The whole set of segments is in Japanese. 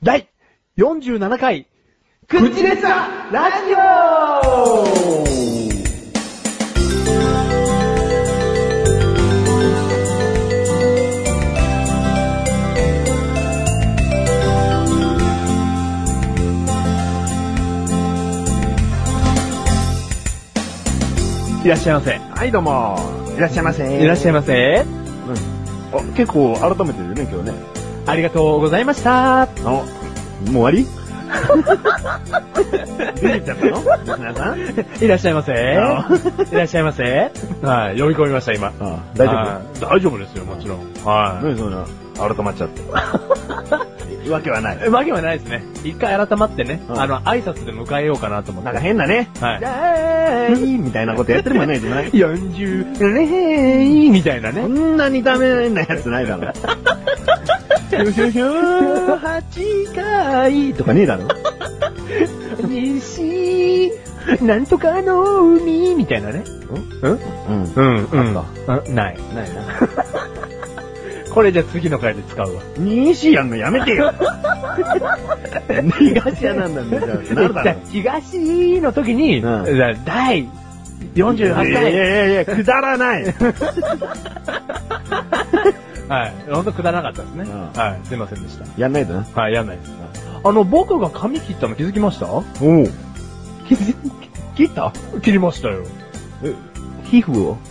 第47回、口レッサラジオ。いらっしゃいませ。 はい、どうも。いらっしゃいませ。 いらっしゃいませ。 結構改めてるね、今日ね。 ありがとうございました。 もう終わり出てきちゃったの皆さんいらっしゃいませ。いらっしゃいませ。はい、呼び込みました、今。 大丈夫？大丈夫ですよ、もちろん。はい。 何そんな、改まっちゃって。わけはない。 わけはないですね。一回改まってね、挨拶で迎えようかなと思って。 なんか変なね。 はい。 みたいなことやってるもんね、じゃない ?40、みたいなね。 そんなにダメなやつないだろ。 8回とかねえだろ。 西、なんとかの海、みたいなね。ない。 ないな。 これじゃ次の回で使うわ。 西やんのやめてよ。東やなんだんだよ。なるだろ。 東の時に、第48回。 いや、くだらない。 はい。ほんとくだらなかったですね。はい。すいませんでした。 やんないとな。 はい、やんないです。僕が髪切ったの気づきました？ 切った？ 切りましたよ。 皮膚を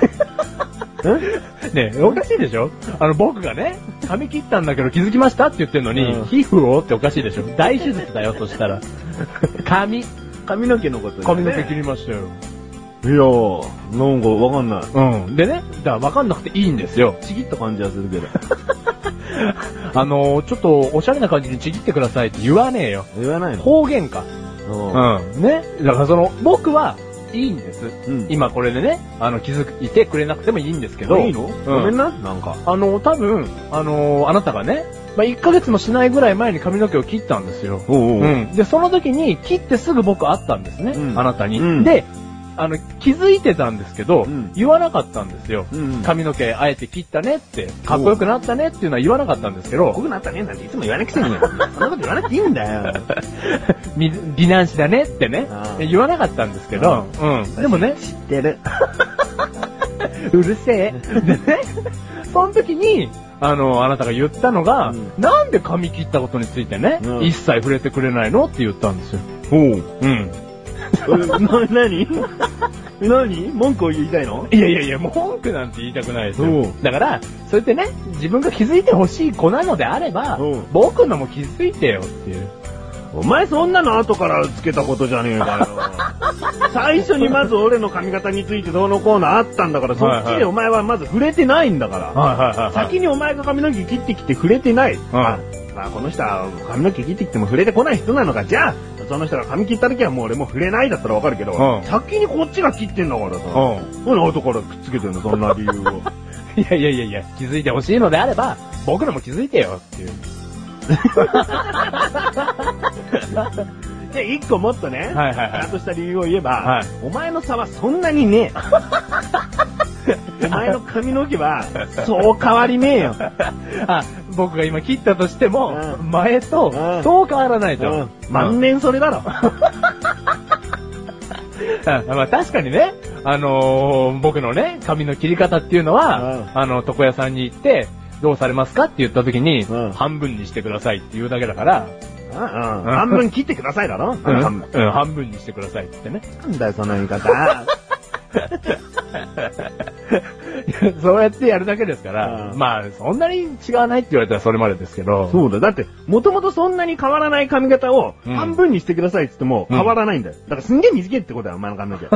ねえ、おかしいでしょ？僕がね、髪切ったんだけど気づきましたって言ってんのに、皮膚をっておかしいでしょ？大手術だよ、そしたら。髪の毛のことね。 髪の毛切りましたよ。 いやー、なんかわかんない。 でね、だからわかんなくていいんですよ。 ちぎった感じはするけど。 ちょっとおしゃれな感じにちぎってくださいって言わねえよ。 言わないの？ 方言か。ね。だから僕はいいんです。今これでね、気づいてくれなくてもいいんですけど。 いいの？ごめんな、なんか。 多分、あなたがね、1ヶ月もしないぐらい前に髪の毛を切ったんですよ。で、その時に切ってすぐ僕会ったんですね。あなたに。で、気づいてたんですけど、言わなかったんですよ。髪の毛あえて切ったねって、かっこよくなったねっていうのは言わなかったんですけど。 かっこよくなったねなんていつも言わなくていいよ。そんなこと言わなくていいんだよ。 美男子だねってね、言わなかったんですけど、でもね、 知ってる。 うるせえ。でね、その時に、あなたが言ったのが、なんで髪切ったことについてね、一切触れてくれないのって言ったんですよ。 何文句を言いたいの？ いや、文句なんて言いたくないですよ。だから、そうやってね、自分が気づいてほしい子なのであれば、僕のも気づいてよっていう。 お前そんなの後からつけたことじゃねえかよ。最初にまず俺の髪型についてどうのこうのあったんだから、そっちでお前はまず触れてないんだから。先にお前が髪の毛切ってきて触れてない。この人は髪の毛切ってきても触れてこない人なのか。じゃあ、その人が髪切った時はもう俺も触れないだったらわかるけど、先にこっちが切ってんだからさ。何後からくっつけてんの、そんな理由を。 いや、気づいてほしいのであれば、僕のも気づいてよっていう。 で、一個もっとね、ちゃんとした理由を言えば、お前の差はそんなにねえ。お前の髪の毛は、そう変わりねえよ。 僕が今切ったとしても、前と、そう変わらないと。 万年それだろ。 確かにね、僕のね、髪の切り方っていうのは、床屋さんに行って、どうされますかって言った時に、半分にしてくださいって言うだけだから、 半分切ってくださいだろ？ 半分にしてくださいってね。 なんだよ、その言い方。 そうやってやるだけですから、そんなに違わないって言われたらそれまでですけど。 そうだ。だって、もともとそんなに変わらない髪型を半分にしてくださいって言っても変わらないんだよ。だからすんげえ短いってことだよ、お前の髪の毛。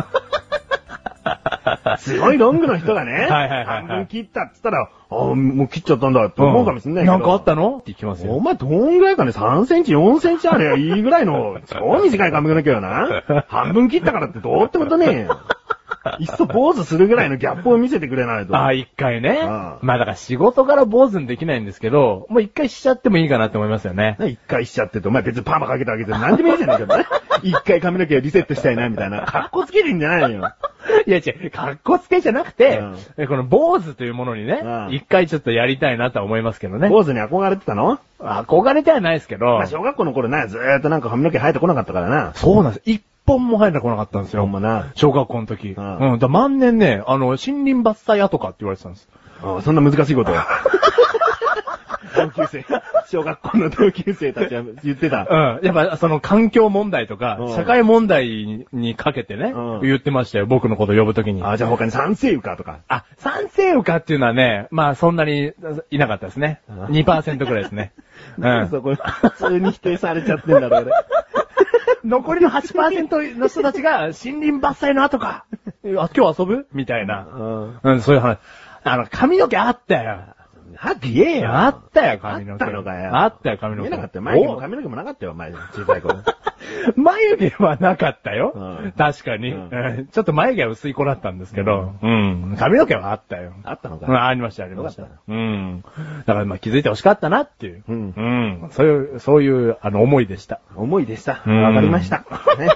すごいロングの人がね、半分切ったって言ったら、もう切っちゃったんだって思うかもしんないけど。 なんかあったのって聞きますよ。 お前どんぐらいかね、3センチ、4センチあればいいぐらいの、超短い髪の毛よな。半分切ったからってどうってことねえよ。いっそ坊主するぐらいのギャップを見せてくれないと。 一回ね。だから仕事から坊主にできないんですけど、もう一回しちゃってもいいかなって思いますよね。 一回しちゃってて、お前別にパーマかけたわけで何でもいいじゃないけどね。一回髪の毛をリセットしたいな、みたいな。格好つけてんじゃないのよ。 いや違う、格好つけじゃなくて、この坊主というものにね、一回ちょっとやりたいなとは思いますけどね。 坊主に憧れてたの？ 憧れてはないですけど。 まあ小学校の頃ね、ずーっとなんか髪の毛生えてこなかったからな。 そうなんです。一本も生えてこなかったんですよ。 ほんまな。 小学校の時。だ万年ね、森林伐採屋とかって言われてたんです。 そんな難しいことを。同級生。小学校の同級生たちは言ってた。 やっぱその環境問題とか、社会問題にかけてね、言ってましたよ。僕のこと呼ぶときに。 じゃあ他に三世羽かとか。 三世羽かっていうのはね、まあそんなにいなかったですね。2% くらいですね。 そこ普通に否定されちゃってんだろ、俺。 残りの 8% の人たちが森林伐採の後か。今日遊ぶみたいな。そういう話。髪の毛あったよ。 はって言えよ。 あったよ、髪の毛。 あったのかよ。 あったよ、髪の毛。 見えなかったよ。眉毛も髪の毛もなかったよ、前小さい頃。 眉毛はなかったよ。確かに。ちょっと眉毛は薄い子だったんですけど、髪の毛はあったよ。 あったのか。 ありました、ありました。だからまあ気づいてほしかったなっていう。そういう思いでした。 思いでした。わかりました。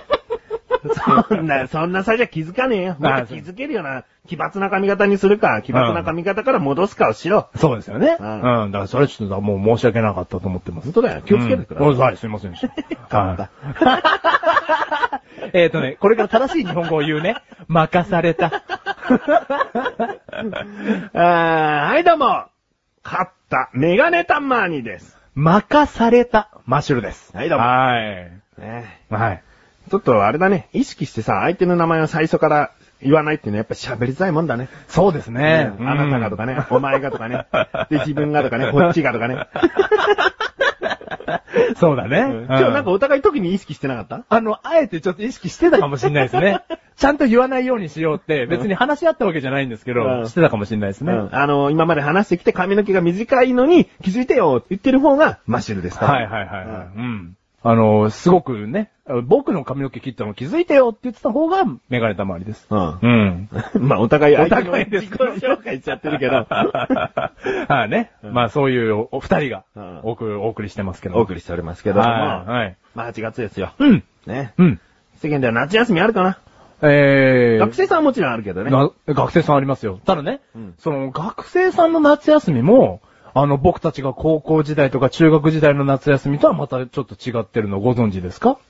そんなさじゃ気づかねえよ。もっと気づけるような奇抜な髪型にするか、奇抜な髪型から戻すかをしろ。 そうですよね。だからそれちょっともう申し訳なかったと思ってます。 本当だよ。気をつけてください。 はい、すいませんでした。これから正しい日本語を言うね。任された。 はい、どうも。勝った、メガネタマーニです。 任された、マッシュルです。 はい、どうも。 はい。 ちょっとあれだね、意識してさ、相手の名前を最初から言わないっていうのはやっぱ喋りづらいもんだね。 そうですね。 あなたがとかね、お前がとかね、で自分がとかね、こっちがとかね。 そうだね。 今日なんかお互い時に意識してなかった？ あえてちょっと意識してたかもしれないですね。ちゃんと言わないようにしようって、別に話し合ったわけじゃないんですけど、してたかもしれないですね。 今まで話してきて髪の毛が短いのに気づいてよって言ってる方がマッシュルですから。 はい。すごくね、僕の髪の毛切ったの気づいてよって言ってた方がメガネたまわりです。まあお互い自己紹介しちゃってるけど。 ね。まあそういうお二人がお送りしてますけど。 お送りしておりますけど。まあ8月ですよ。ね。世間では夏休みあるかな？学生さんはもちろんあるけどね。 学生さんありますよ。ただね、その学生さんの夏休みも、僕たちが高校時代とか中学時代の夏休みとはまたちょっと違ってるのご存知ですか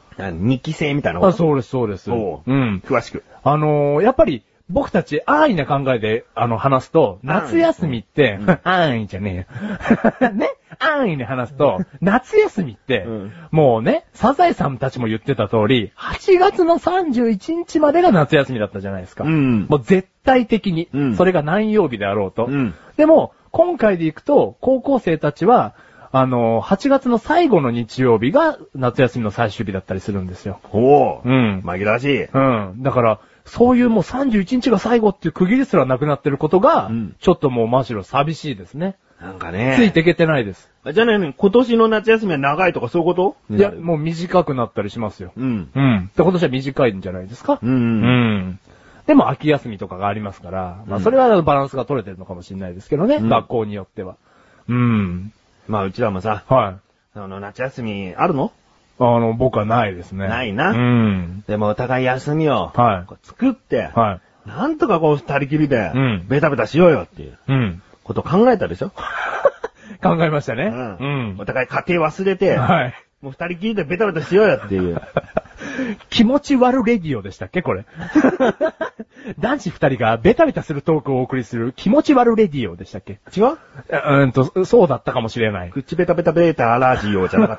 ？2期生みたいなこと？ そうです、そうです。 詳しく。 やっぱり、僕たち安易な考えで、話すと、夏休みって、安易じゃねえよ。ね？安易に話すと、夏休みって、もうね、サザエさんたちも言ってた通り、8月の31日までが夏休みだったじゃないですか。もう絶対的に、それが何曜日であろうと。でも、今回で行くと、高校生たちは、8月の最後の日曜日が夏休みの最終日だったりするんですよ。 紛らわしい。 だから、そういうもう31日が最後っていう区切りすらなくなってることが、ちょっともうむしろ寂しいですね。 なんかね。 ついていけてないです。 じゃあね、今年の夏休みは長いとかそういうこと？ いや、もう短くなったりしますよ。で、今年は短いんじゃないですか？でも秋休みとかがありますから、まあそれはバランスが取れてるのかもしれないですけどね、学校によっては。 まあうちらもさ、夏休みあるの？ 僕はないですね。 ないな。でもお互い休みを作って、なんとかこう二人きりで、ベタベタしようよっていう、ことを考えたでしょ？ 考えましたね。 お互い家庭忘れて、もう二人きりでベタベタしようよっていう。 気持ち悪レディオでしたっけこれ。男子二人がベタベタするトークをお送りする気持ち悪レディオでしたっけ？ 違う？そうだったかもしれない。 口ベタベタベータラジオじゃなかった。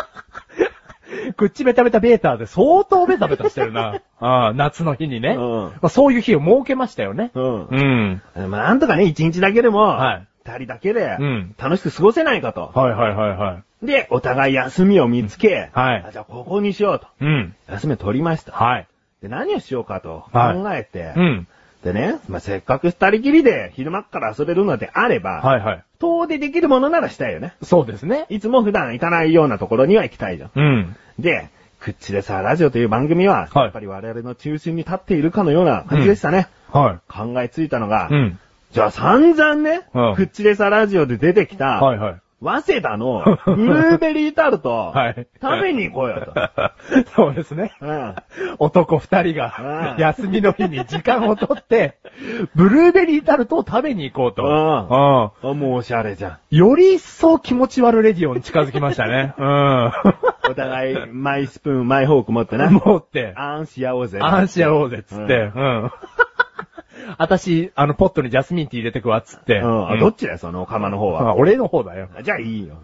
口ベタベタベータで相当ベタベタしてるな。夏の日にね。そういう日を設けましたよね。 なんとかね、一日だけでも、二人だけで、楽しく過ごせないかと。で、お互い休みを見つけ、じゃあここにしようと。休みを取りました。で、何をしようかと考えて、でね、せっかく二人きりで昼間から遊べるのであれば、遠出できるものならしたいよね。 そうですね。 いつも普段行かないようなところには行きたいじゃん。で、くっちでさ、ラジオという番組は、やっぱり我々の中心に立っているかのような感じでしたね。考えついたのが、じゃあ散々ね、くっちでさ、ラジオで出てきた、 早稲田のブルーベリータルト、はい、食べに行こうよと。 そうですね。うん、男二人が、休みの日に時間をとって、ブルーベリータルトを食べに行こうと。 もうおしゃれじゃん。より一層気持ち悪レディオに近づきましたね。 お互い、マイスプーン、マイフォーク持ってね。 持って。 あんし合おうぜ。 あんし合おうぜ、つって。私、ポットにジャスミンティー入れてくわ、つって。 どっちだよ、その釜の方は。 俺の方だよ。 じゃあいいよ。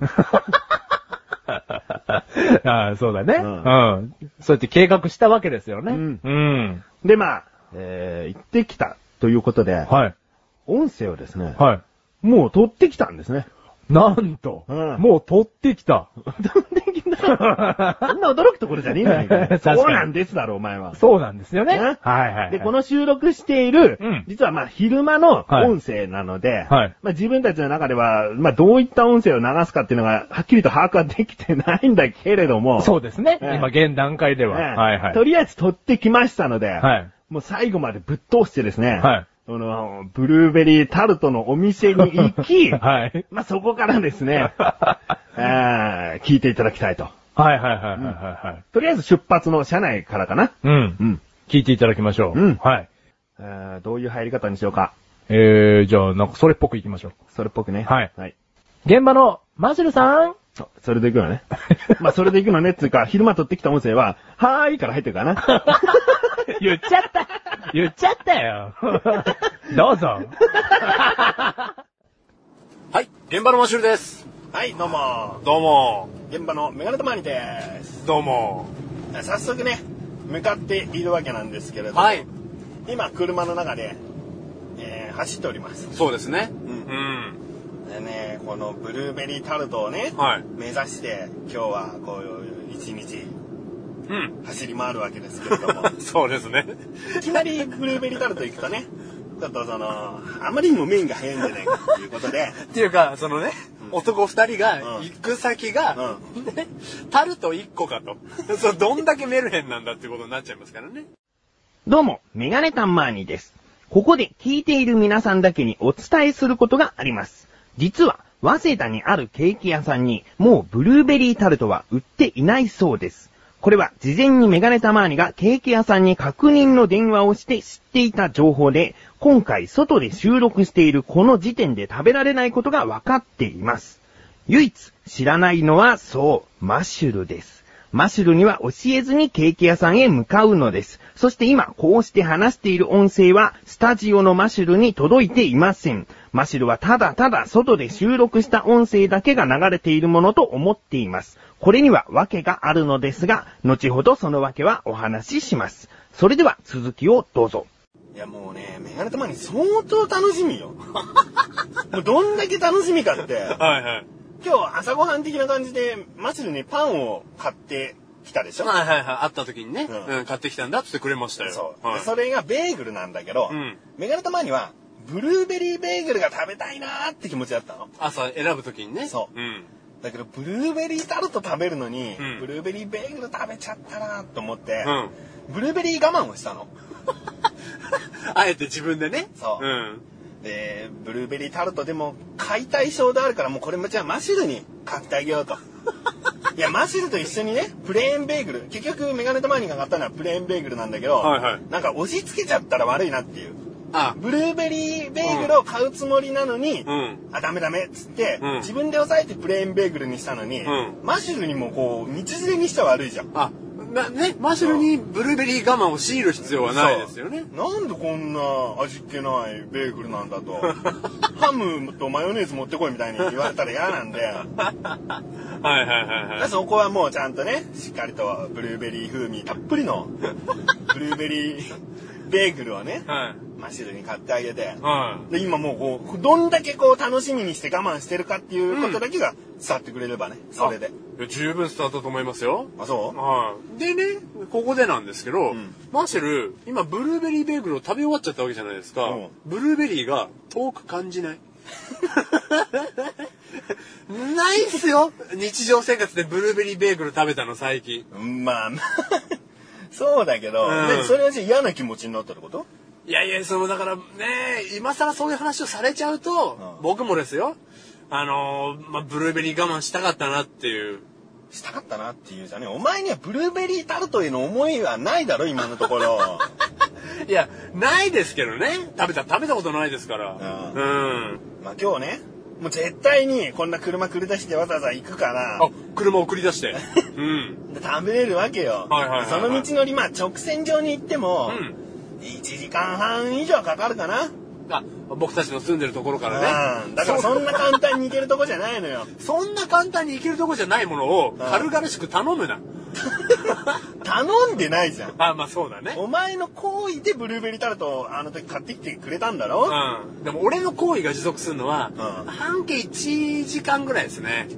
そうだね。そうやって計画したわけですよね。 で、まあ、行ってきたということで、はい。音声をですね、はい。もう取ってきたんですね。 なんと、もう取ってきた。 取ってきた。そんな驚くところじゃねえんだよ。そうなんですだろ、お前は。 そうなんですよね。はいはい。 で、この収録している、実はまあ昼間の音声なので、まあ自分たちの中では、まあどういった音声を流すかっていうのが、はっきりと把握はできてないんだけれども。 そうですね。今現段階では。はいはい。 とりあえず取ってきましたので、もう最後までぶっ通してですね、ブルーベリータルトのお店に行き、はい。まあ、そこからですね、聞いていただきたいと。 はいはいはいはい。 とりあえず出発の車内からかな。 聞いていただきましょう。はい。 どういう入り方にしようか。 じゃあ、なんかそれっぽく行きましょう。 それっぽくね。 はい。現場のマシルさん。 それで行くのね。まあ、それで行くのねっていうか、昼間撮ってきた音声は、はーいから入ってるからな。 言っちゃったよ。どうぞ。 はい、現場のマシュルです。 はい、どうも。 どうも。 現場のメガネとマニです。 どうも。 早速ね、向かっているわけなんですけれども、はい。今、車の中で、走っております。 そうですね。 でね、このブルーベリータルトをね、目指して、今日はこういう一日、走り回るわけですけれども。 そうですね。 いきなりブルーベリータルト行くとね、ちょっとあまりにもメインが早いんじゃないかっていうことで。 っていうか、男二人が行く先が、タルト1個かと。どんだけメルヘンなんだっていうことになっちゃいますからね。 どうも、メガネタンマーニです。ここで聞いている皆さんだけにお伝えすることがあります。実は、早稲田にあるケーキ屋さんに、もうブルーベリータルトは売っていないそうです。これは事前にメガネタマーニがケーキ屋さんに確認の電話をして知っていた情報で、今回外で収録しているこの時点で食べられないことが分かっています。唯一知らないのはそう、マシュルです。マシュルには教えずにケーキ屋さんへ向かうのです。そして今こうして話している音声はスタジオのマシュルに届いていません。マシュルはただただ外で収録した音声だけが流れているものと思っています。これには訳があるのですが、後ほどその訳はお話しします。それでは続きをどうぞ。いやもうね、メガネたまに相当楽しみよ。もうどんだけ楽しみかって。はいはい。今日朝ごはん的な感じで、マシュルにパンを買ってきたでしょ。 はいはいはい。会った時にね、買ってきたんだってくれましたよ。 そう。それがベーグルなんだけど、メガネたまには、ブルーベリーベーグルが食べたいなーって気持ちだったの。 朝選ぶ時にね。 そう。だけど、ブルーベリータルト食べるのに、ブルーベリーベーグル食べちゃったなと思って、ブルーベリー我慢をしたの。 あえて自分でね。 そう。で、ブルーベリータルトでも解体症であるから、もうこれもじゃあマシュルに買ってあげようと。いや、マシュルと一緒にね、プレーンベーグル。結局、メガネとマーニが買ったのはプレーンベーグルなんだけど、なんか押し付けちゃったら悪いなっていう。ブルーベリーベーグルを買うつもりなのに、ダメっつって、自分で抑えてプレーンベーグルにしたのに、マシュルにもこう、道連れにしちゃ悪いじゃん。 マシュルにブルーベリー我慢を強いる必要はないですよね。 なんでこんな味気ないベーグルなんだと。ハムとマヨネーズ持ってこいみたいに言われたら嫌なんで。そこはもうちゃんとね、しっかりとブルーベリー風味たっぷりのブルーベリーベーグルをね、マシュルに買ってあげて、で今もうこうどんだけこう楽しみにして我慢してるかっていうことだけが伝わってくれればね、それで。 十分伝わったと思いますよ。 あ、そう？ はい。でね、ここでなんですけど、マシュル今ブルーベリーベーグルを食べ終わっちゃったわけじゃないですか。ブルーベリーが遠く感じない。ないっすよ。日常生活でブルーベリーベーグル食べたの最近。 まあそうだけど、それは嫌な気持ちになったってこと？ いやだからね、今更そういう話をされちゃうと、僕もですよ。 ブルーベリー我慢したかったなっていう。 したかったなっていうじゃね。お前にはブルーベリータルトへの思いはないだろ、今のところ。 いや、ないですけどね。食べたことないですから。 まあ今日ね、もう絶対にこんな車繰り出してわざわざ行くから。 車を繰り出して。 で食べれるわけよ。その道のり、直線上に行っても、1時間半以上かかるかな。 僕たちの住んでるところからね。 だからそんな簡単に行けるとこじゃないのよ。 そんな簡単に行けるとこじゃないものを軽々しく頼むな。 頼んでないじゃん。 まあそうだね。 お前の行為でブルーベリータルトをあの時買ってきてくれたんだろ。 でも俺の行為が持続するのは、半径1時間ぐらいですね。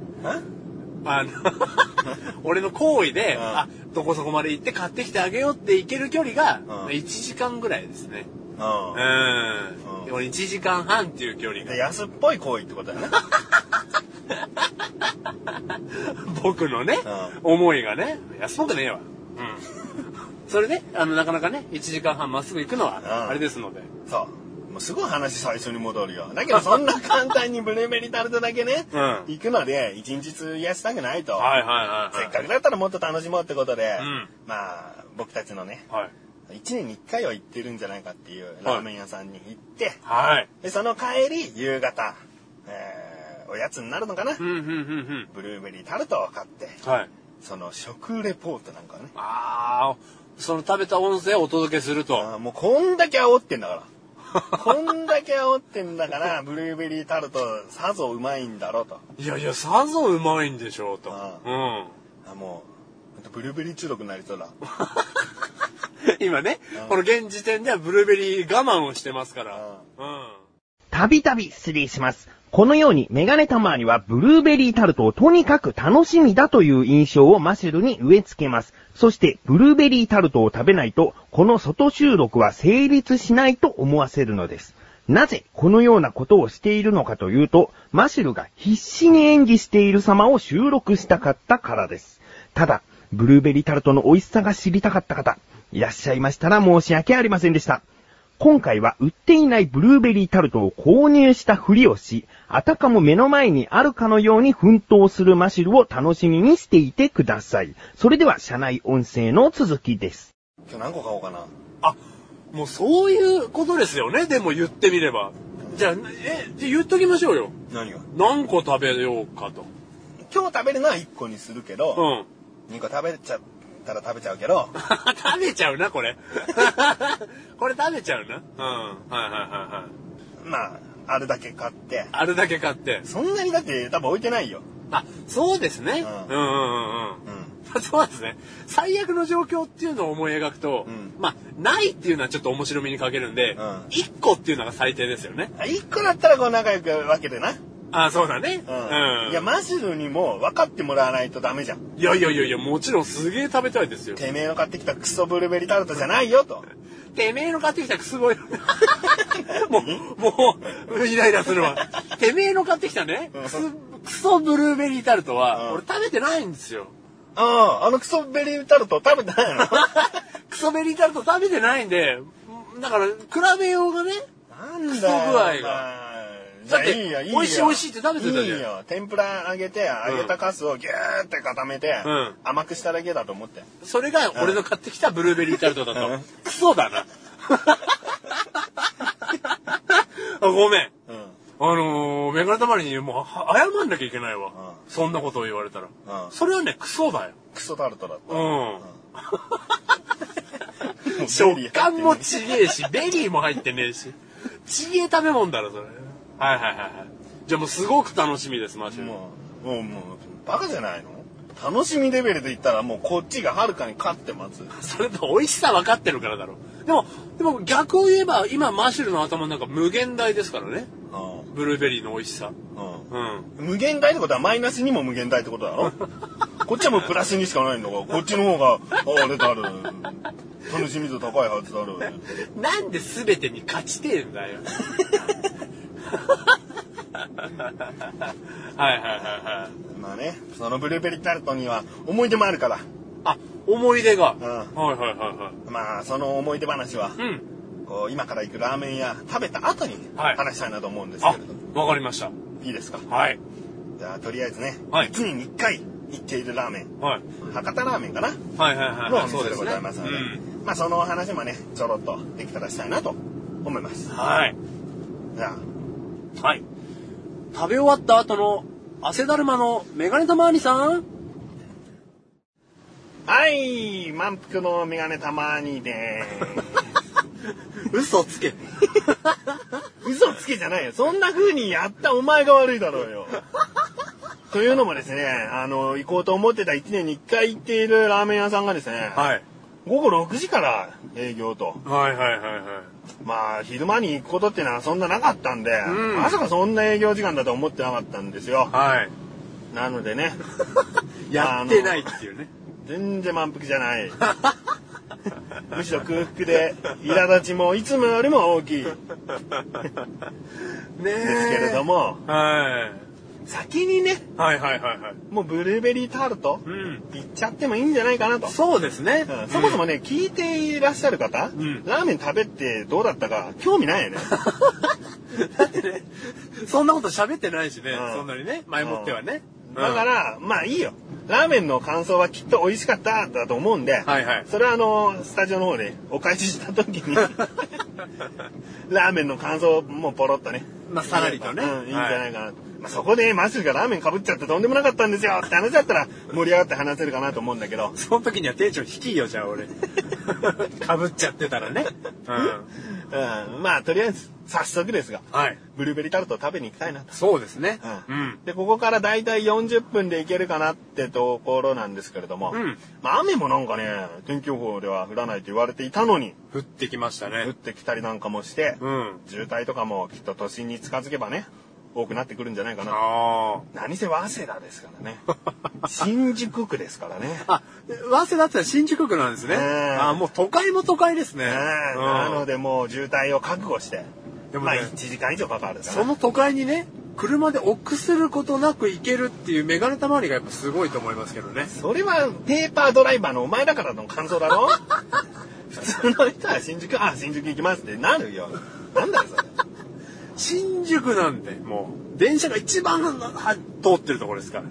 俺の行為で、どこそこまで行って買ってきてあげようって行ける距離が、1時間ぐらいですね。1時間半っていう距離が。 安っぽい行為ってことだよね。 僕のね、思いがね、安っぽくねえわ。それで、なかなかね、1時間半まっすぐ行くのは、あれですので。 そう。もうすごい話最初に戻るよ。だけどそんな簡単にブルーベリータルトだけね、行くので、1日費やしたくないと。せっかくだったらもっと楽しもうってことで、僕たちのね、1年に1回は行ってるんじゃないかっていうラーメン屋さんに行って、でその帰り夕方、おやつになるのかな、ブルーベリータルトを買って、その食レポートなんかね、 その食べた音声をお届けすると。 もうこんだけ煽ってんだからこんだけ煽ってんだからブルーベリータルトさぞうまいんだろうと。 いやさぞうまいんでしょうと。 もうブルーベリー中毒になりそうだ今ね、この現時点ではブルーベリー我慢をしてますから。 たびたび失礼します。このようにメガネたまにはブルーベリータルトをとにかく楽しみだという印象をマシュルに植え付けます。そしてブルーベリータルトを食べないとこの外収録は成立しないと思わせるのです。なぜこのようなことをしているのかというと、マシュルが必死に演技している様を収録したかったからです。ただ、ブルーベリータルトの美味しさが知りたかった方、いらっしゃいましたら申し訳ありませんでした。今回は売っていないブルーベリータルトを購入したふりをし、あたかも目の前にあるかのように奮闘するマシュルを楽しみにしていてください。それでは車内音声の続きです。 今日何個買おうかな。 もうそういうことですよね。でも言ってみれば。じゃあ言っときましょうよ。 何が？ 何個食べようかと。 今日食べるのは1個にするけど、2個食べちゃったら食べちゃうけど。 食べちゃうな、これ。これ食べちゃうな。 あるだけ買って。 そんなにだって多分置いてないよ。 そうですね。そうですね。最悪の状況っていうのを思い描くと、ないっていうのはちょっと面白みに欠けるんで、1個っていうのが最低ですよね。 1個だったらこう仲良く分けてな。 そうだね。 いや、マシルにも分かってもらわないとダメじゃん。 いや、もちろんすげえ食べたいですよ。 てめえの買ってきたクソブルーベリータルトじゃないよと。 てめえの買ってきたクソブルーベリーもう、イライラするわ。てめえの買ってきたね、クソブルーベリータルトは、俺食べてないんですよ。 クソベリータルト食べてないのクソベリータルト食べてないんで、だから、比べようがね。 なんだよ。 クソ具合が。だって、美味しいって食べてたじゃん。 いいよ。天ぷら揚げて、揚げたカスをギューって固めて、甘くしただけだと思って。 それが俺の買ってきたブルーベリータルトだと。クソだな。ごめん。メガネたまりにもう謝んなきゃいけないわ。そんなことを言われたら。それはね、クソだよ。 クソタルトだった。 食感もちげえし、ベリーも入ってねえし。ちげえ食べ物だろ、それ。じゃあもうすごく楽しみです、マジで。 もう、バカじゃないの？楽しみレベルで言ったらもうこっちがはるかに勝ってます。 それと美味しさ分かってるからだろ。でも逆を言えば、今マシュルの頭の中無限大ですからね。ブルーベリーの美味しさ。 無限大ってことはマイナスにも無限大ってことだろこっちはもうプラスにしかないんだから、こっちの方が、あれだる。楽しみ度高いはずだろ。 なんで全てに勝ちてえんだよ。 まあね、そのブルーベリータルトには思い出もあるから。 思い出が。 まあその思い出話は、こう今から行くラーメン屋食べた後に話したいなと思うんですけれど。 わかりました。 いいですか？ はい。 じゃあ、とりあえずね、 はい、 1年に1回行っているラーメン。 はい。 博多ラーメンかな？ はいはいはい。 のお店でございますので、まあその話もね、ちょろっとできたらしたいなと思います。 はい。 じゃあ。はい。食べ終わった後の汗だるまのメガネたまーにさん。 はい、満腹のメガネたまーにでーす。 嘘つけ。 嘘つけじゃないよ。そんな風にやったお前が悪いだろうよ。というのもですね、行こうと思ってた1年に1回行っているラーメン屋さんがですね、 はい。 午後6時から営業と。 はいはいはいはい。 まあ、昼間に行くことっていうのはそんななかったんで、まさかそんな営業時間だと思ってなかったんですよ。 はい。 なのでね。 やってないっていうね。 全然満腹じゃない。むしろ空腹で、苛立ちもいつもよりも大きい。ねえ。 ですけれども、 はい。 先にね、 はいはいはいはい。 もうブルーベリータルト、いっちゃってもいいんじゃないかなと。 そうですね。 そもそもね、聞いていらっしゃる方、ラーメン食べてどうだったか興味ないよね。 だってね、そんなこと喋ってないしね、そんなにね、前もってはね。 だから、まあいいよ。ラーメンの感想はきっと美味しかっただと思うんで、 はいはい、 それはスタジオの方でお返しした時に、ラーメンの感想もポロッとね。 まあさらりとね。 いいんじゃないかな。まあ、そこでマシュルがラーメンかぶっちゃってとんでもなかったんですよって話だったら盛り上がって話せるかなと思うんだけど。 その時にはテンション低いよ、じゃあ俺。かぶっちゃってたらね。 まあとりあえず早速ですが、 はい、 ブルーベリータルトを食べに行きたいなと。 そうですね。 で、ここからだいたい40分で行けるかなってところなんですけれども、まあ雨もなんかね、天気予報では降らないと言われていたのに、 降ってきましたね。 降ってきたりなんかもして、渋滞とかもきっと都心に近づけばね、多くなってくるんじゃないかな。何せ早稲田ですからね。新宿区ですからね。 あ、早稲田って新宿区なんですね。もう都会も都会ですね。 なのでもう渋滞を覚悟して、でもね、まあ1時間以上かかるから。 その都会にね、車で臆することなく行けるっていうメガネたまりがやっぱすごいと思いますけどね。 それはペーパードライバーのお前だからの感想だろ。普通の人は新宿行きますってなるよ。なんだよそれ。 新宿なんで、もう、電車が一番通ってるところですから。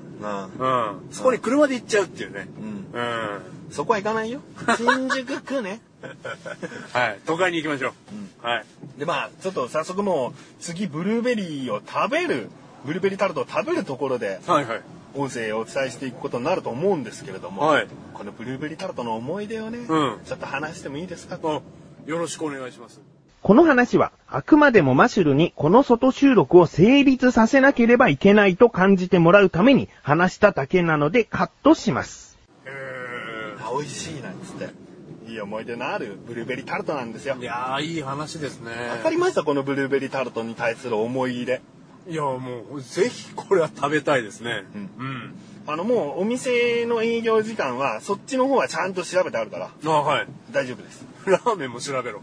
そこに車で行っちゃうっていうね。 そこは行かないよ。新宿区ね。 はい、都会に行きましょう。はい。 で、まあ、ちょっと早速もう、次、ブルーベリータルトを食べるところで、音声をお伝えしていくことになると思うんですけれども、このブルーベリータルトの思い出をね、ちょっと話してもいいですか？ よろしくお願いします。 この話は、あくまでもマシュルにこの外収録を成立させなければいけないと感じてもらうために話しただけなのでカットします。 美味しいなんつって。いい思い出のあるブルーベリータルトなんですよ。 いやー、いい話ですね。 わかりました？このブルーベリータルトに対する思い入れ。 いや、もう、ぜひこれは食べたいですね。 もうお店の営業時間は、そっちの方はちゃんと調べてあるから。大丈夫です。 ラーメンも調べろ。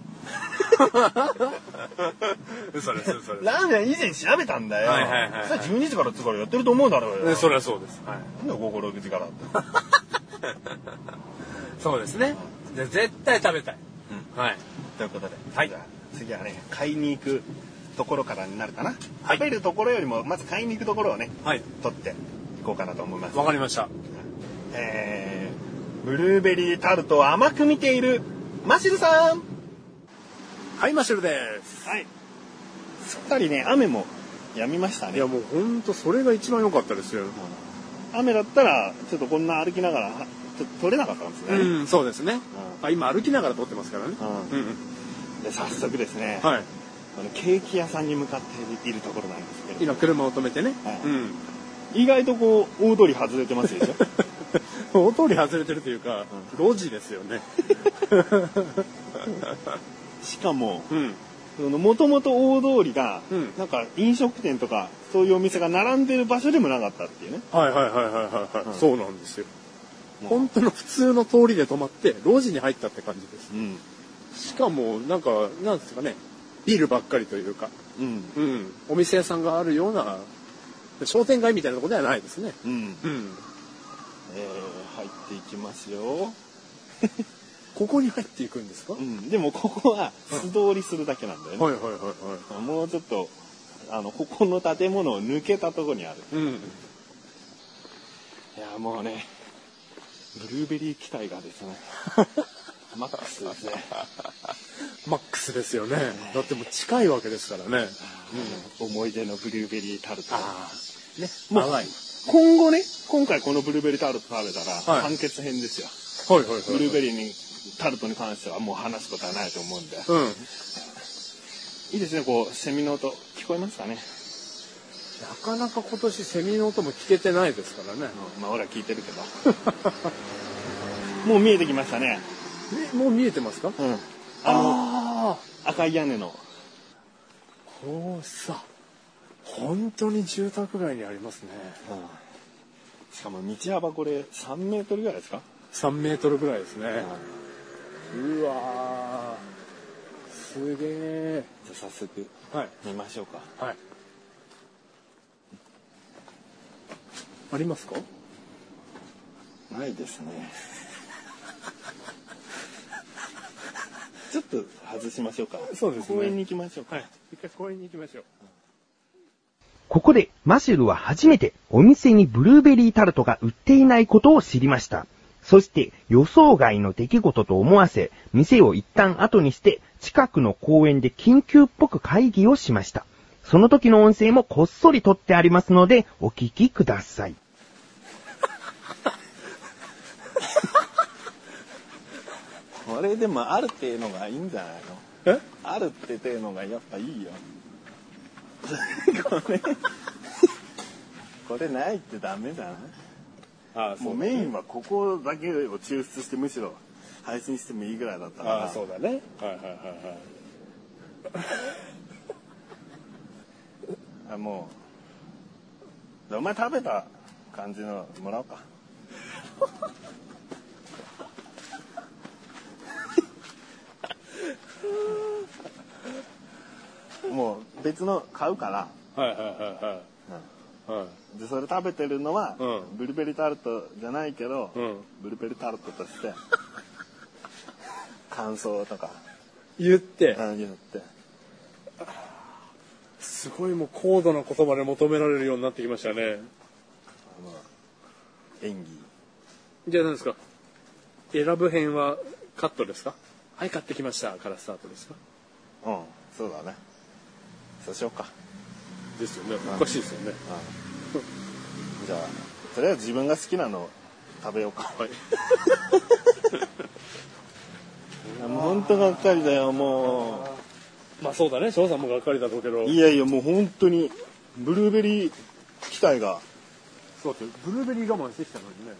嘘です。 ラーメンは以前調べたんだよ。それ12時からってからやってると思うだろうよ。 それはそうです。 なんで午後6時からって。 そうですね。じゃあ絶対食べたい。 ということで、じゃあ次はね、買いに行くところからになるかな。食べるところよりも、まず買いに行くところをね、取っていこうかなと思います。 わかりました。 ブルーベリータルトを甘く見ているマシルさん。 はい、マシルです。 はい。すっかりね、雨も止みましたね。 いや、もうほんとそれが一番良かったですよ。 雨だったら、ちょっとこんな歩きながら、ちょっと撮れなかったんですね。 そうですね。今歩きながら撮ってますからね。 で、早速ですね、ケーキ屋さんに向かっているところなんですけど。 今車を止めてね。 意外とこう、大通り外れてますでしょ。 大通り外れてるというか、路地ですよね。 しかも、もともと大通りが、なんか飲食店とかそういうお店が並んでる場所でもなかったっていうね。 そうなんですよ。本当の普通の通りで止まって路地に入ったって感じです。しかもなんかなんですかね、ビルばっかりというか、お店屋さんがあるような商店街みたいなところではないですね。 入っていきますよ。 ここに入っていくんですか？ でもここは素通りするだけなんだよね。もうちょっとここの建物を抜けたところにある。うん。いや、もうね、ブルーベリー期待がですね、マックスですね。 マックスですよね。だってもう近いわけですからね。 思い出のブルーベリータルト。 ね、 長い。今後ね、今回このブルーベリータルト食べたら、完結編ですよ。はいはいはい。ブルーベリータルトに関してはもう話すことはないと思うんで。うん。いいですね、こう、セミの音、聞こえますかね。 なかなか今年セミの音も聞けてないですからね。 まあ俺は聞いてるけど。もう見えてきましたね。 もう見えてますか？うん。 赤い屋根の。 こうさ、本当に住宅街にありますね。 しかも道幅これ3メートルぐらいですか ？3メートルぐらいですね。うわー、すげえ。 じゃあ早速見ましょうか。はい。 ありますか？ ないですね。ちょっと外しましょうか。 そうですね。 公園に行きましょうか。はい。 一回公園に行きましょう。 ここでマシュルは初めてお店にブルーベリータルトが売っていないことを知りました。そして予想外の出来事と思わせ、店を一旦後にして近くの公園で緊急っぽく会議をしました。その時の音声もこっそり撮ってありますのでお聞きください。 これでもあるっていうのがいいんじゃないの？あるっていうのがやっぱいいよ。これないってダメじゃない？もうメインはここだけを抽出してむしろ配信してもいいぐらいだったから。 そうだね。はいはいはいはい。もうお前食べた感じのもらおうか。もう別の買うから。はいはいはいはい。でそれ食べてるのは、ブルーベリータルトじゃないけど、ブルーベリータルトとして感想とか言って、すごいもう高度な言葉で求められるようになってきましたね。 演技。 じゃあ何ですか？選ぶ編はカットですか？はい、買ってきましたからスタートですか？ うん、そうだね。そうしようか。 ですよね。おかしいですよね。 じゃあとりあえず自分が好きなのを食べようか。はい。もう本当がっかりだよもう。まあそうだね。翔さんもがっかりだろうけど。 いやいやもう本当にブルーベリー機械が。 そうです。ブルーベリー我慢してきたのにね。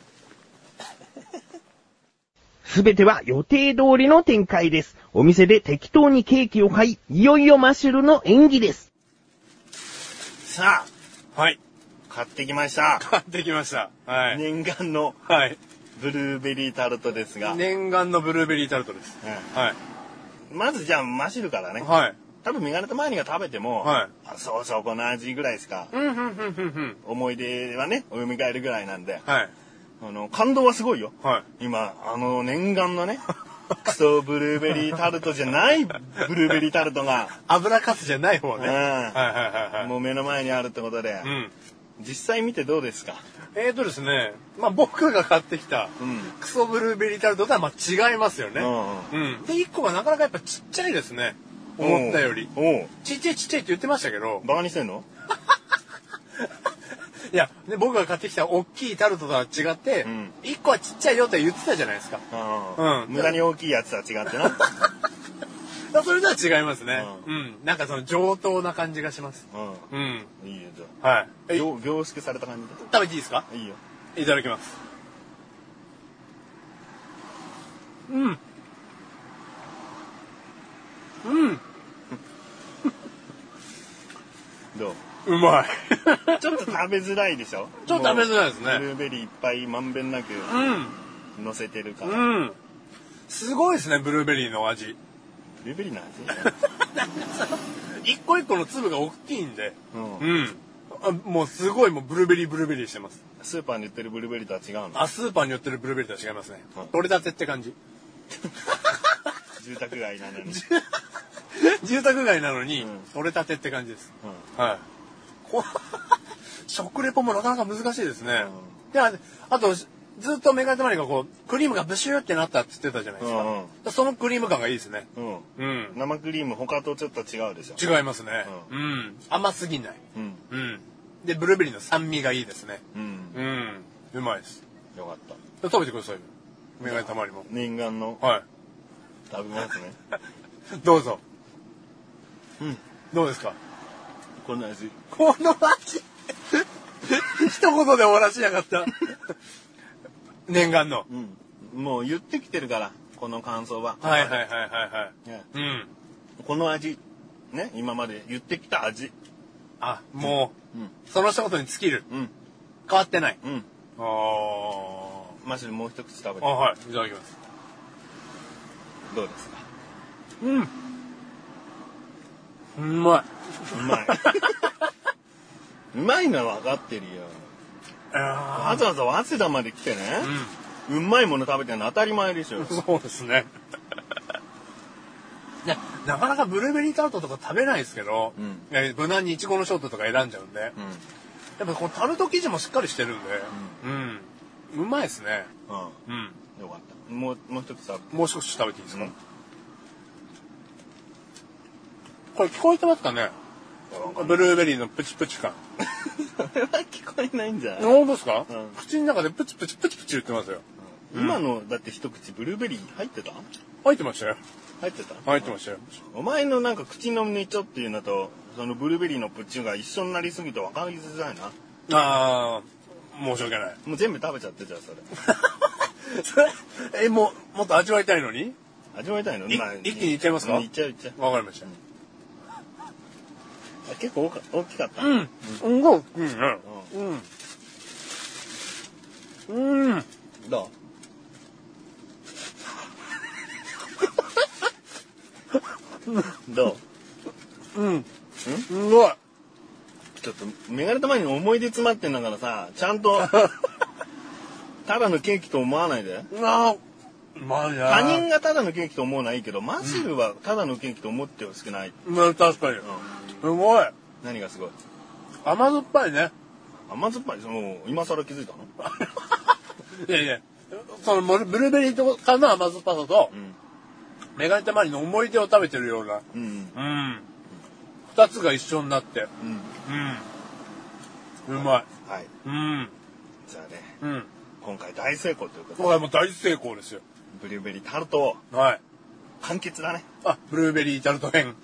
すべては予定通りの展開です。お店で適当にケーキを買い、いよいよマッシュルの演技です。 さあ、はい。買ってきました。 買ってきました。はい。 念願の、 はい。 ブルーベリータルトですが。 念願のブルーベリータルトです。はい。 まずじゃあマッシュルからね。はい。多分メガネとマーニが食べても、はい。そうそうこの味ぐらいですか。思い出はね、お蘇るぐらいなんで。はい。感動はすごいよ。はい。今、念願のね、クソブルーベリータルトじゃないブルーベリータルトが。 油かすじゃない方ね。 もう目の前にあるってことで。うん。実際見てどうですか？ ですね、まあ僕が買ってきた、クソブルーベリータルトとはまあ違いますよね。うん。で、1個がなかなかやっぱちっちゃいですね。思ったより。ちっちゃいちっちゃいって言ってましたけど。 バカにしてんの？ いや、で僕が買ってきた大きいタルトとは違って、1個はちっちゃいよって言ってたじゃないですか。 無駄に大きいやつとは違ってな。 それでは違いますね。なんかその上等な感じがします。 いいよ、じゃあ。はい。凝縮された感じで。 食べていいですか？ いいよ。 いただきます。 どう？ うまい。 ちょっと食べづらいでしょ？ ちょっと食べづらいですね。 ブルーベリーいっぱいまんべんなく乗せてるから。 すごいですね、ブルーベリーの味。 ブルーベリーの味？ 一個一個の粒が大きいんで、もうすごいもうブルーベリーしてます。 スーパーに売ってるブルーベリーとは違うの？ スーパーに売ってるブルーベリーとは違いますね。取れたてって感じ。 住宅街なのに。 住宅街なのに、折れたてって感じです。はい。食レポもなかなか難しいですね。で、あと、ずっとメガネたまりがこう、クリームがブシューってなったって言ってたじゃないですか。そのクリーム感がいいですね。 生クリーム他とちょっと違うでしょ。 違いますね。甘すぎない。で、ブルーベリーの酸味がいいですね。うまいです。 よかった。 食べてくださいよ。メガネたまりも。 念願の。 はい。 食べますね。 どうぞ。どうですか？ この味。 この味一言で終わらしやがった。念願の。 もう言ってきてるから、この感想は。 はい。 この味。ね、今まで言ってきた味。 あ、もう、その一言に尽きる。変わってない。 マシルもう一口食べて。 はい。いただきます。 どうですか？ うまい。 うまいのは分かってるよ。わざわざ早稲田まで来てね、うまいもの食べてるの当たり前でしょ。 そうですね。なかなかブルーベリータルトとか食べないですけど、無難にイチゴのショートとか選んじゃうんで、やっぱこのタルト生地もしっかりしてるんで、うまいですね。 よかった。もう一つもう少し食べていいですか？これ聞こえてますかね？ブルーベリーのプチプチ感。 それは聞こえないんじゃない？ 本当ですか？口の中でプチプチ言ってますよ。 今のだって一口ブルーベリー入ってた？ 入ってましたよ。 入ってた？ 入ってましたよ。 お前のなんか口のねちょっていうのとそのブルーベリーのプチが一緒になりすぎて分かりづらいな。 申し訳ない。 もう全部食べちゃってじゃあそれ。もっと味わいたいのに？ 味わいたいの？ 一気にいっちゃいますか？ いっちゃう。 わかりました。 結構大きかった。どうすごい。 ちょっとメガネたまに思い出詰まってんだからさ、ちゃんとただのケーキと思わないで。他人がただのケーキと思うのはいいけど、マシルはただのケーキと思ってほしくない。 確かに。すごい。 何がすごい？ 甘酸っぱいね。 甘酸っぱい？今更気づいたの？ いや、そのブルーベリーとかの甘酸っぱさと、メガネたまりの思い出を食べてるような、二つが一緒になって、うまい。 はい。じゃあね、今回大成功ということで。 これはもう大成功ですよ。 ブルーベリータルトを。 はい。 完結だね。 ブルーベリータルト編。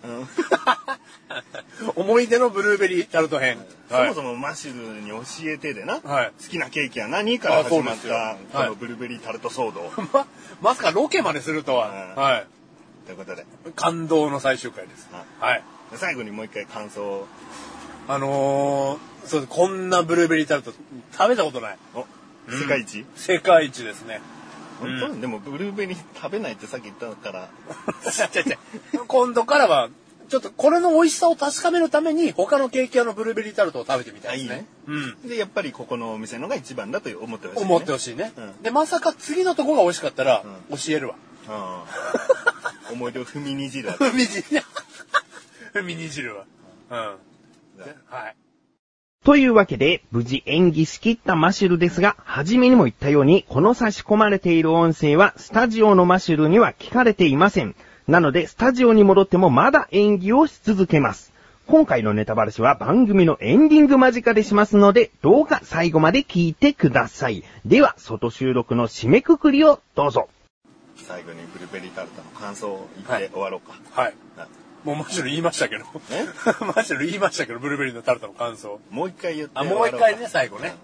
思い出のブルーベリータルト編。 そもそもマシルに教えてでな。好きなケーキは何から始まったこのブルーベリータルト騒動。 まさかロケまでするとは。はい。 ということで。 感動の最終回です。はい。 最後にもう一回感想を。そうこんなブルーベリータルト食べたことない。 世界一？ 世界一ですね。 本当？でもブルーベリー食べないってさっき言ったから。 今度からはちょっとこれの美味しさを確かめるために他のケーキ屋のブルーベリータルトを食べてみたいですね。 でやっぱりここのお店のが一番だと思ってほしいね。 思ってほしいね。でまさか次のとこが美味しかったら教えるわ。 思い出を踏みにじる。 踏みにじるわ。はい。 というわけで、無事演技しきったマシュルですが、初めにも言ったように、この差し込まれている音声は、スタジオのマシュルには聞かれていません。なので、スタジオに戻ってもまだ演技をし続けます。今回のネタバラシは番組のエンディング間近でしますので、どうか最後まで聞いてください。では、外収録の締めくくりをどうぞ。 最後にブルーベリータルトの感想を言って終わろうか。 はい。もうマシュル言いましたけど。マシュル言いましたけど、ブルーベリーのタルトの感想。 もう一回言って。 もう一回ね、最後ね。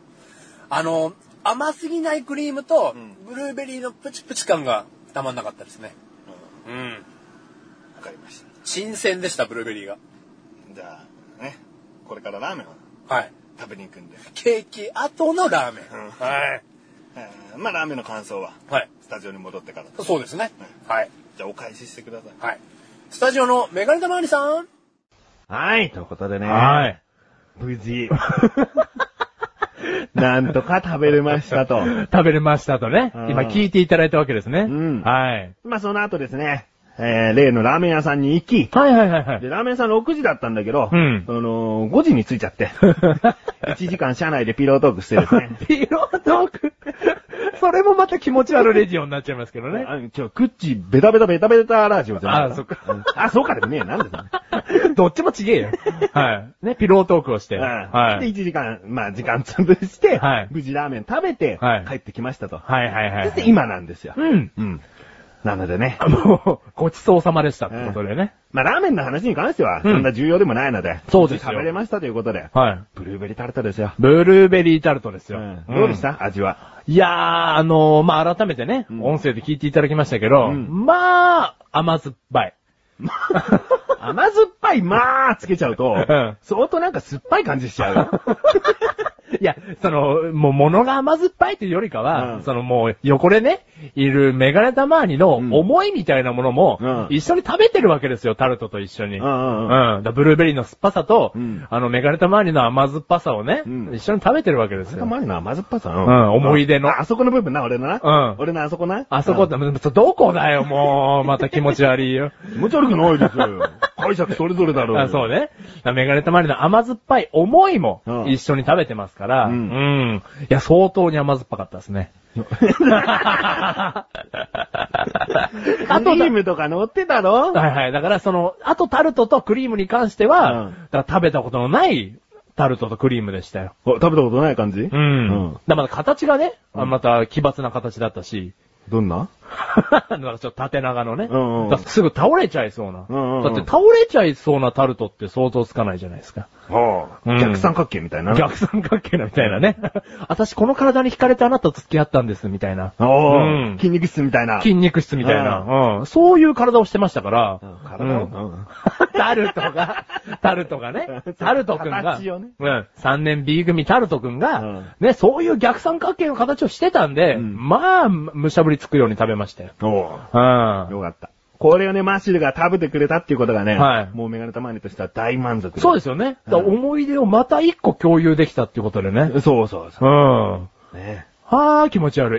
甘すぎないクリームと、ブルーベリーのプチプチ感がたまんなかったですね。 わかりました。 新鮮でした、ブルーベリーが。 じゃあ、ね、これからラーメンを食べに行くんで。 ケーキ後のラーメン。はい。 まあ、ラーメンの感想は、スタジオに戻ってから。 そうですね。はい。 じゃあ、お返ししてください。 はい。スタジオのメガネたまわりさん。 はい、ということでね。 はい。 無事。なんとか食べれましたと。 食べれましたとね。今聞いていただいたわけですね。 はい。まあその後ですね、 例のラーメン屋さんに行き、 はいはいはいはい。 で、ラーメン屋さん6時だったんだけど、 うん 5時に着いちゃって、1時間車内でピロートークしてですね。 ピロートークそれもまた気持ち悪いレジオになっちゃいますけどね。 クッチ、ベタベタラジオじゃない。 あ、そっか。 あ、そうかでもねえ、なんでだ。 どっちもちげえよ。はい。ね、ピロートークをして。 はい。で、1時間、時間潰して、 はい。 無事ラーメン食べて、帰ってきましたと。 はいはいはい。 そして今なんですよ。 うん。 うん。なのでね。 もう、ごちそうさまでしたってことでね。 ラーメンの話に関しては、そんな重要でもないので。 そうですよ。 食べれましたということで。 はい。 ブルーベリータルトですよ。 ブルーベリータルトですよ。 どうでした味は。 いやー、改めてね、音声で聞いていただきましたけど、甘酸っぱい。 甘酸っぱい、つけちゃうと、相当なんか酸っぱい感じしちゃうよ。 いや、もう物が甘酸っぱいというよりかは、もう横でね、いるメガネタマーニの思いみたいなものも、一緒に食べてるわけですよ、タルトと一緒に。ブルーベリーの酸っぱさと、メガネタマーニの甘酸っぱさをね、一緒に食べてるわ気ですよ。 メガネタマーニの甘酸っぱさ思い出の。 あそこの部分な、俺のな。俺のあそこな。 あそこって、どこだよ、もう、また気持ち悪いよ。 気持ち悪くないですよ。解釈それぞれだろう。 そうね。メガネタマーニの甘酸っぱい思いも一緒に食べてますから、いや、相当に甘酸っぱかったですね。 クリームとか乗ってたろ？ はいはい。だからあとタルトとクリームに関しては、だから食べたことのないタルトとクリームでしたよ。 食べたことない感じ？ だからまだ形がね、また奇抜な形だったし。 どんな？ だからちょっと縦長のね。すぐ倒れちゃいそうな。だって倒れちゃいそうなタルトって想像つかないじゃないですか。 逆三角形みたいな。 逆三角形みたいなね。私この体に惹かれてあなたと付き合ったんです、みたいな。 筋肉質みたいな。 筋肉質みたいな。そういう体をしてましたから。タルトがね。タルトくんが。3年 B 組タルトくんが、ね、そういう逆三角形の形をしてたんで、むしゃぶりつくように食べましたよ。 よかった。これをね、マッシュルが食べてくれたっていうことがね、もうメガネタマーニとしては大満足です。 そうですよね。思い出をまた一個共有できたっていうことでね。 そう。 ね。気持ち悪い。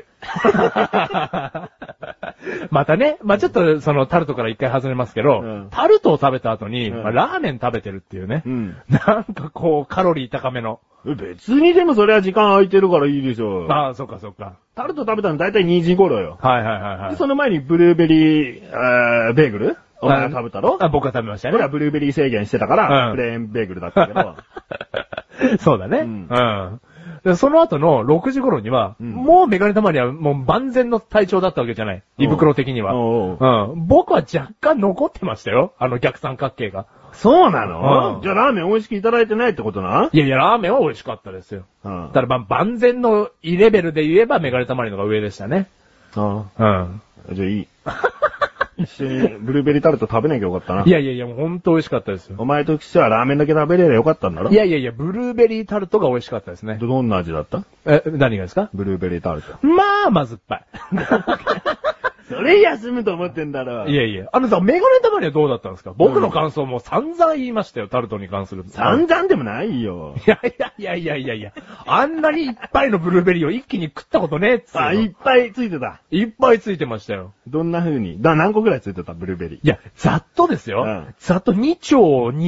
またね、ちょっとタルトから一回外れますけど、タルトを食べた後に、ラーメン食べてるっていうね。なんかカロリー高めの。 別にでもそれは時間空いてるからいいでしょ。 そっかそっか。 タルト食べたのだいたい2時頃よ。 はい。 で、その前にブルーベリー、ベーグルお前が食べたろ？ 僕は食べましたね。 これはブルーベリー制限してたから、プレーンベーグルだったけど。 そうだね。でその後の6時頃には、もうメガネたまにはもう万全の体調だったわけじゃない。胃袋的には。僕は若干残ってましたよ。逆三角形が。 そうなの？じゃあラーメン美味しくいただいてないってことな？ いや、ラーメンは美味しかったですよ。ただ万全の胃レベルで言えばメガネたまりのが上でしたね。 じゃあいい。一緒にブルーベリータルト食べなきゃよかったな。 いや、もうほんと美味しかったですよ。 お前としてはラーメンだけ食べればよかったんだろ？ いや、ブルーベリータルトが美味しかったですね。 どんな味だった？ 何がですか？ ブルーベリータルト。 まずっぱい。 それ休むと思ってんだろ。 いや。メガネたまりはどうだったんですか？僕の感想も散々言いましたよ、タルトに関する。 散々でもないよ。 いや。あんなにいっぱいのブルーベリーを一気に食ったことねえっつうの。 いっぱいついてた。 いっぱいついてましたよ。 どんな風に？何個ぐらいついてたブルーベリー。 いや、ざっとですよ。ざっと2兆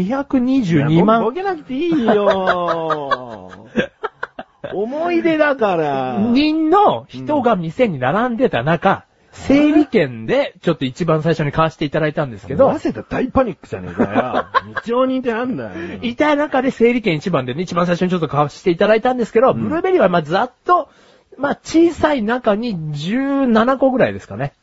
222万。 ボケなくていいよ。思い出だから。 人の人が店に並んでた中、整理券でちょっと一番最初に買わせていただいたんですけど。 合わせた大パニックじゃねえかよ。2兆人ってなんだよ。 いた中で整理券一番でね、一番最初にちょっと買わせていただいたんですけど、ブルーベリーはざっと、小さい中に17個ぐらいですかね。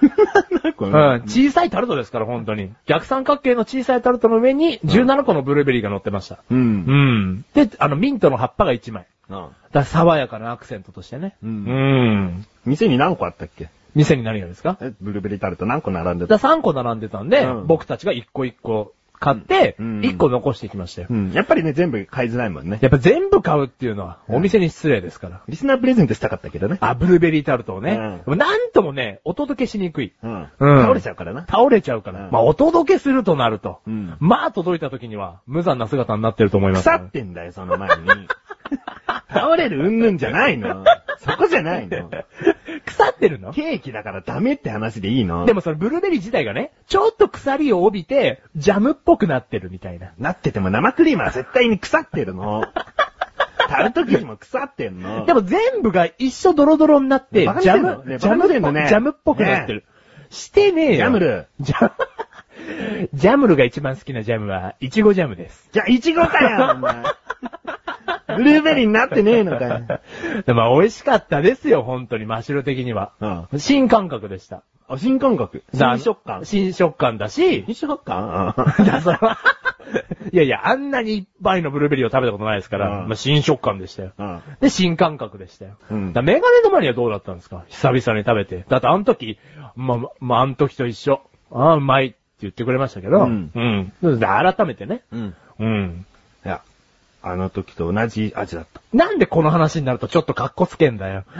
17個？ 小さいタルトですから、本当に。逆三角形の小さいタルトの上に17個のブルーベリーが乗ってました。で、ミントの葉っぱが1枚。だ爽やかなアクセントとしてね。 店に何個あったっけ？ 店に何がですか？ ブルーベリータルト何個並んでた？ 3個並んでたんで、僕たちが1個1個買って、1個残していきましたよ。 やっぱりね、全部買いづらいもんね。 やっぱ全部買うっていうのは、お店に失礼ですから。 リスナープレゼントしたかったけどね。 ブルーベリータルトをね。なんともね、お届けしにくい。 倒れちゃうからな。 倒れちゃうから。お届けするとなると。届いた時には、無残な姿になってると思います。 腐ってんだよ、その前に。倒れるうんぬんじゃないの。そこじゃないの。 腐ってるの？ ケーキだからダメって話でいいの？ でもそのブルーベリー自体がね、ちょっと腐りを帯びて、ジャムっぽくなってるみたいな。 なってても生クリームは絶対に腐ってるの。タルト生地も腐ってんの。 でも全部が一緒ドロドロになって、ジャムっぽくなってる。してねえよ。 ジャムル。 ジャムルが一番好きなジャムは、イチゴジャムです。 じゃあ、イチゴかよ、お前。ブルーベリーになってねえのかよ。 でも美味しかったですよ、本当に、マシュル的には。うん、新感覚でした。 あ、新感覚。新食感。 新食感だし。 新食感いやいや、あんなにいっぱいのブルーベリーを食べたことないですから、まあ、新食感でしたよ。で、新感覚でしたよ。だメガネの前にはどうだったんですか？久々に食べて。だってあの時、あの時と一緒。うまいって言ってくれましたけど、改めてね。 いや、あの時と同じ味だった。 なんでこの話になるとちょっとカッコつけんだよ。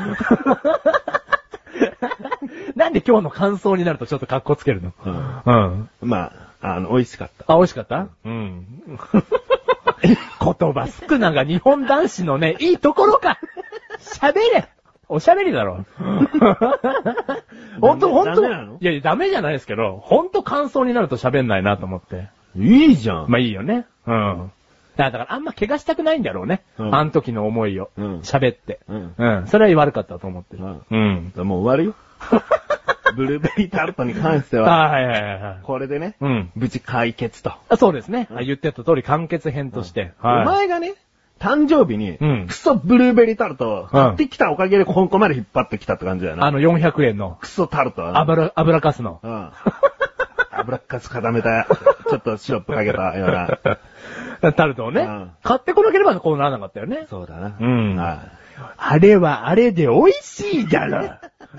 なんで今日の感想になるとちょっとカッコつけるの？ まあ、美味しかった。 あ、美味しかった？言葉少なが日本男子のね、いいところか。喋れ。おしゃべりだろ。ほんと。いや、ダメじゃないですけど、ほんと感想になると喋んないなと思って。 いいじゃん。 まあいいよね。だからあんま怪我したくないんだろうね。あの時の思いを。喋って。それは悪かったと思ってる。 もう終わるよ。ブルーベリータルトに関しては。これでね。無事解決と。 そうですね。言ってた通り完結編として。 お前がね、誕生日に、クソブルーベリータルトを買ってきたおかげでここまで引っ張ってきたって感じだよね。 400円の。 クソタルト。 油かすの。 油かす固めた、ちょっとシロップかけたような。タルトをね。買ってこなければこうならなかったよね。 そうだな。 あれはあれで美味しいだろ。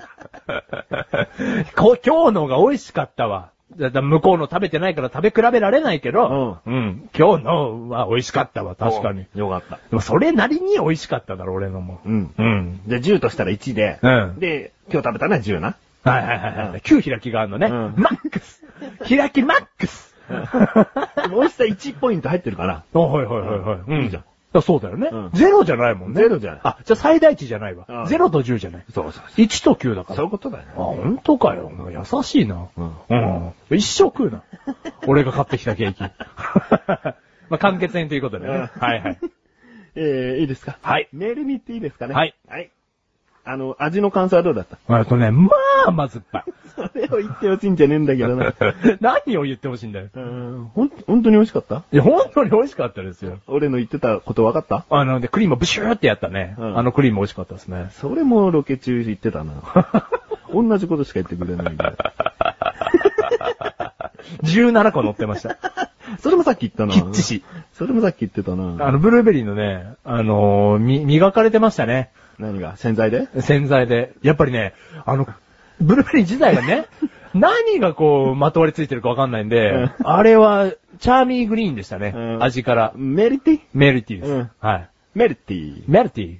今日のが美味しかったわ。向こうの食べてないから食べ比べられないけど、今日のは美味しかったわ、確かに。 よかった。 でもそれなりに美味しかっただろ、俺のも。 じゃあ10としたら1で、で、今日食べたのは10な。 9開きがあるのね。マックス開きマックス美味しさ1ポイント入ってるから。 いいじゃん。そうだよね。0じゃないもんね。 0じゃない。 あ、じゃあ最大値じゃないわ。0と10じゃない。 そう。 1と9だから。 そういうことだよね。 あ、本当かよ。優しいな。一生食うな。俺が買ってきたケーキ。まあ、完結編ということでね。 いいですか？はい。メールに行っていいですかね？ はい。 味の感想はどうだった？ まあ、まずっぱい。 それを言ってほしいんじゃねえんだけどな。 何を言ってほしいんだよ。 本当に美味しかった？ いや、本当に美味しかったですよ。 俺の言ってたこと分かった？ で、クリームをブシューってやったね。クリーム美味しかったですね。 それもロケ中言ってたな。同じことしか言ってくれないんだ。 17個乗ってました。 それもさっき言ったな。 キッチシ。 それもさっき言ってたな。 ブルーベリーのね、磨かれてましたね。 何が？洗剤で？ 洗剤で。やっぱりね、ブルーベリー自体がね、何がまとわりついてるかわかんないんで、あれは、チャーミーグリーンでしたね。味から。 メルティ？ メルティです。はい。 メルティ。 メルティ。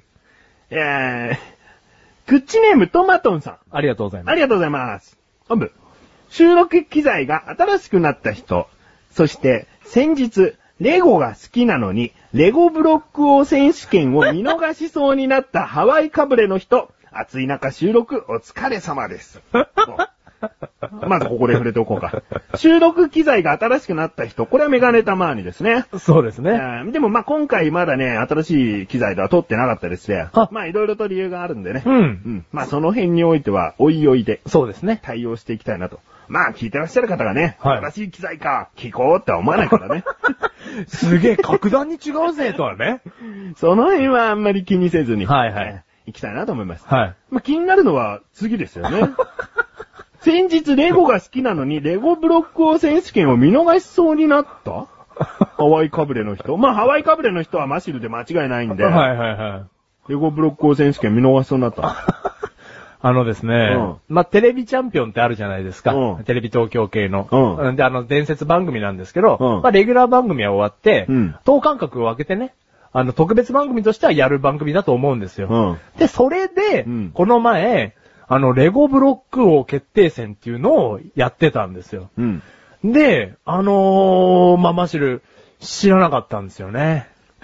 クッチネームトマトンさん。 ありがとうございます。 ありがとうございます。本部。収録機材が新しくなった人。そして、先日、レゴが好きなのに、レゴブロック王選手権を見逃しそうになったハワイかぶれの人、暑い中収録お疲れ様です。まずここで触れておこうか。収録機材が新しくなった人、これはメガネたまーにですね。 そうですね。 でも今回まだね、新しい機材では撮ってなかったですね。いろいろと理由があるんでね。その辺においては、おいおいで。 そうですね。 対応していきたいなと。聞いてらっしゃる方がね、新しい機材か、聞こうって思わないからね。 すげえ、格段に違うぜ、とはね。 その辺はあんまり気にせずに。行きたいなと思います。気になるのは次ですよね。先日レゴが好きなのに、レゴブロック王選手権を見逃しそうになったハワイかぶれの人。ハワイかぶれの人はマシルで間違いないんで。レゴブロック王選手権見逃しそうになった。 ですね、テレビチャンピオンってあるじゃないですか。テレビ東京系の。で、伝説番組なんですけど、レギュラー番組は終わって、等間隔を分けてね、特別番組としてはやる番組だと思うんですよ。で、それで、この前、レゴブロック王決定戦っていうのをやってたんですよ。 うん。 で、マシル知らなかったんですよね。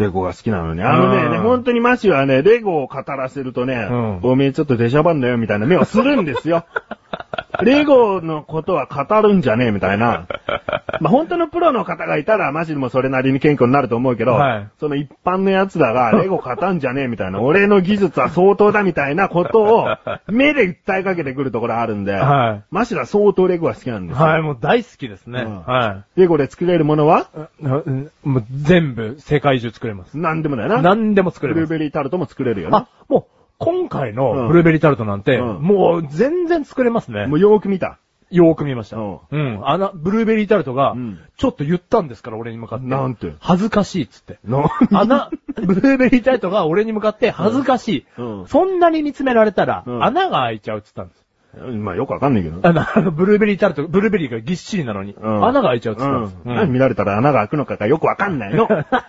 レゴが好きなのね。本当にマシはね、レゴを語らせるとね、おめえちょっと出しゃばんだよみたいな目をするんですよ。レゴのことは語るんじゃねえみたいな。まあ、本当のプロの方がいたらマジでもそれなりに謙虚になると思うけど、その一般のやつらがレゴ語んじゃねえみたいな、俺の技術は相当だみたいなことを目で訴えかけてくるところあるんで、マシは相当レゴが好きなんですよ。 はい、もう大好きですね。 レゴで作れるものはもう全部世界中作れます。 何でもだよな。 何でも作れます。 ブルーベリータルトも作れるよね。 もう今回のブルーベリータルトなんて、もう全然作れますね。 もうよーく見た。 よーく見ました。ブルーベリータルトが、ちょっと言ったんですから、俺に向かって。 なんて恥ずかしいっつって。ブルーベリータルトが俺に向かって恥ずかしい。そんなに見つめられたら、穴が開いちゃうっつったんです。 まあよくわかんないけど。 ブルーベリータルト、ブルーベリーがぎっしりなのに、穴が開いちゃうっつったんです。 何見られたら穴が開くのかがよくわかんないの。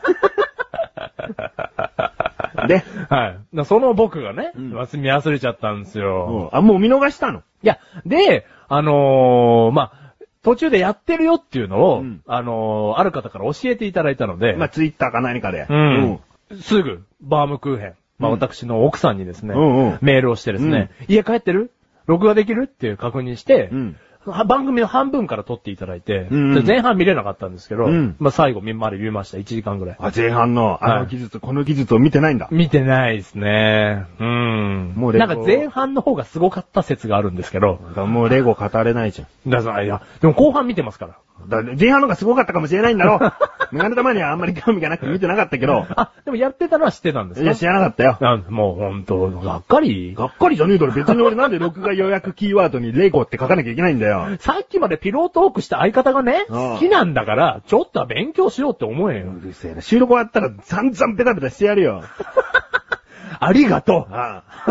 で、 その僕がね、見忘れちゃったんですよ。 もう見逃したの？ いや、で、途中でやってるよっていうのを、ある方から教えていただいたので、 ツイッターか何かで、 すぐ、バームクーヘン、私の奥さんにですね、メールをしてですね、家帰ってる？録画できるっていう確認して、番組の半分から撮っていただいて、前半見れなかったんですけど、最後まで見ました。1時間ぐらい。 前半の技術、この技術を見てないんだ。 見てないですね。もうなんか前半の方がすごかった説があるんですけど。 もうレゴ語れないじゃん。 いや、でも後半見てますから。 前半の方がすごかったかもしれないんだろ。メガネたまにはあんまり興味がなくて見てなかったけど。 でもやってたのは知ってたんですか？ いや、知らなかったよ。 もうほんと、がっかりじゃねえだろ。別に俺なんで録画予約キーワードにレゴって書かなきゃいけないんだよ。 さっきまでピロートークした相方がね、好きなんだから、ちょっとは勉強しようって思えよ。 うるせえな。収録終わったら散々ペタペタしてやるよ。 ありがとう。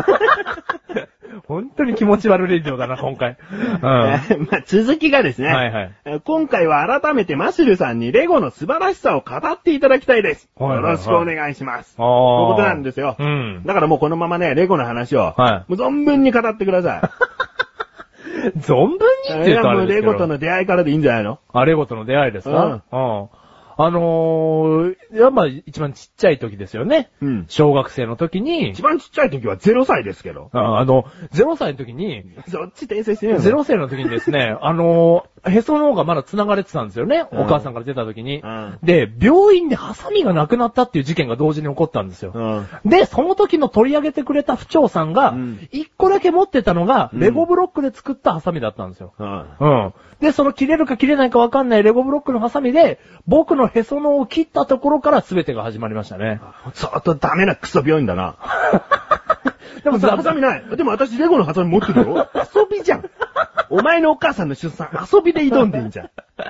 本当に気持ち悪いレディオだな、今回。 続きがですね、今回は改めてマシュルさんにレゴの素晴らしさを語っていただきたいです。よろしくお願いします。ということなんですよ。だからもうこのままね、レゴの話を、もう存分に語ってください。存分にって言うとあれですけど。 レゴとの出会いからでいいんじゃないの？ レゴとの出会いですか？一番ちっちゃい時ですよね。小学生の時に。 一番ちっちゃい時は0歳ですけど。 0歳の時に。 そっち訂正してね。 0歳の時にですね、へその方がまだ繋がれてたんですよね。お母さんから出た時に。で、病院でハサミがなくなったっていう事件が同時に起こったんですよ。で、その時の取り上げてくれた府長さんが、一個だけ持ってたのが、レゴブロックで作ったハサミだったんですよ。で、その切れるか切れないかわかんないレゴブロックのハサミで、僕のへその緒を切ったところから全てが始まりましたね。 相当ダメなクソ病院だな。でもさ、ハサミない。でも私レゴのハサミ持ってるよ。遊びじゃん。お前のお母さんの出産、遊びで挑んでんじゃん。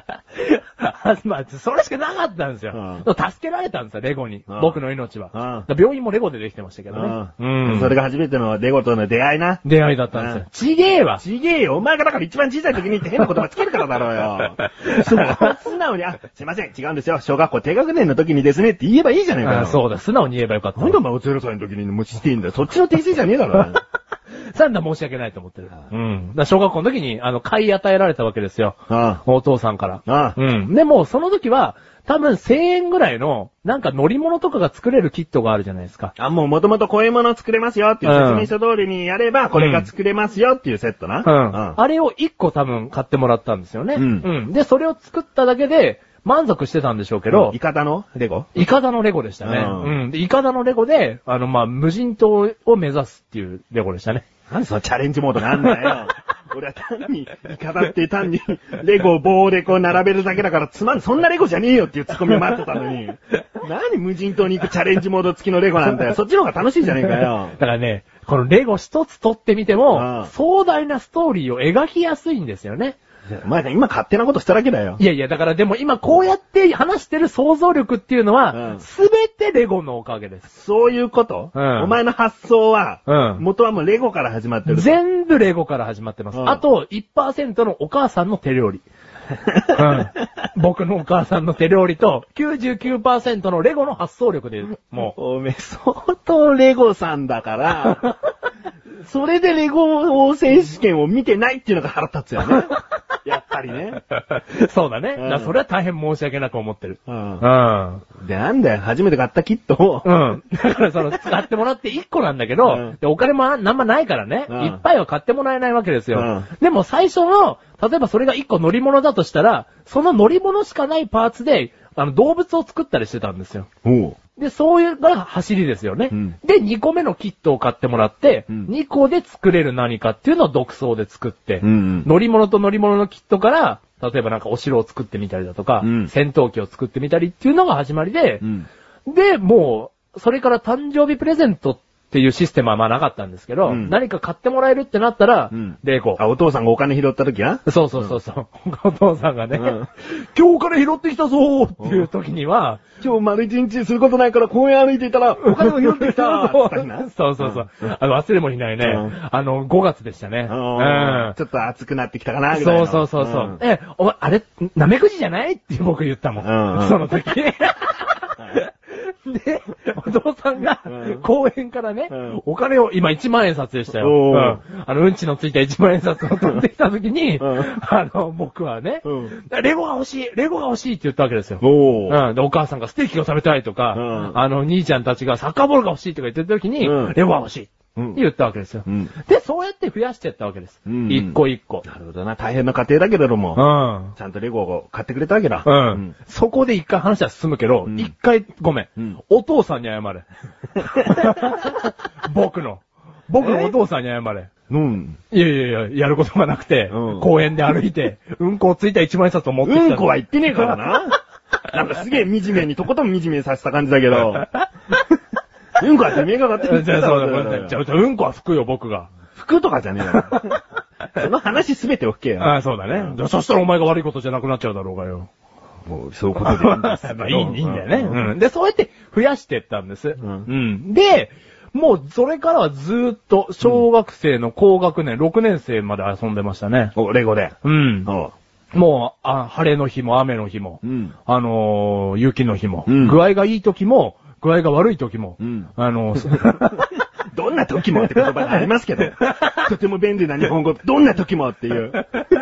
それしかなかったんですよ。助けられたんですよ、レゴに。僕の命は。病院もレゴでできてましたけどね。 それが初めてのレゴとの出会いな。 出会いだったんですよ。ちげえわ。 ちげえよ。お前がだから一番小さい時にって変な言葉つけるからだろうよ。素直に、すいません、違うんですよ。小学校低学年の時にですねって言えばいいじゃないかよ。 そうだ、素直に言えばよかった。 なんでお前0歳の時に無視していいんだよ。そっちの訂正じゃねえだろ。 なんだ申し訳ないと思ってる。小学校の時に、買い与えられたわけですよ。お父さんから。でも、その時は、多分1000円ぐらいの、なんか乗り物とかが作れるキットがあるじゃないですか。 もう元々こういうもの作れますよっていう説明書通りにやれば、これが作れますよっていうセットな。 あれを1個多分買ってもらったんですよね。で、それを作っただけで、満足してたんでしょうけど。 イカダのレゴでしたね。イカダのレゴで、無人島を目指すっていうレゴでしたね。 なんでそのチャレンジモードなんだよ。俺は単に、イカダって単に、レゴを棒でこう並べるだけだからそんなレゴじゃねえよっていうツッコミを待ってたのに。何無人島に行くチャレンジモード付きのレゴなんだよ。そっちの方が楽しいじゃねえかよ。 だからね、このレゴ一つ取ってみても、壮大なストーリーを描きやすいんですよね。 お前今勝手なことしただけだよ。 いやいや、だからでも今こうやって話してる想像力っていうのは、すべてレゴのおかげです。 そういうこと？お前の発想は、元はもうレゴから始まってる。 全部レゴから始まってます。あと 1% のお母さんの手料理。僕のお母さんの手料理と 99% のレゴの発想力で、もう。 おめえ相当レゴさんだから、それでレゴ王選手権を見てないっていうのが腹立つよね。 やっぱりね。 そうだね。だからそれは大変申し訳なく思ってる。 で、なんだよ、初めて買ったキットを。 だから使ってもらって1個なんだけど、でお金もなんまないからね、いっぱいは買ってもらえないわけですよ。でも最初の、例えばそれが1個乗り物だとしたら、その乗り物しかないパーツで、動物を作ったりしてたんですよ。で、そういうのが走りですよね。で、2個目のキットを買ってもらって、2個で作れる何かっていうのを独創で作って、乗り物と乗り物のキットから、例えばなんかお城を作ってみたりだとか、戦闘機を作ってみたりっていうのが始まりで、で、もう、それから誕生日プレゼントっていうシステムはまあなかったんですけど、何か買ってもらえるってなったら、レゴ。 お父さんがお金拾った時な？ そう。お父さんがね、今日お金拾ってきたぞーっていう時には、 今日丸一日することないから公園歩いていたらお金を拾ってきたーそう。忘れもしないね。5月でしたね。 ちょっと暑くなってきたかなぐらいの。 そう。お前、あれ、なめくじじゃないって僕言ったもん。その時。で、お父さんが、公園からね、お金を、今1万円札でしたよ。うんちのついた1万円札を取ってきたときに、僕はね、レゴが欲しいって言ったわけですよ。で、お母さんがステーキが食べたいとか、兄ちゃんたちがサッカーボールが欲しいとか言ってるときに、レゴが欲しい。言ったわけですよ。で、そうやって増やしていったわけです。一個一個。 なるほどな。大変な家庭だけれども、ちゃんとレゴを買ってくれたわけだ。 そこで一回話は進むけど、一回ごめん。お父さんに謝れ。僕のお父さんに謝れ。いや、やることがなくて、公園で歩いて、うんこをついた1万円札を持ってきた。 うんこは言ってねえからな。なんかすげえ惨めに、とことん惨めにさせた感じだけど。うんこはてめえが買ってくれたじゃあ、うんこは拭くよ、僕が。 拭くとかじゃねえだろ。その話すべてを拭けよ。 そうだね。そしたらお前が悪いことじゃなくなっちゃうだろうがよ。 もう、そういうことでいいんですよ。 まあいいんだよね。で、そうやって増やしていったんです。で、もう、それからはずーっと、小学生の高学年、6年生まで遊んでましたね。 レゴで。 もう、晴れの日も雨の日も、雪の日も、具合がいい時も、具合が悪い時も、 どんな時もって言葉がありますけど、とても便利な日本語、どんな時もっていう。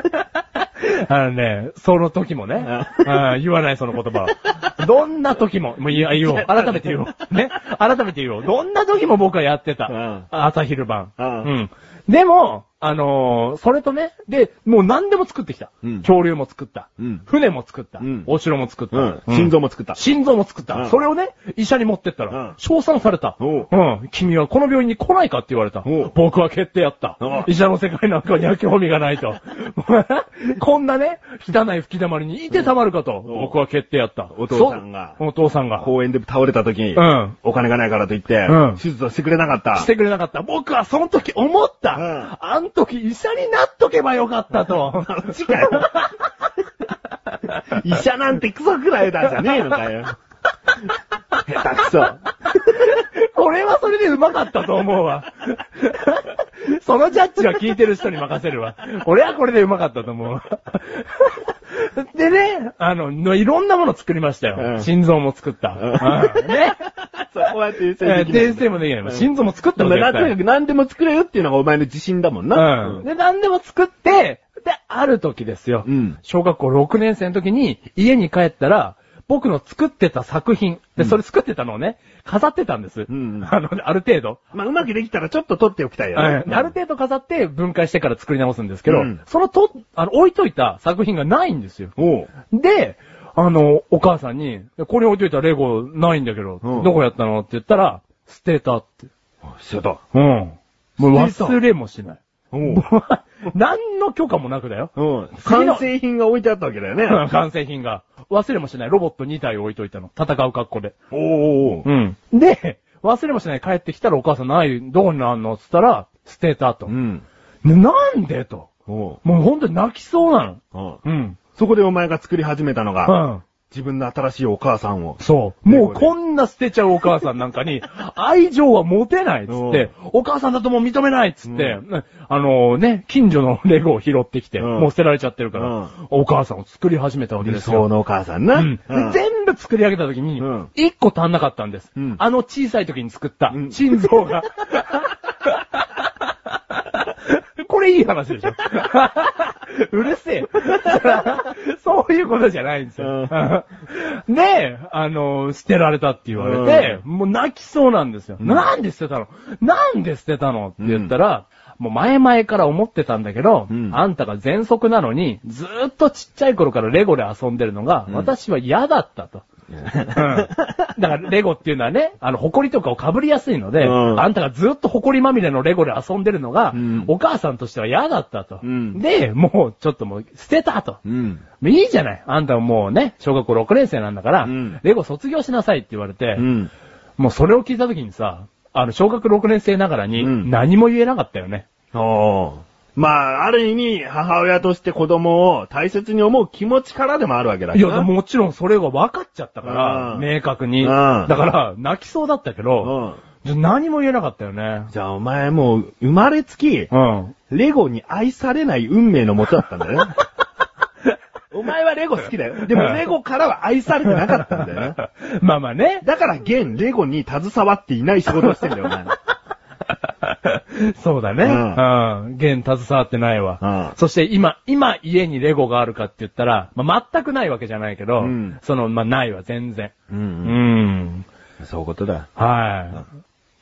その時もね、言わないその言葉。どんな時も、もう言おう。改めて言おう。ね。改めて言おう。どんな時も僕はやってた。朝昼晩。でも、それとね、で、もう何でも作ってきた。恐竜も作った。船も作った。お城も作った。 心臓も作った。 それをね、医者に持ってったら、称賛された。君はこの病院に来ないかって言われた。僕は決定やった。医者の世界なんかには興味がないと。こんなね、汚い吹き溜まりにいてたまるかと。僕は決定やった。 お父さんが。公園で倒れた時に、お金がないからと言って、手術をしてくれなかった。 僕はその時思った。あの時医者になっとけばよかったと。 医者なんてクソくらいだじゃねえのかよ。下手くそ。 これはそれでうまかったと思うわ。そのジャッジは聞いてる人に任せるわ。俺はこれでうまかったと思うわ。でね、いろんなもの作りましたよ。心臓も作った。ね。 そこは訂正できない。 訂正もできない。心臓も作ったの。 とにかく何でも作れよっていうのがお前の自信だもんな。 で、何でも作って、で、ある時ですよ。小学校6年生の時に家に帰ったら、僕の作ってた作品。で、それ作ってたのをね、飾ってたんです。ある程度。 まあ、うまくできたらちょっと取っておきたいよね。 ある程度飾って分解してから作り直すんですけど、その置いといた作品がないんですよ。で、お母さんに、これ置いといたレゴないんだけど、どこやったのって言ったら、捨てたって。 捨てた。 もう忘れもしない。何の許可もなくだよ。 完成品が置いてあったわけだよね。 完成品が。忘れもしない。ロボット2体置いといたの。戦う格好で。で、忘れもしない。帰ってきたらお母さんどこにあんのって言ったら、捨てたと。なんでと。もう本当に泣きそうなの。 そこでお前が作り始めたのが、自分の新しいお母さんを。 そう。もうこんな捨てちゃうお母さんなんかに、愛情は持てないっつって、お母さんだともう認めないっつって、近所のレゴを拾ってきて、もう捨てられちゃってるから、お母さんを作り始めたわけですよ。 理想のお母さんな。 全部作り上げた時に、1個足んなかったんです。小さい時に作った心臓が。これいい話でしょ。 うるせえ。そういうことじゃないんですよ。で、捨てられたって言われて、もう泣きそうなんですよ。なんで捨てたのなんで捨てたのって言ったら、もう前々から思ってたんだけど、あんたが喘息なのに、ずーっとちっちゃい頃からレゴで遊んでるのが、私は嫌だったと。だからレゴっていうのはね、埃とかを被りやすいので、あんたがずっと埃まみれのレゴで遊んでるのが、お母さんとしては嫌だったと。で、もうちょっともう捨てたと。いいじゃない。あんたはもうね、小学校6年生なんだから、レゴ卒業しなさいって言われて、もうそれを聞いた時にさ、小学6年生ながらに何も言えなかったよね。 まあ、ある意味、母親として子供を大切に思う気持ちからでもあるわけだけど。 いや、もちろんそれが分かっちゃったから、明確に。だから、泣きそうだったけど、何も言えなかったよね。 じゃあ、お前もう、生まれつき、レゴに愛されない運命のもとだったんだよね。お前はレゴ好きだよ。でもレゴからは愛されてなかったんだよね。 まあまあね。 だから現レゴに携わっていない仕事をしてんだよ、お前。 そうだね。現携わってないわ。そして今家にレゴがあるかって言ったら、全くないわけじゃないけど、ないわ、全然。 そういうことだ。 はい。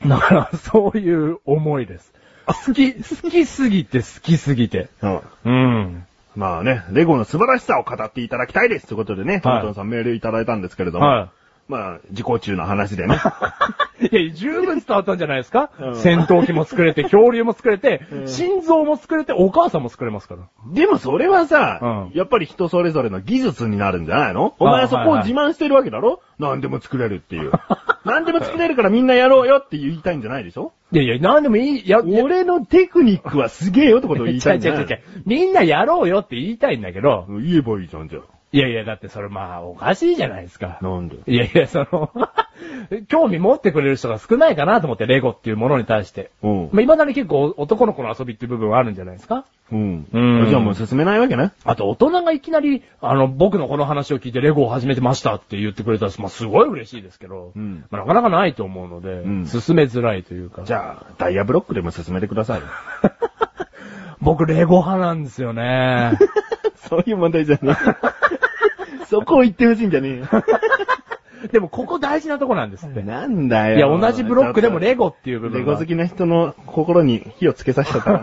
だから、そういう思いです。好きすぎて。 まあね、レゴの素晴らしさを語っていただきたいですということでね、トントンさんメールいただいたんですけれども、まあ、自己中の話でね。 いや、十分伝わったんじゃないですか、戦闘機も作れて、恐竜も作れて、心臓も作れて、お母さんも作れますから。 でもそれはさ、やっぱり人それぞれの技術になるんじゃないの？お前はそこを自慢してるわけだろ？何でも作れるっていう。何でも作れるからみんなやろうよって言いたいんじゃないでしょ？ いや、何でもいい。 俺のテクニックはすげえよってことを言いたいんじゃない？ みんなやろうよって言いたいんだけど。 言えばいいじゃん、じゃあ。 いや、だってそれおかしいじゃないですか。 なんで？ いや、興味持ってくれる人が少ないかなと思って、レゴっていうものに対して。未だに結構男の子の遊びっていう部分はあるんじゃないですか？ じゃあもう進めないわけね。 あと大人がいきなり、僕のこの話を聞いてレゴを始めてましたって言ってくれたら、すごい嬉しいですけど、なかなかないと思うので、進めづらいというか。 じゃあ、ダイヤブロックでも進めてください。 僕、レゴ派なんですよね。 そういう問題じゃねえ。そこを言ってほしいんじゃねえよ。 でもここ大事なとこなんですって。 なんだよ。 いや、同じブロックでもレゴっていう部分。 レゴ好きな人の心に火をつけさせちゃった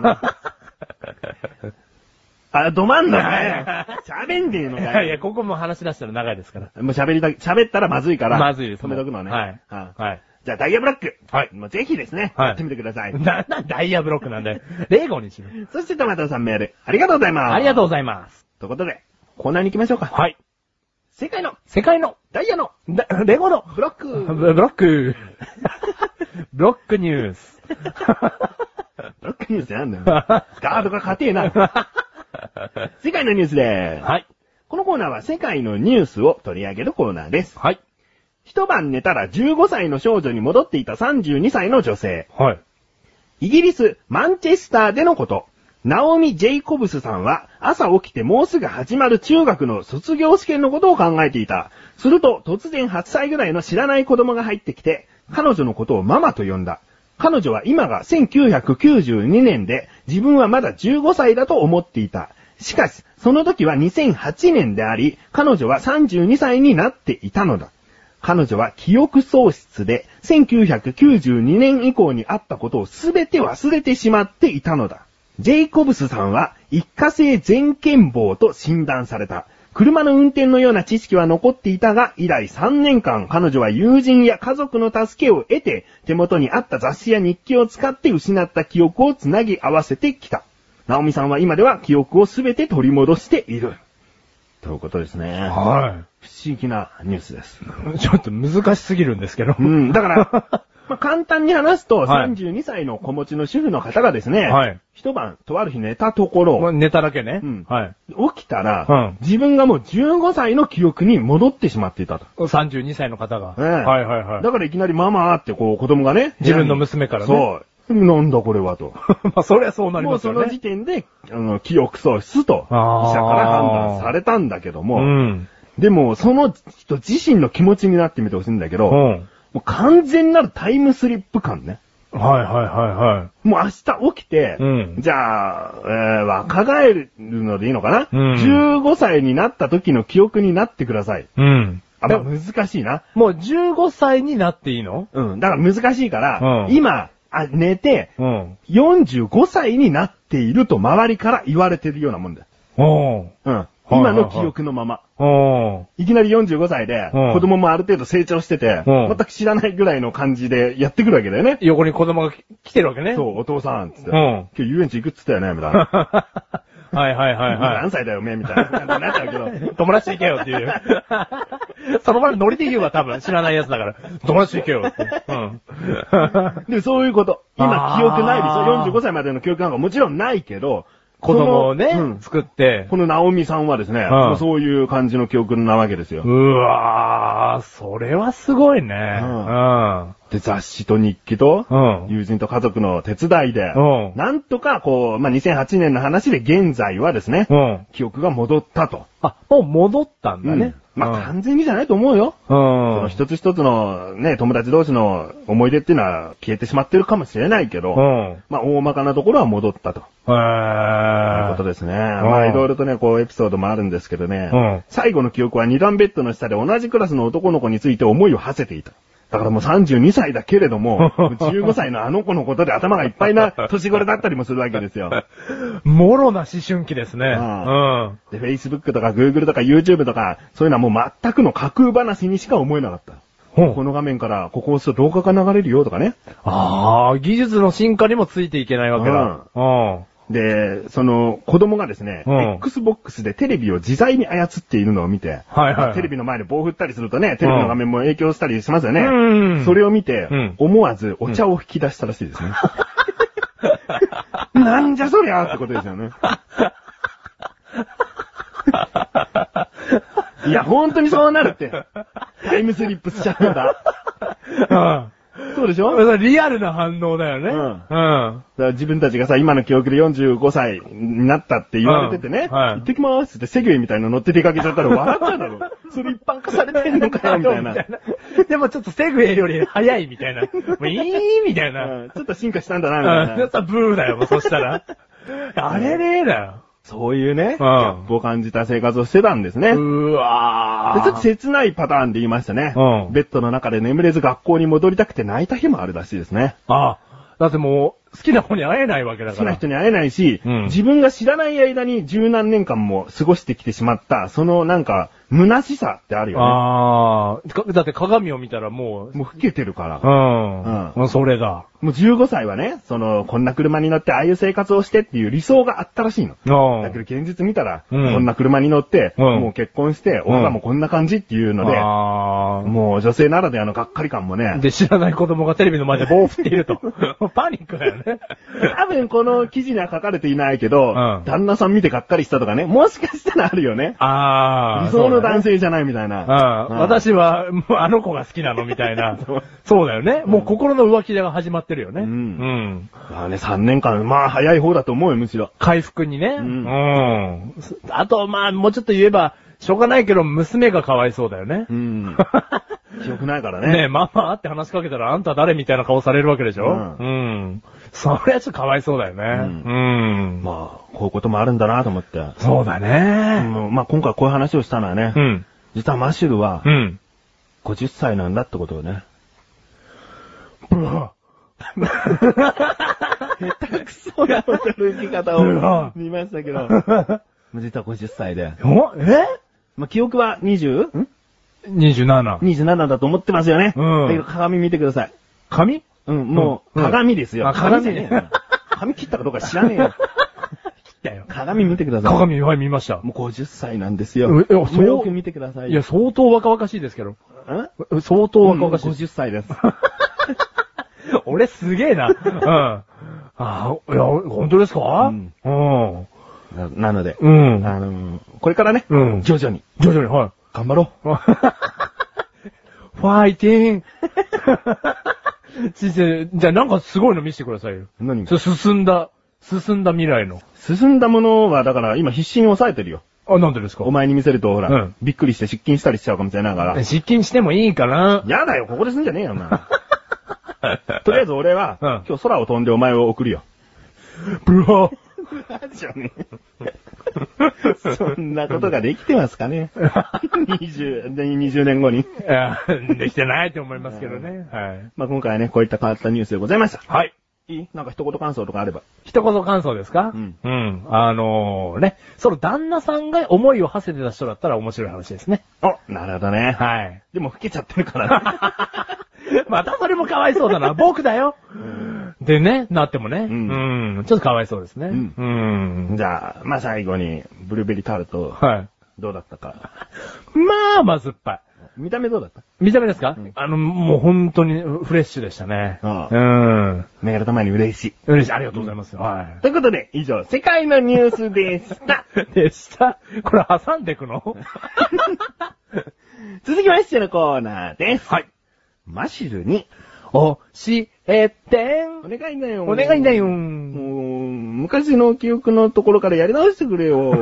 かな。ど真ん中よ。喋んねえのかよ。 いや、ここも話し出したら長いですから。 もう喋ったらまずいから。 まずいです。 止めとくのね。 はい。 じゃあ、ダイヤブロック。 はい。 ぜひですね。やってみてください。 ダイヤブロックなんで。レゴにしろ。 そしてトマトさんメール。ありがとうございます。 ありがとうございます。 ということで、コーナーに行きましょうか。 はい。 世界のダイヤのレゴのブロックブロックニュース。 ブロックニュースってなんだよ。ガードが硬えな。世界のニュースでーす。 はい。 このコーナーは世界のニュースを取り上げるコーナーです。 はい。 一晩寝たら15歳の少女に戻っていた32歳の女性。 はい。 イギリス、マンチェスターでのこと。ナオミ・ジェイコブスさんは朝起きてもうすぐ始まる中学の卒業試験のことを考えていた。すると突然8歳ぐらいの知らない子供が入ってきて、彼女のことをママと呼んだ。彼女は今が1992年で自分はまだ15歳だと思っていた。しかし、その時は2008年であり、彼女は32歳になっていたのだ。彼女は記憶喪失で1992年以降にあったことをすべて忘れてしまっていたのだ。ジェイコブスさんは一過性全健忘と診断された。車の運転のような知識は残っていたが、以来3年間彼女は友人や家族の助けを得て、手元にあった雑誌や日記を使って失った記憶をつなぎ合わせてきた。ナオミさんは今では記憶をすべて取り戻している。ということですね。 はい。 不思議なニュースです。 ちょっと難しすぎるんですけど。 だから、簡単に話すと、32歳の子持ちの主婦の方がですね、一晩、とある日寝たところ、 寝ただけね。 起きたら、自分がもう15歳の記憶に戻ってしまっていたと。 32歳の方が。 だからいきなりママって子供がね、 自分の娘からね。 そう。なんだこれはと。 そりゃそうなりますよね。 もうその時点で、記憶喪失と、医者から判断されたんだけども、でも、その人自身の気持ちになってみてほしいんだけど、もう完全なるタイムスリップ感ね。 はいはいはいはい。 もう明日起きて、じゃあ、若返るのでいいのかな、15歳になった時の記憶になってください。難しいな。 もう15歳になっていいの？ だから難しいから、今、寝て、45歳になっていると周りから言われてるようなもんだよ。今の記憶のまま。いきなり45歳で、子供もある程度成長してて、全く知らないぐらいの感じでやってくるわけだよね。 横に子供が来てるわけね。 そう、お父さん、つって。今日遊園地行くっつったよね、みたいな。 はいはいはいはい。 何歳だよ、め、みたいな感じになっちゃうけど。 友達と行けよっていう。その場でノリで言うわ、多分。知らないやつだから。友達と行けよって。 で、そういうこと。今、記憶ないでしょ ?45 歳までの記憶なんかもちろんないけど、 子供をね、作って。 このナオミさんはですね、そういう感じの記憶なわけですよ。 うわー、それはすごいね。 で、雑誌と日記と、友人と家族の手伝いで、なんとかこう、2008年の話で現在はですね、記憶が戻ったと。 もう戻ったんだね。 完全にじゃないと思うよ。その一つ一つのね、友達同士の思い出っていうのは消えてしまってるかもしれないけど、大まかなところは戻ったと。いうことですね。いろいろとね、こうエピソードもあるんですけどね、最後の記憶は二段ベッドの下で同じクラスの男の子について思いを馳せていた。だからもう32歳だけれども、15歳のあの子のことで頭がいっぱいな年頃だったりもするわけですよ。 もろな思春期ですね。 で、Facebook とか Google とか YouTube とか、そういうのはもう全くの架空話にしか思えなかった。この画面からここを押すと動画が流れるよとかね。 技術の進化にもついていけないわけだ。 で、その子供がですね、Xbox でテレビを自在に操っているのを見て、テレビの前で棒振ったりするとね、テレビの画面も影響したりしますよね。それを見て、思わずお茶を吹き出したらしいですね。なんじゃそりゃーってことですよね。いや、本当にそうなるって。タイムスリップしちゃうんだ。そうでしょ？ リアルな反応だよね。 だから自分たちがさ、今の記憶で45歳になったって言われててね、行ってきまーすってセグウェイみたいな乗って出かけちゃったら笑っちゃうだろ。それ一般化されてんのかよ、みたいな。 でもちょっとセグウェイより早いみたいな。もういいみたいな。 ちょっと進化したんだな、みたいな。 ブーだよ、もうそしたら。あれれだよ。 そういうね、ギャップを感じた生活をしてたんですね。 うわー。でちょっと切ないパターンで言いましたね。ベッドの中で眠れず学校に戻りたくて泣いた日もあるらしいですね。 だってもう、好きな子に会えないわけだから。 好きな人に会えないし、自分が知らない間に十何年間も過ごしてきてしまった、そのなんか、虚しさってあるよね。だって鏡を見たらもう老けてるから。 それだ。 もう15歳はね、こんな車に乗ってああいう生活をしてっていう理想があったらしいの。だけど現実見たら、こんな車に乗って、もう結婚して、俺はもうこんな感じっていうので、もう女性ならではのがっかり感もね。 で、知らない子供がテレビの前で棒を振っていると。パニックだよね。 多分この記事には書かれていないけど、旦那さん見てがっかりしたとかね、もしかしたらあるよね。理想の男性じゃないみたいな。 私は、もうあの子が好きなのみたいな。そうだよね。もう心の浮気が始まってるよね。 3年間、早い方だと思うよ、むしろ。 回復にね。あと、もうちょっと言えば、しょうがないけど、娘がかわいそうだよね。 記憶ないからね。 ねえ、ママって話しかけたら、あんた誰みたいな顔されるわけでしょ。それはちょっとかわいそうだよね。 こういうこともあるんだなと思って。 そうだね。 今回こういう話をしたのはね、実はマシュルは、50歳なんだってことをね。下手くそな歩き方を見ましたけど、実は50歳で。記憶は27だと思ってますよね。だけど鏡見てください。 髪？ もう、鏡ですよ。 鏡ね。 髪切ったかどうか知らねえよ。切ったよ。鏡見てください。 鏡、見ました。 もう50歳なんですよ。よく見てください。 いや、相当若々しいですけど。相当若々しい。 50歳です。 俺すげえな。いや、本当ですか？ なので、これからね、徐々に、 はい。 頑張ろう。 ファイティング。先生、じゃあなんかすごいの見せてくださいよ。 何？ 進んだ未来の。 進んだものは、だから今必死に抑えてるよ。 なんでですか？ お前に見せると、ほら、びっくりして失禁したりしちゃうかもしれないから。 失禁してもいいかな？ やだよ、ここで済んじゃねえよな。 とりあえず俺は、今日空を飛んでお前を送るよ。 ブロー。 じゃねそんなことができてますかね。20年後に。 できてないと思いますけどね。はい。 まあ今回はね、こういった変わったニュースでございました。 はい。 いい？なんか一言感想とかあれば。 一言感想ですか？うん。その旦那さんが思いを馳せてた人だったら面白い話ですね。 なるほどね。 はい。 でも老けちゃってるからね。またそれもかわいそうだな。僕だよ。でね、なってもね。ちょっとかわいそうですね。 じゃあ、まあ最後に、ブルーベリータルト。 はい。 どうだったか。 まあ、まずっぱい。 見た目どうだった？ 見た目ですか？もう本当にフレッシュでしたね。 メガネたまに嬉しい。 嬉しい。ありがとうございます。はい。 ということで、以上、世界のニュースでした。 これ挟んでくの続きましてのコーナーです。 はい。 マシルに、 教えてお願いだよ。 お願いだよ。 昔の記憶のところからやり直してくれよ。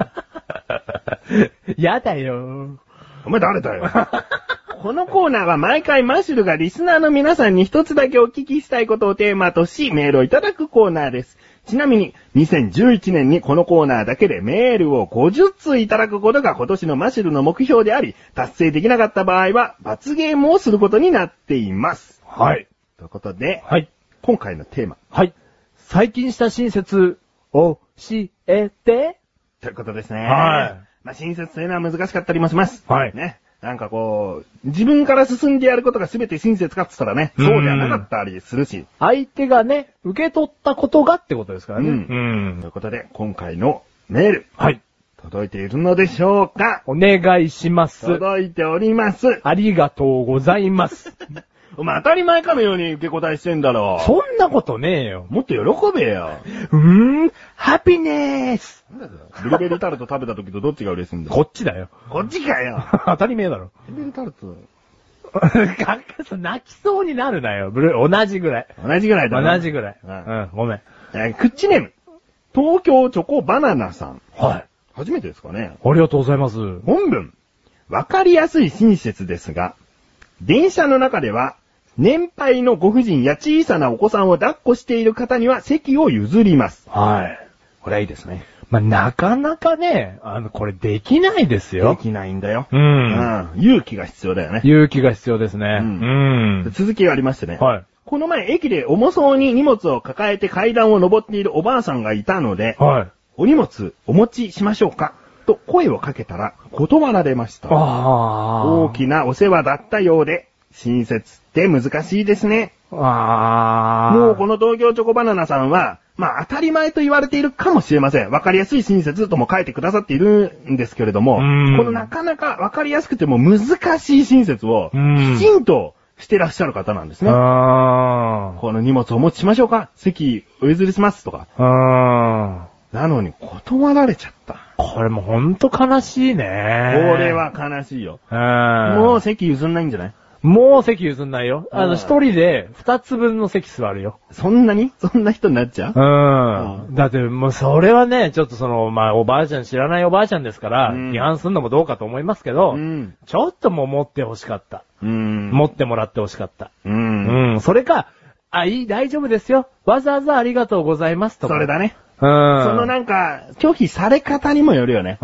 やだよ。 お前誰だよ。このコーナーは毎回マシュルがリスナーの皆さんに一つだけお聞きしたいことをテーマとしメールをいただくコーナーです。ちなみに2011年にこのコーナーだけでメールを50通いただくことが今年のマシュルの目標であり、達成できなかった場合は罰ゲームをすることになっています。 はい。 ということで、 はい。 今回のテーマ。 はい。最近した親切、教えてということですね。 はい。 まあ、親切というのは難しかったりもします。 はい。 ね。なんかこう、自分から進んでやることが全て親切かって言ったらね、そうではなかったりするし。 相手がね、受け取ったことがってことですからね。 ということで、今回のメール。 はい。 届いているのでしょうか？ お願いします。 届いております。 ありがとうございます。 お前当たり前かのように受け答えしてんだろ。 そんなことねえよ。 もっと喜べよ。 ハピネス。 ブルーベリータルト食べた時とどっちが嬉しいんだよ。 こっちだよ。 こっちかよ。 当たり前だろ。 ブルーベリータルト。 泣きそうになるなよ。同じぐらい。 同じぐらいだな。 同じぐらい。ごめん。 クッチネーム。東京チョコバナナさん。 はい。 初めてですかね。 ありがとうございます。 本文。わかりやすい親切ですが、電車の中では、年配のご婦人や小さなお子さんを抱っこしている方には席を譲ります。 はい。 これはいいですね。 まあ、なかなかね、これできないですよ。 できないんだよ。勇気が必要だよね。 勇気が必要ですね。 続きがありましてね。 はい。 この前駅で重そうに荷物を抱えて階段を登っているおばあさんがいたので、 はい。 お荷物お持ちしましょうかと声をかけたら断られました。大きなお世話だったようで、親切って難しいですね。もうこの東京チョコバナナさんは、まあ当たり前と言われているかもしれません。わかりやすい親切とも書いてくださっているんですけれども、このなかなかわかりやすくても難しい親切をきちんとしてらっしゃる方なんですね。この荷物をお持ちしましょうか？席お譲りしますとか。なのに断られちゃった。 これもほんと悲しいね。 これは悲しいよ。もう席譲んないんじゃない？ もう席譲んないよ。一人で二つ分の席座るよ。 そんな人になっちゃう？ だってもうそれはね、ちょっとまあおばあちゃん知らないおばあちゃんですから、批判するのもどうかと思いますけど、ちょっともう持って欲しかった。持ってもらって欲しかった。それか、大丈夫ですよ。わざわざありがとうございますとか。 それだね。そのなんか、拒否され方にもよるよね。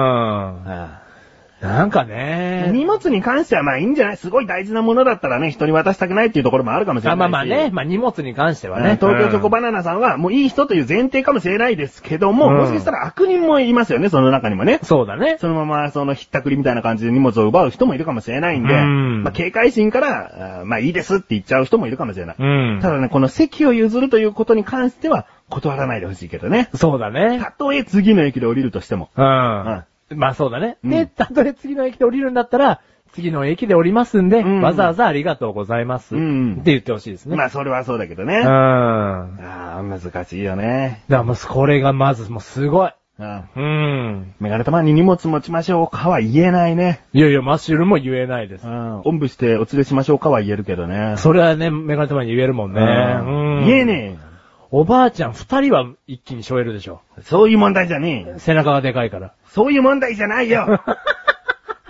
なんかね。 荷物に関してはまあいいんじゃない？すごい大事なものだったらね、人に渡したくないっていうところもあるかもしれないし。 まあね。まあ荷物に関してはね。 東京チョコバナナさんはもういい人という前提かもしれないですけども、もしかしたら悪人もいますよね、その中にもね。 そうだね。 そのままひったくりみたいな感じで荷物を奪う人もいるかもしれないんで、まあ警戒心から、まあいいですって言っちゃう人もいるかもしれない。ただね、この席を譲るということに関しては断らないでほしいけどね。 そうだね。 たとえ次の駅で降りるとしても。 まあそうだね。で、たとえ次の駅で降りるんだったら、次の駅で降りますんで、わざわざありがとうございます。って言ってほしいですね。 まあそれはそうだけどね。難しいよね。 だからもうこれがまずもうすごい。 メガネたまに荷物持ちましょうかは言えないね。 いやマッシュルも言えないです。 おんぶしてお連れしましょうかは言えるけどね。 それはね、メガネたまに言えるもんね。 言えねえ。 おばあちゃん二人は一気に背負えるでしょ。 そういう問題じゃねえ。 背中がでかいから。 そういう問題じゃないよ。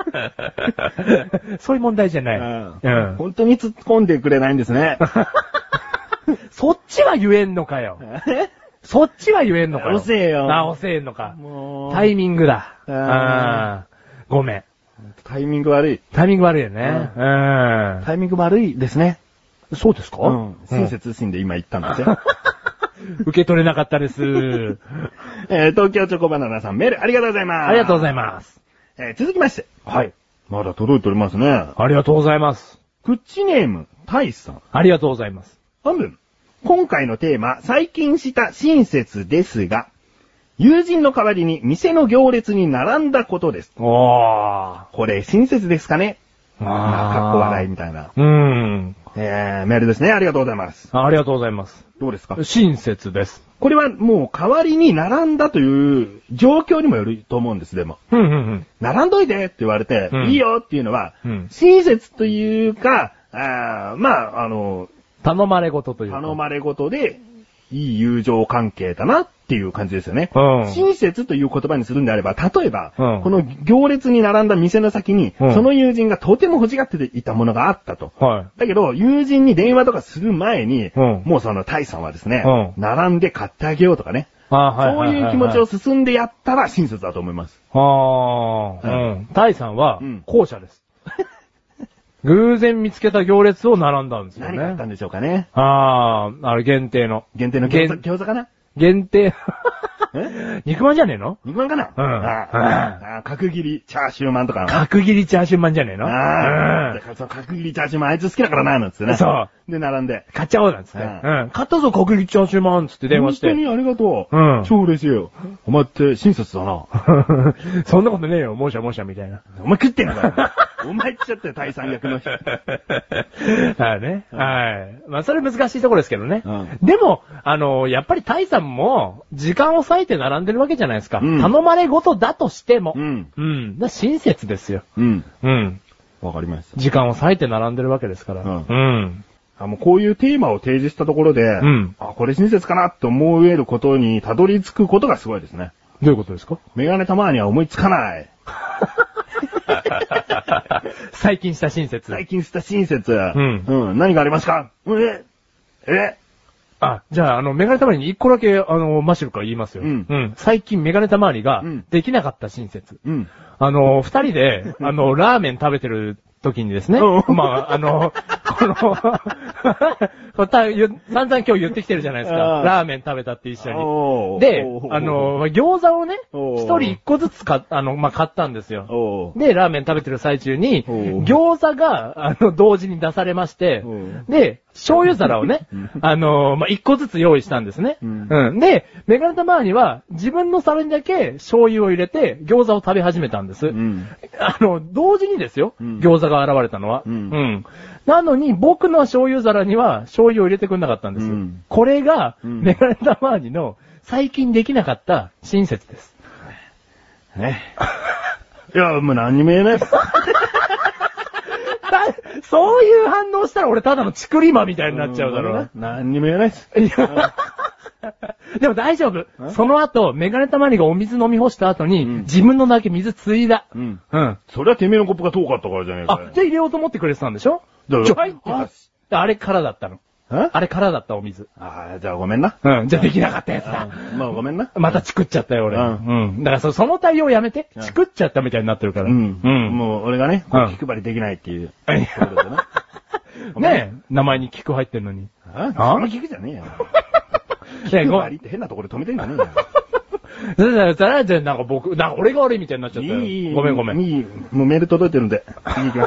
そういう問題じゃない。 本当に突っ込んでくれないんですね。 そっちは言えんのかよ。そっちは言えんのかよ。 遅えよ。 遅えんのか。タイミングだ。ごめん。 タイミング悪い。 タイミング悪いよね。 タイミング悪いですね。 そうですか？ 親切心で今言ったんですよ。 受け取れなかったです。 東京チョコバナナさんメールありがとうございます。 ありがとうございます。 続きまして。はい。まだ届いておりますね。 ありがとうございます。 クッチネーム、タイさん。 ありがとうございます。 半分。今回のテーマ、最近した親切ですが、友人の代わりに店の行列に並んだことです。これ親切ですかね？かっこ笑いみたいな。メールですね。ありがとうございます。 ありがとうございます。 どうですか？ 親切です。 これはもう代わりに並んだという状況にもよると思うんです、でも。並んどいてって言われて、いいよっていうのは、親切というか、頼まれ事というか。 頼まれ事で、いい友情関係だなっていう感じですよね。親切という言葉にするんであれば、例えば、この行列に並んだ店の先に、その友人がとても欲しがっていたものがあったと。だけど、友人に電話とかする前に、もうそのタイさんはですね、並んで買ってあげようとかね。そういう気持ちを進んでやったら親切だと思います。 タイさんは、後者です。偶然見つけた行列を並んだんですよね。 何があったんでしょうかね。 限定の餃子かな？ 限定。肉まんじゃねえの？ 肉まんかな？角切りチャーシューまんとか。 角切りチャーシューまんじゃねえの？ 角切りチャーシューまんあいつ好きだからな、なんつってね。 そう。 で、並んで。 買っちゃおうなんつって。買ったぞ、角切りチャーシューまんつって電話して。 本当にありがとう。超嬉しいよ。お前って親切だな。 そんなことねえよ、もしゃみたいな。 お前食ってんのかよ。お前って言っちゃったよ、タイさん役の人。 ね。まあ、それ難しいところですけどね。でも、やっぱりタイさんも、時間を割いて並んでるわけじゃないですか。頼まれ事だとしても。親切ですよ。 わかりました。 時間を割いて並んでるわけですから。 もうこういうテーマを提示したところで、これ親切かなって思えることにたどり着くことがすごいですね。 どういうことですか？ メガネたまには思いつかない。 最近した親切。 何がありますか？ じゃあ、メガネたまりに一個だけ、マシュルから言いますよ。最近メガネたまりが、できなかった親切。二人で、ラーメン食べてる時にですね。まあ、散々今日言ってきてるじゃないですか。ラーメン食べたって一緒に。で、餃子をね、一人一個ずつ買ったんですよ。で、ラーメン食べてる最中に、餃子が、同時に出されまして、で、醤油皿をね、一個ずつ用意したんですね。で、メガネたまわりは、自分の皿にだけ醤油を入れて、餃子を食べ始めたんです。同時にですよ、餃子が現れたのは。なのに、僕の醤油皿には醤油を入れてくんなかったんです。これが、メガネたまわりの最近できなかった親切です。 いや、もう何にも言えないです。 そういう反応したら俺ただのチクリマみたいになっちゃうだろ。 何にも言えないです。 でも大丈夫。その後、メガネたまりがお水飲み干した後に、自分のだけ水ついだ。 それはてめえのコップが遠かったからじゃねえかよ。 じゃあ入れようと思ってくれてたんでしょ？あれからだったの。あれからだったお水。 じゃあごめんな。 じゃあできなかったやつだ。 まあごめんな。 またチクっちゃったよ俺。だからその対応やめて。チクっちゃったみたいになってるから。 もう俺がね、気配りできないっていう。 ねえ、名前に菊入ってんのに。 そんな菊じゃねえよ。気配りって変なところで止めてんじゃねえよ。 なんか俺が悪いみたいになっちゃったよ。ごめん。 もうメール届いてるんで、次行きます。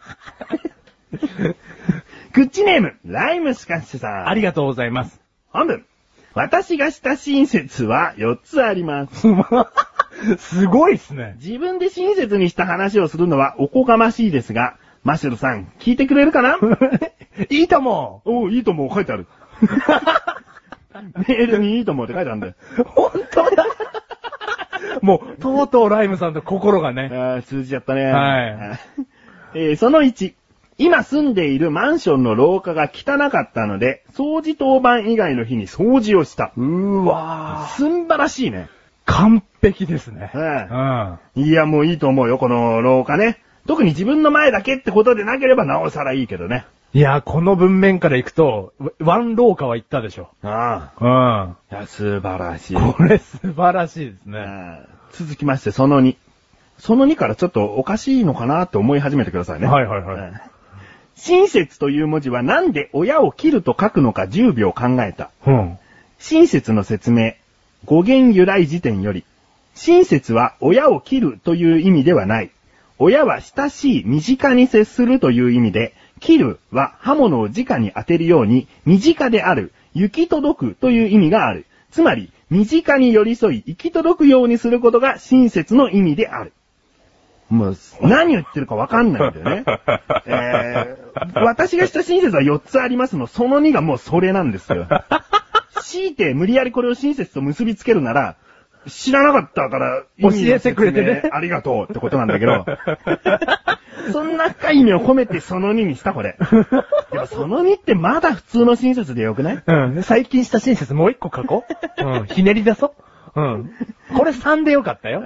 グッチネーム、ライムスカッシュさん。 ありがとうございます。 本文。私がした親切は4つあります。 すごいっすね。 自分で親切にした話をするのはおこがましいですが、マシュルさん、聞いてくれるかな？ いいとも。 いいとも書いてある。メールにいいともって書いてあるんだよ。 本当だ。もう、とうとうライムさんと心がね。 通じちゃったね。その1。今住んでいるマンションの廊下が汚かったので、掃除当番以外の日に掃除をした。 素晴らしいね。 完璧ですね。 いや、もういいと思うよ、この廊下ね。特に自分の前だけってことでなければなおさらいいけどね。 いや、この文面から行くと、ワン廊下は行ったでしょ。 いや、素晴らしい。 これ素晴らしいですね。 続きまして、その2。その2からちょっとおかしいのかなって思い始めてくださいね。 はいはいはい。 親切という文字はなんで親を切ると書くのか10秒考えた。親切の説明。語源由来辞典より。親切は親を切るという意味ではない。親は親しい、身近に接するという意味で、切るは刃物を直に当てるように、身近である、行き届くという意味がある。つまり、身近に寄り添い、行き届くようにすることが親切の意味である。もう、何言ってるかわかんないんだよね。私がした親切は4つありますの、その2がもうそれなんですよ。強いて無理やりこれを親切と結びつけるなら、知らなかったから教えてくれてね。 ありがとうってことなんだけど。そんな深い意味を込めてその2にしたこれ。でもその2ってまだ普通の親切でよくない？ 最近した親切もう1個書こう。ひねり出そう。これ3でよかったよ。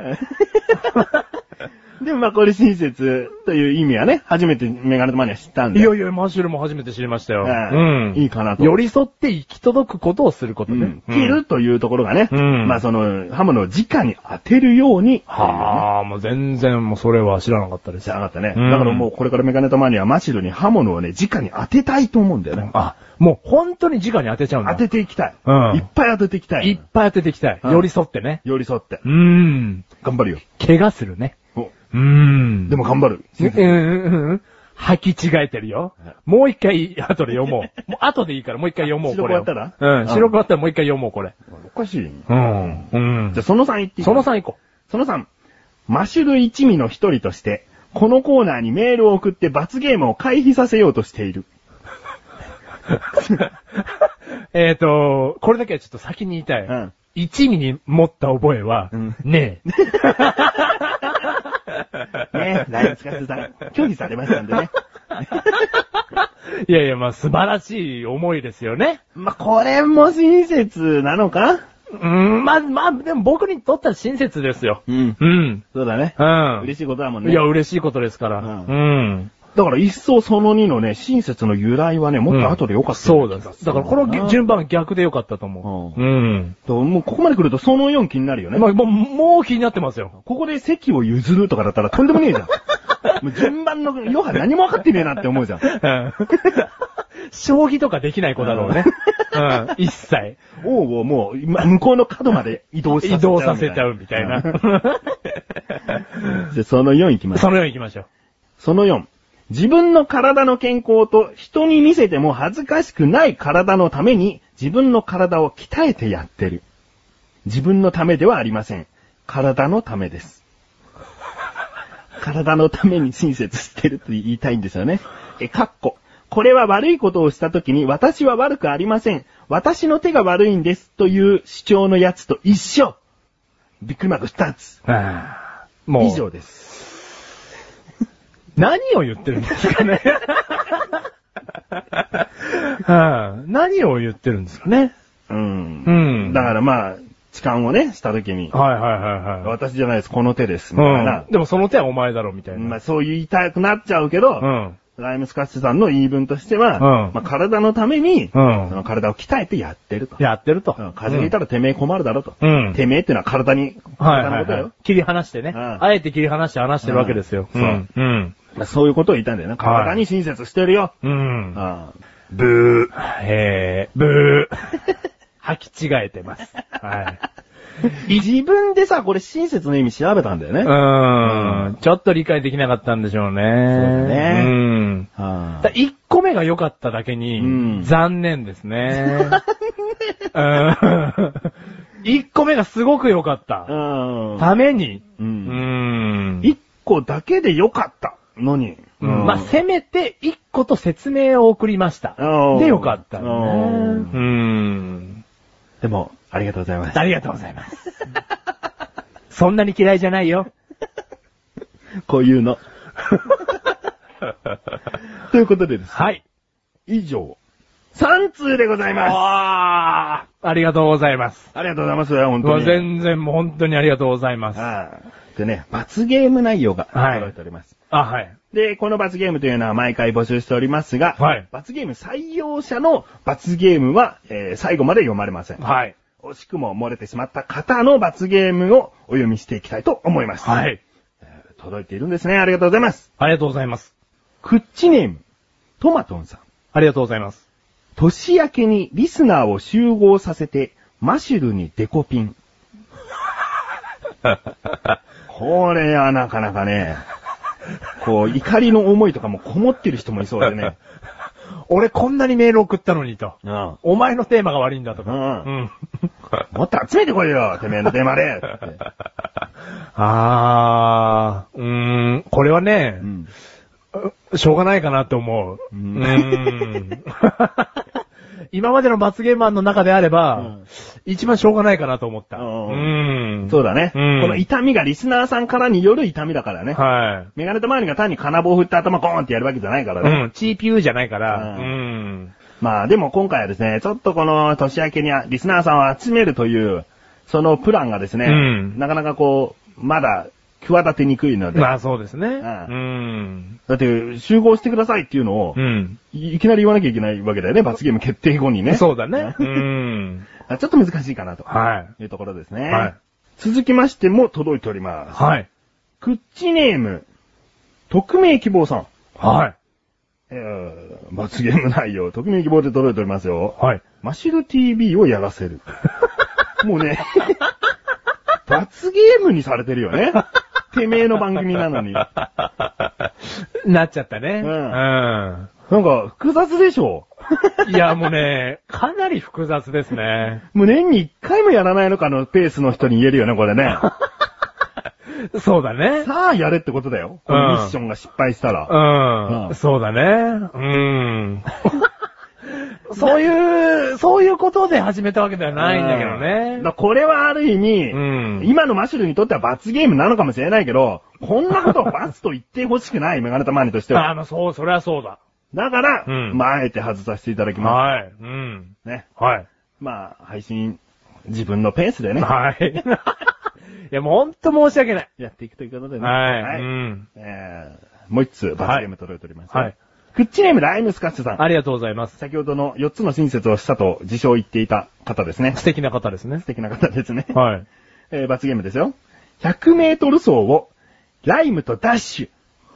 でもまあこれ親切という意味はね、初めてメガネとマニア知ったんで。いやいや、マッシュルも初めて知りましたよ。 いいかなと。 寄り添って行き届くことをすることね。 切るというところがね、まあその刃物を直に当てるように。 もう全然もうそれは知らなかったです。 知らなかったね。だからもうこれからメガネとマニアはマシルに刃物をね、直に当てたいと思うんだよね。 もう本当に直に当てちゃうんだ。 当てていきたい。いっぱい当てていきたい。 いっぱい当てていきたい。寄り添ってね。 寄り添って。頑張るよ。 怪我するね。 でも頑張る。 履き違えてるよ。もう一回後で読もう。もう後でいいからもう一回読もう、これ。 白く終わったら白く終わったらもう一回読もう、これ。 おかしい。じゃあその3言っていい？ その3行こう。 その3。マシュル一味の一人として、このコーナーにメールを送って罰ゲームを回避させようとしている。 これだけはちょっと先に言いたい。一味に持った覚えは、ねえ。 ねえ、ライブ使ってた。拒否されましたんでね。 いやいや、まあ素晴らしい思いですよね。 まあこれも親切なのか？ まあ、でも僕にとっては親切ですよ。 そうだね。嬉しいことだもんね。 いや、嬉しいことですから。 だから一層その2のね、親切の由来はね、もっと後でよかった。 そうだ。だからこの順番逆でよかったと思う。 もうここまで来るとその4気になるよね。 もう気になってますよ。 ここで席を譲るとかだったらとんでもねえじゃん。もう順番の余波何も分かってねえなって思うじゃん。 将棋とかできない子だろうね。一切。 王をもう、向こうの角まで移動させちゃうみたいな。じゃあその4行きましょう。 その4行きましょう。 その4。自分の体の健康と人に見せても恥ずかしくない体のために自分の体を鍛えてやってる。自分のためではありません。体のためです。体のために親切してると言いたいんですよね。これは悪いことをしたときに私は悪くありません。私の手が悪いんですという主張のやつと一緒。びっくりマーク2つ。以上です。 何を言ってるんですかね。何を言ってるんですかね。 だからまあ、痴漢をね、したときに。私じゃないです、この手です。みたいな。 でもその手はお前だろ、みたいな。 まあそう言いたくなっちゃうけど、ライムスカッシュさんの言い分としては、まあ体のために、その体を鍛えてやってると。 やってると。 風邪ひいたらてめえ困るだろと。てめえってのは体のことだよ。 切り離してね。あえて切り離して話してるわけですよ。 そういうことを言ったんだよね。体に親切してるよ。ブー。 ブー。履き違えてます。 自分でさ、これ親切の意味調べたんだよね。 ちょっと理解できなかったんでしょうね。そうね。1個目が良かっただけに、残念ですね。1個目がすごく良かった。ために。 1個だけで良かったのに。 まあ、せめて1個と説明を送りました。で良かったね。 でも、ありがとうございます。 ありがとうございます。そんなに嫌いじゃないよ。 こういうの。ということでですね。 はい。 以上、 3通でございます。 ありがとうございます。 ありがとうございますよ、本当に。 全然もう本当にありがとうございます。 でね、罰ゲーム内容が届いております。 はい。 で、この罰ゲームというのは毎回募集しておりますが、はい、罰ゲーム採用者の罰ゲームは、最後まで読まれません。はい。惜しくも漏れてしまった方の罰ゲームをお読みしていきたいと思います。はい。届いているんですね。ありがとうございます。 ありがとうございます。 クッチネーム、トマトンさん。 ありがとうございます。 年明けにリスナーを集合させて、マシュルにデコピン。これはなかなかね、こう、怒りの思いとかもこもってる人もいそうでね。 俺こんなにメール送ったのにと。お前のテーマが悪いんだとか。 もっと集めてこいよ、てめえのテーマで。 これはね、しょうがないかなって思う。今までの罰ゲーマーの中であれば、一番しょうがないかなと思った。 そうだね。この痛みがリスナーさんからによる痛みだからね。はい。メガネと周りが単に金棒振って頭コーンってやるわけじゃないからね。 チーピューじゃないから。 まあでも今回はですね、ちょっとこの年明けにリスナーさんを集めるという、そのプランがですね、なかなかこう、まだ、企てにくいので。 まあそうですね。 だって、集合してくださいっていうのを、いきなり言わなきゃいけないわけだよね、罰ゲーム決定後にね。 そうだね。ちょっと難しいかなと。いうところですね。はい。続きましても届いております。はい。クッチネーム、匿名希望さん。はい。罰ゲーム内容、匿名希望で届いておりますよ。はい。マシル TV をやらせる。もうね、罰ゲームにされてるよね。てめえの番組なのに。 なっちゃったね。 なんか、複雑でしょ。 いや、もうね、かなり複雑ですね。 もう年に1回もやらないのかのペースの人に言えるよね、これね。 そうだね。 さあやれってことだよ。このミッションが失敗したら。 そうだね。そういうことで始めたわけではないんだけどね。 これはある意味、今のマシュルにとっては罰ゲームなのかもしれないけど、こんなことを罰と言ってほしくない、メガネたまにとしては。 それはそうだ。 だから、あえて外させていただきます。はい。ね。はい。まあ、配信、自分のペースでね。はい。 いや、もうほんと申し訳ない。 やっていくということでね。 はい。 もう一つ罰ゲーム届いております。はい。クッチネームライムスカッシュさん。 ありがとうございます。 先ほどの4つの親切をしたと自称言っていた方ですね。 素敵な方ですね。 素敵な方ですね。はい。罰ゲームですよ。100メートル走をライムとダッシュ。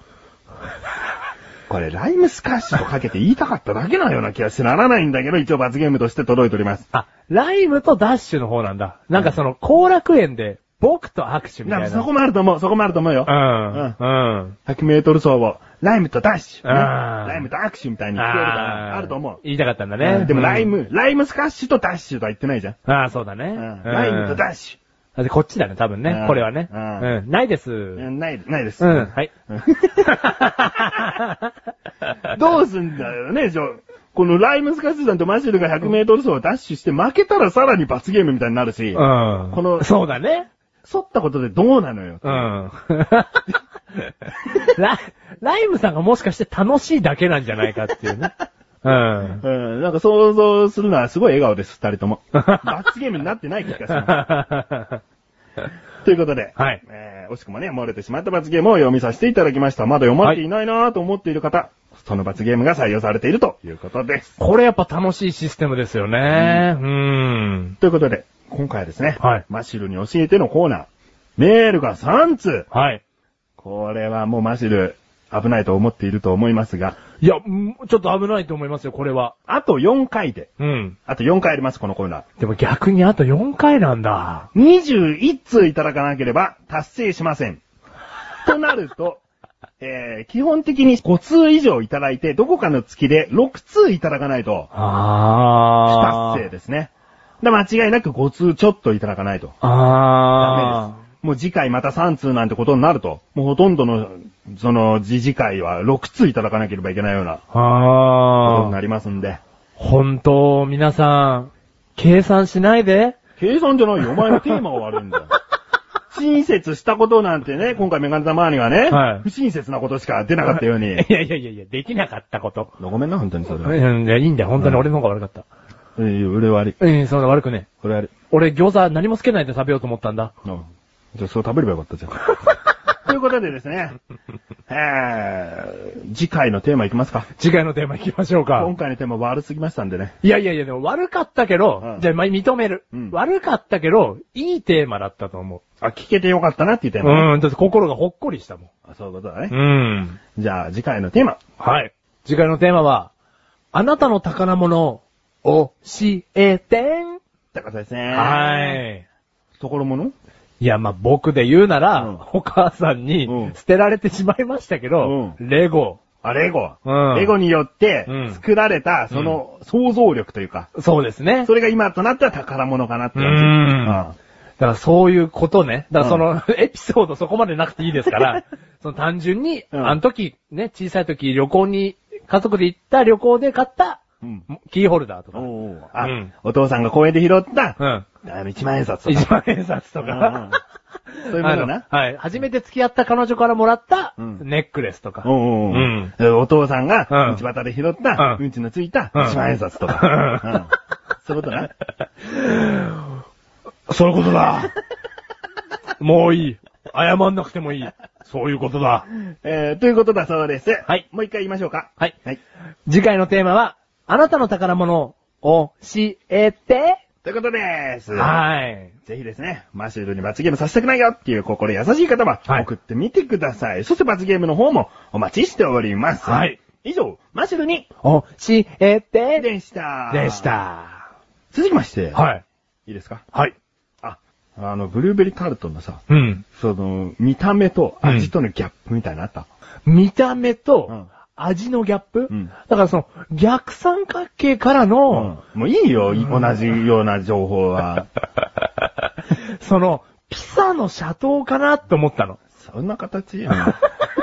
これライムスカッシュとかけて言いたかっただけなような気がしてならないんだけど、一応罰ゲームとして届いております。 ライムとダッシュの方なんだ。なんかその後楽園で僕と握手みたいな。 そこもあると思うよ。100メートル走をライムとダッシュ。ライムと握手みたいに聞こえるからあると思う。 言いたかったんだね。 でもライムスカッシュとダッシュとは言ってないじゃん。 そうだね。 ライムとダッシュ。 こっちだね、多分ね。これはね。ないです。 ないです。はい。どうすんだよね、このライムスカッシュさんとマシュルが100メートル走をダッシュして負けたらさらに罰ゲームみたいになるし。 そうだね。 沿ったことでどうなのよ。 ライムさんがもしかして楽しいだけなんじゃないかっていうね。 なんか想像するのはすごい笑顔です、二人とも。罰ゲームになってない気がします。ということで、はい。惜しくもね、漏れてしまった罰ゲームを読みさせていただきました。まだ読まれていないなぁと思っている方、その罰ゲームが採用されているということです。 これやっぱ楽しいシステムですよね。 ということで、今回はですね、はい。マシルに教えてのコーナー、メールが3通。はい。これはもうマシル、危ないと思っていると思いますが。 いや、ちょっと危ないと思いますよ、これは。 あと4回で。あと4回あります、このコーナー。 でも逆にあと4回なんだ。 21通いただかなければ達成しません。となると、基本的に5通以上いただいて、どこかの月で6通いただかないと、不達成ですね。間違いなく5通ちょっといただかないと。ダメです。もう次回また3通なんてことになると、もうほとんどの、次回は6通いただかなければいけないような、ことになりますんで。 本当、皆さん、計算しないで。 計算じゃないよ。お前のテーマが悪いんだよ。 親切したことなんてね、今回メガネたまにはね、 はい不親切なことしか出なかったように。 いやいやいやいや、できなかったこと。 ごめんな、本当にそれは。 いや、いいんだよ。本当に俺の方が悪かった。 俺悪い。 そんな悪くね。 これ悪い。 俺餃子何もつけないで食べようと思ったんだ。 じゃあそう食べればよかったじゃん。ということでですね、次回のテーマいきますか。 次回のテーマいきましょうか。 今回のテーマ悪すぎましたんでね。 いやいやいや、でも悪かったけど、じゃあ認める、悪かったけど、いいテーマだったと思う。 聞けてよかったなっていうテーマ、 だって心がほっこりしたもん。 そういうことだね。じゃあ次回のテーマ。 はい。次回のテーマは、あなたの宝物を教えてってことですね。 はい。 宝物？ いや、まあ、僕で言うなら、お母さんに捨てられてしまいましたけど、レゴ。 レゴ。レゴによって作られた、その想像力というか。 そうですね。 それが今となったら宝物かなって感じ。 だからそういうことね。だからその、エピソードそこまでなくていいですから、その単純に、あの時、ね、小さい時旅行に、家族で行った旅行で買った、キーホルダーとか。 お父さんが公園で拾った、1万円札とか。 1万円札とか。 そういうものな。 はい。初めて付き合った彼女からもらった、ネックレスとか。 お父さんが、道端で拾った、うんちのついた、1万円札とか。そういうことな。 そういうことだ。もういい。謝んなくてもいい。そういうことだ。 ということだそうです。 はい。 もう一回言いましょうか。 はい。次回のテーマは、あなたの宝物を教えてということです。 はい。 ぜひですね、マシュルに罰ゲームさせたくないよっていう心優しい方は、送ってみてください。そして罰ゲームの方もお待ちしております。 はい。 以上、マシュルに教えてでした。続きまして。 はい。 いいですか？ はい。 ブルーベリータルトのさ、その、見た目と味とのギャップみたいなのあった？ 見た目と、味のギャップ、だからその、逆三角形からの、 もういいよ、同じような情報は。 その、ピサの斜塔かなって思ったの。 そんな形やん。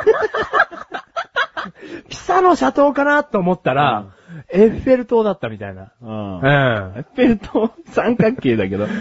ピサの斜塔かなって思ったら、エッフェル塔だったみたいな。 エッフェル塔三角形だけど。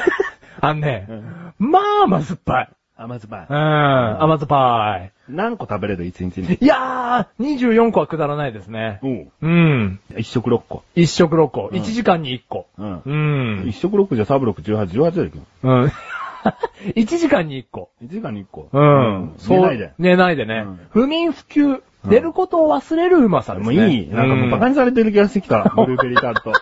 まあ甘酸っぱい。 甘酸っぱい。 甘酸っぱい。 何個食べれる一日に？ いやー、24個はくだらないですね。 一食6個。 一食6個。1時間に1個。 一食6個じゃサブ6、18だけど。 1時間に1個。 1時間に1個。 寝ないで。寝ないでね。不眠不休。寝ることを忘れるうまさですね。 もういい。なんかもうバカにされてる気がしてきた。ブルーベリータルト。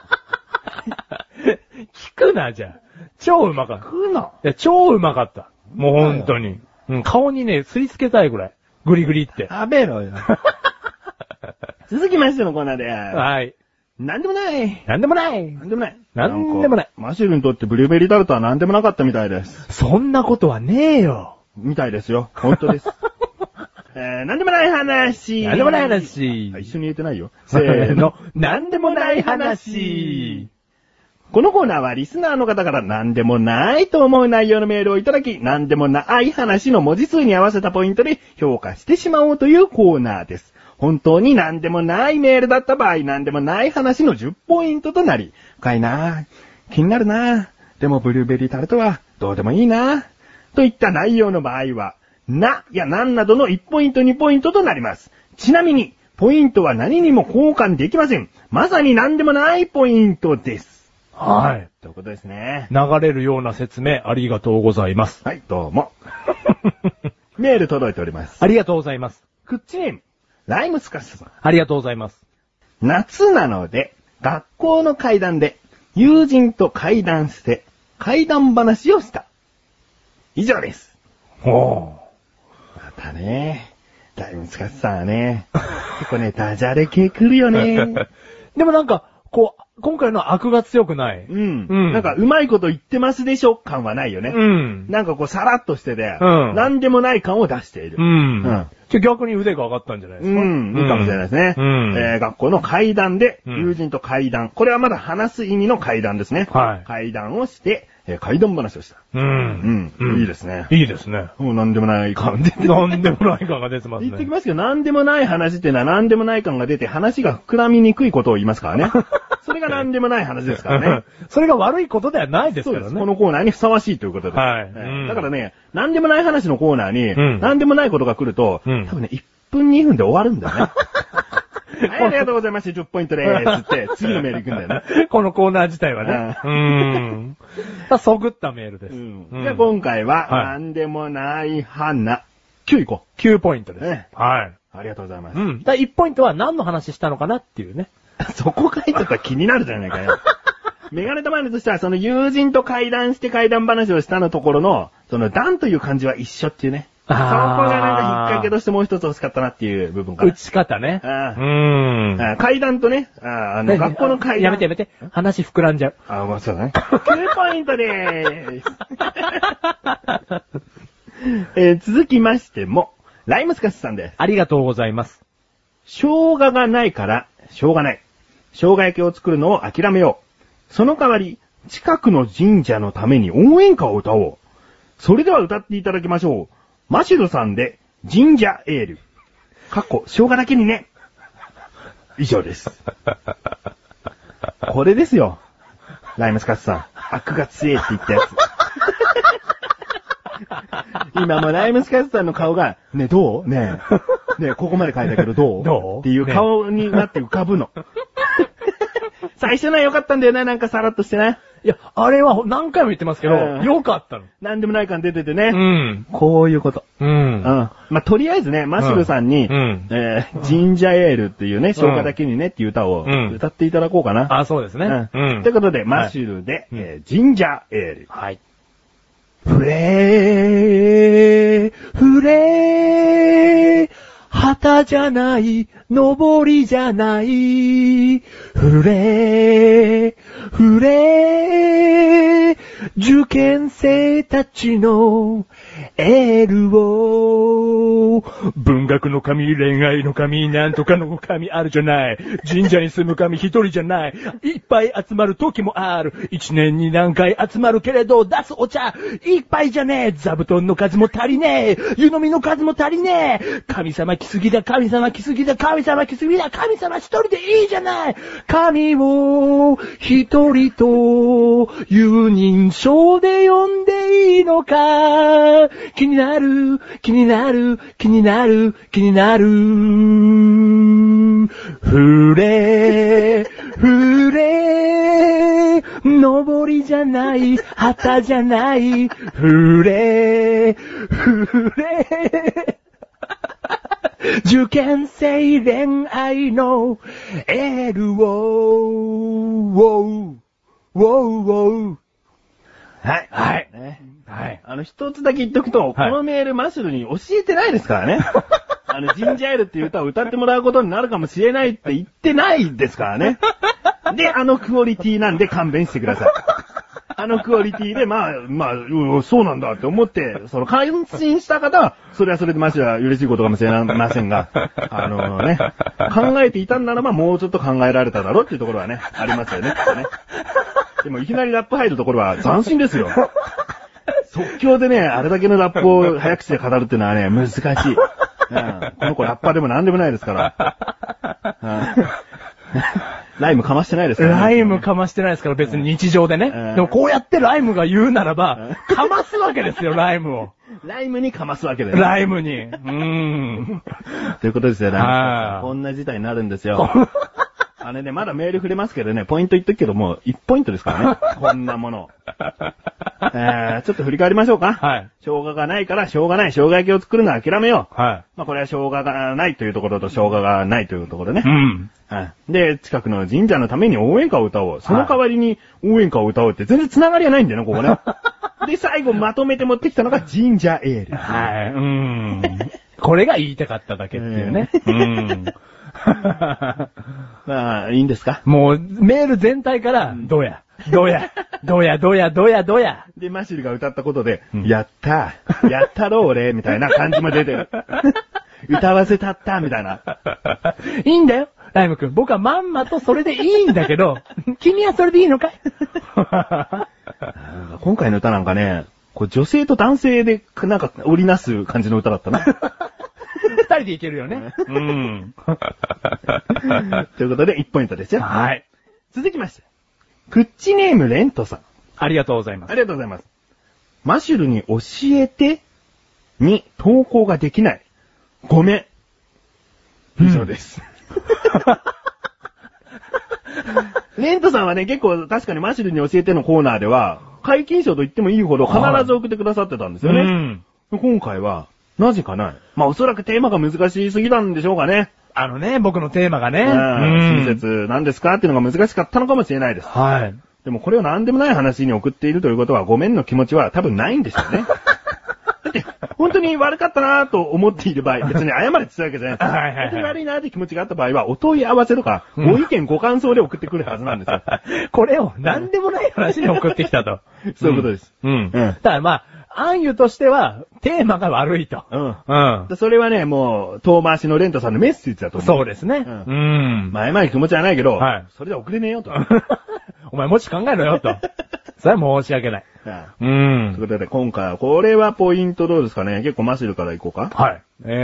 聞くな、じゃあ。超うまかった。 聞くな。 いや、超うまかった。もう本当に。顔にね、すりつけたいぐらい。グリグリって。 食べろよ。続きましてのコーナーで。 はい。 なんでもない。 なんでもない。 なんでもない。 なんでもない。 マシュルにとってブルーベリータルトはなんでもなかったみたいです。 そんなことはねえよ。 みたいですよ。本当です。なんでもない話。 なんでもない話。 一緒に言えてないよ。 せーの。なんでもない話。 このコーナーはリスナーの方から何でもないと思う内容のメールをいただき、何でもない話の文字数に合わせたポイントで評価してしまおうというコーナーです。本当に何でもないメールだった場合、何でもない話の10ポイントとなり、深いなぁ、気になるなぁ、でもブルーベリータルトはどうでもいいなぁ、といった内容の場合は、なやなんなどの1ポイント2ポイントとなります。ちなみに、ポイントは何にも交換できません。まさに何でもないポイントです。 はい。 ということですね。 流れるような説明ありがとうございます。 はい、どうも。メール届いております。 ありがとうございます。 クッチネーム、ライムスカッシュさん。 ありがとうございます。 夏なので、学校の階段で、友人と階段して、階段話をした。以上です。 ほう。またね、ライムスカッシュさんはね、結構ね、ダジャレ系来るよね。 でもなんか、こう、今回の悪が強くない。 なんか、うまいこと言ってますでしょ感はないよね。なんかこう、さらっとしてて、なんでもない感を出している。 逆に腕が上がったんじゃないですか。 いいかもしれないですね。学校の階段で、友人と階段。これはまだ話す意味の階段ですね。階段をして、 怪談話をした。 うん。 いいですね。 いいですね。 もうなんでもない感出てなんでもない感が出てますね。 言ってきますけど、なんでもない話っていうのはなんでもない感が出て話が膨らみにくいことを言いますからね。それがなんでもない話ですからね。 それが悪いことではないですからね。 そうです。このコーナーにふさわしいということで。 はい。 だからね、なんでもない話のコーナーに、なんでもないことが来ると、多分ね、1分2分で終わるんだよね。はい、ありがとうございました。10ポイントでーすって、次のメール行くんだよね。 このコーナー自体はね。そぐったメールです。 じゃあ今回は、なんでもない花。9行こう。 9ポイントです。 はい。ありがとうございます。 1ポイントは何の話したのかなっていうね。 そこ書いてたら気になるじゃないかよ。メガネたまりとしては、その友人と会談して会談話をしたのところの、その段という漢字は一緒っていうね。そこがなんか引っ掛けとしてもう一つ欲しかったなっていう部分から。 打ち方ね。 階段とね、学校の階段。 やめて。話膨らんじゃう。 まあそうだね。9ポイントでーす。続きましても、ライムスカスさんです。 ありがとうございます。 生姜がないから、しょうがない。生姜焼きを作るのを諦めよう。その代わり、近くの神社のために応援歌を歌おう。それでは歌っていただきましょう。マシュルさんで、神社エール。生姜だけにね。以上です。これですよ。ライムスカスさん。悪が強いって言ったやつ。今もライムスカスさんの顔が、ねえどうねえ、ここまで書いたけどどうっていう顔になって浮かぶの。最初のは良かったんだよね、なんかさらっとしてね。 いや、あれは何回も言ってますけど、良かったの。 なんでもない感出ててね。こういうこと。まあ、とりあえずね、マシュルさんに、ジンジャーエールっていうね、生姜だけにねっていう歌を歌っていただこうかな。 そうですね。 ということで、マシュルで、ジンジャーエール。 はい。 フレー、旗じゃない、登りじゃない、フレー、受験生たちのエールを、文学の神、恋愛の神、なんとかの神あるじゃない、神社に住む神一人じゃない、いっぱい集まる時もある、一年に何回集まるけれど、出すお茶、いっぱいじゃねえ、座布団の数も足りねえ、湯飲みの数も足りねえ、神様来すぎだ、神様来すぎだ、神様来すぎだ、神様一人でいいじゃない、神を一人という認証で呼んでいいのか、気になる、気になる、気になる、気になる。ふれ、登りじゃない、旗じゃない、ふれ。受験生恋愛のエールを、はい。はい。ね、はい。一つだけ言っとくと、このメールマシュルに教えてないですからね。ジンジャーエールっていう歌を歌ってもらうことになるかもしれないって言ってないですからね。で、クオリティなんで勘弁してください。クオリティで、まあ、そうなんだって思って、感心した方は、それはそれでマシュルは嬉しいことかもしれませんが、考えていたんならばもうちょっと考えられただろうっていうところはね、ありますよね。でもいきなりラップ入るところは斬新ですよ。即興でね、あれだけのラップを早口で語るっていうのはね、難しい。この子ラッパーでも何でもないですから。ライムかましてないですからね。 ライムかましてないですから、別に日常でね。でもこうやってライムが言うならば、かますわけですよ、ライムを。 ライムにかますわけです。 ライムに。 ということですよ、ライム。こんな事態になるんですよ。まだメール触れますけどね、ポイント言っとくけども、1ポイントですからね。こんなもの。ちょっと振り返りましょうか。はい。生姜がないからしょうがない。生姜焼きを作るのは諦めよう。はい。まあこれは生姜がないというところと生姜がないというところね。はい。で、近くの神社のために応援歌を歌おう。その代わりに応援歌を歌おうって全然繋がりはないんだよね、ここね。で、最後まとめて持ってきたのが神社エール。 はい。これが言いたかっただけっていうね。 まあ、いいんですか？ もう、メール全体から、どうや。で、 マシルが歌ったことで、やったろ俺、みたいな感じも出てる。歌わせたった、みたいな。 いいんだよ、ライム君。僕はまんまとそれでいいんだけど、君はそれでいいのかい？ 今回の歌なんかね、こう女性と男性でなんか織りなす感じの歌だったな。 二人でいけるよね。うん。 ということで、1ポイントですよ。 はい。 続きまして。クッチネームレントさん。 ありがとうございます。 ありがとうございます。マシュルに教えてに投稿ができない。ごめん。以上です。レントさんはね、結構確かにマシュルに教えてのコーナーでは、解禁賞と言ってもいいほど必ず送ってくださってたんですよね。今回は、なぜかない。まあおそらくテーマが難しすぎたんでしょうかね。 僕のテーマがね。 親切なんですかっていうのが難しかったのかもしれないです。 はい。 でもこれを何でもない話に送っているということは、ごめんの気持ちは多分ないんでしょうね。だって、本当に悪かったなぁと思っている場合、別に謝れって言ったわけじゃないです。本当に悪いなぁって気持ちがあった場合は、お問い合わせとか、ご意見ご感想で送ってくるはずなんですよ。 これを何でもない話に送ってきたと。 そういうことです。 ただまあ、暗喩としては、テーマが悪いと。 それはね、もう、遠回しのレントさんのメッセージだと思う。 そうですね。 まあ、謝る気持ちはないけど、それでは送れねえよと。 お前もし考えろよと。それは申し訳ない。 ということで、今回は、これはポイントどうですかね。結構マシルからいこうか。 はい。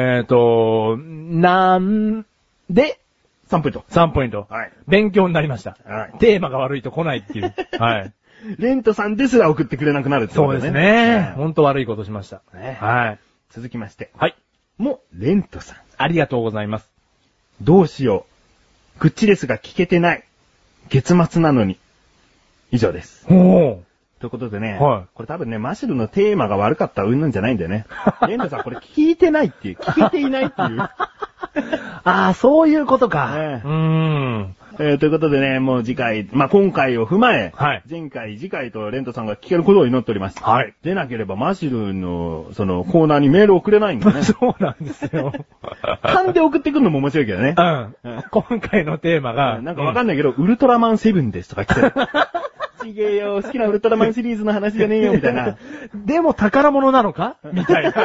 なんで、 3ポイント。 3ポイント。 はい。 勉強になりました。 はい。 テーマが悪いと来ないっていう。はい。 レントさんですら送ってくれなくなるってことね。 そうですね。ほんと悪いことしました。はい。 続きまして。 はい。 レントさん。 ありがとうございます。 どうしよう。口ですが聞けてない。月末なのに。以上です。 おー。 ということでね。 はい。 これ多分ね、マシルのテーマが悪かったうんぬんじゃないんだよね。レントさんこれ聞いてないっていう、聞けていないっていう。 ああ、そういうことか。 ということでね、もう次回、まあ、今回を踏まえ、 はい、 前回、次回とレントさんが聞けることを祈っております。 はい。 でなければマシルの、コーナーにメールを送れないんだね。 そうなんですよ。 勘で送ってくるのも面白いけどね。 今回のテーマが、 なんかわかんないけど、ウルトラマンセブンですとか来てる。ちげえよ、好きなウルトラマンシリーズの話じゃねえよ、みたいな。 でも宝物なのかみたいな。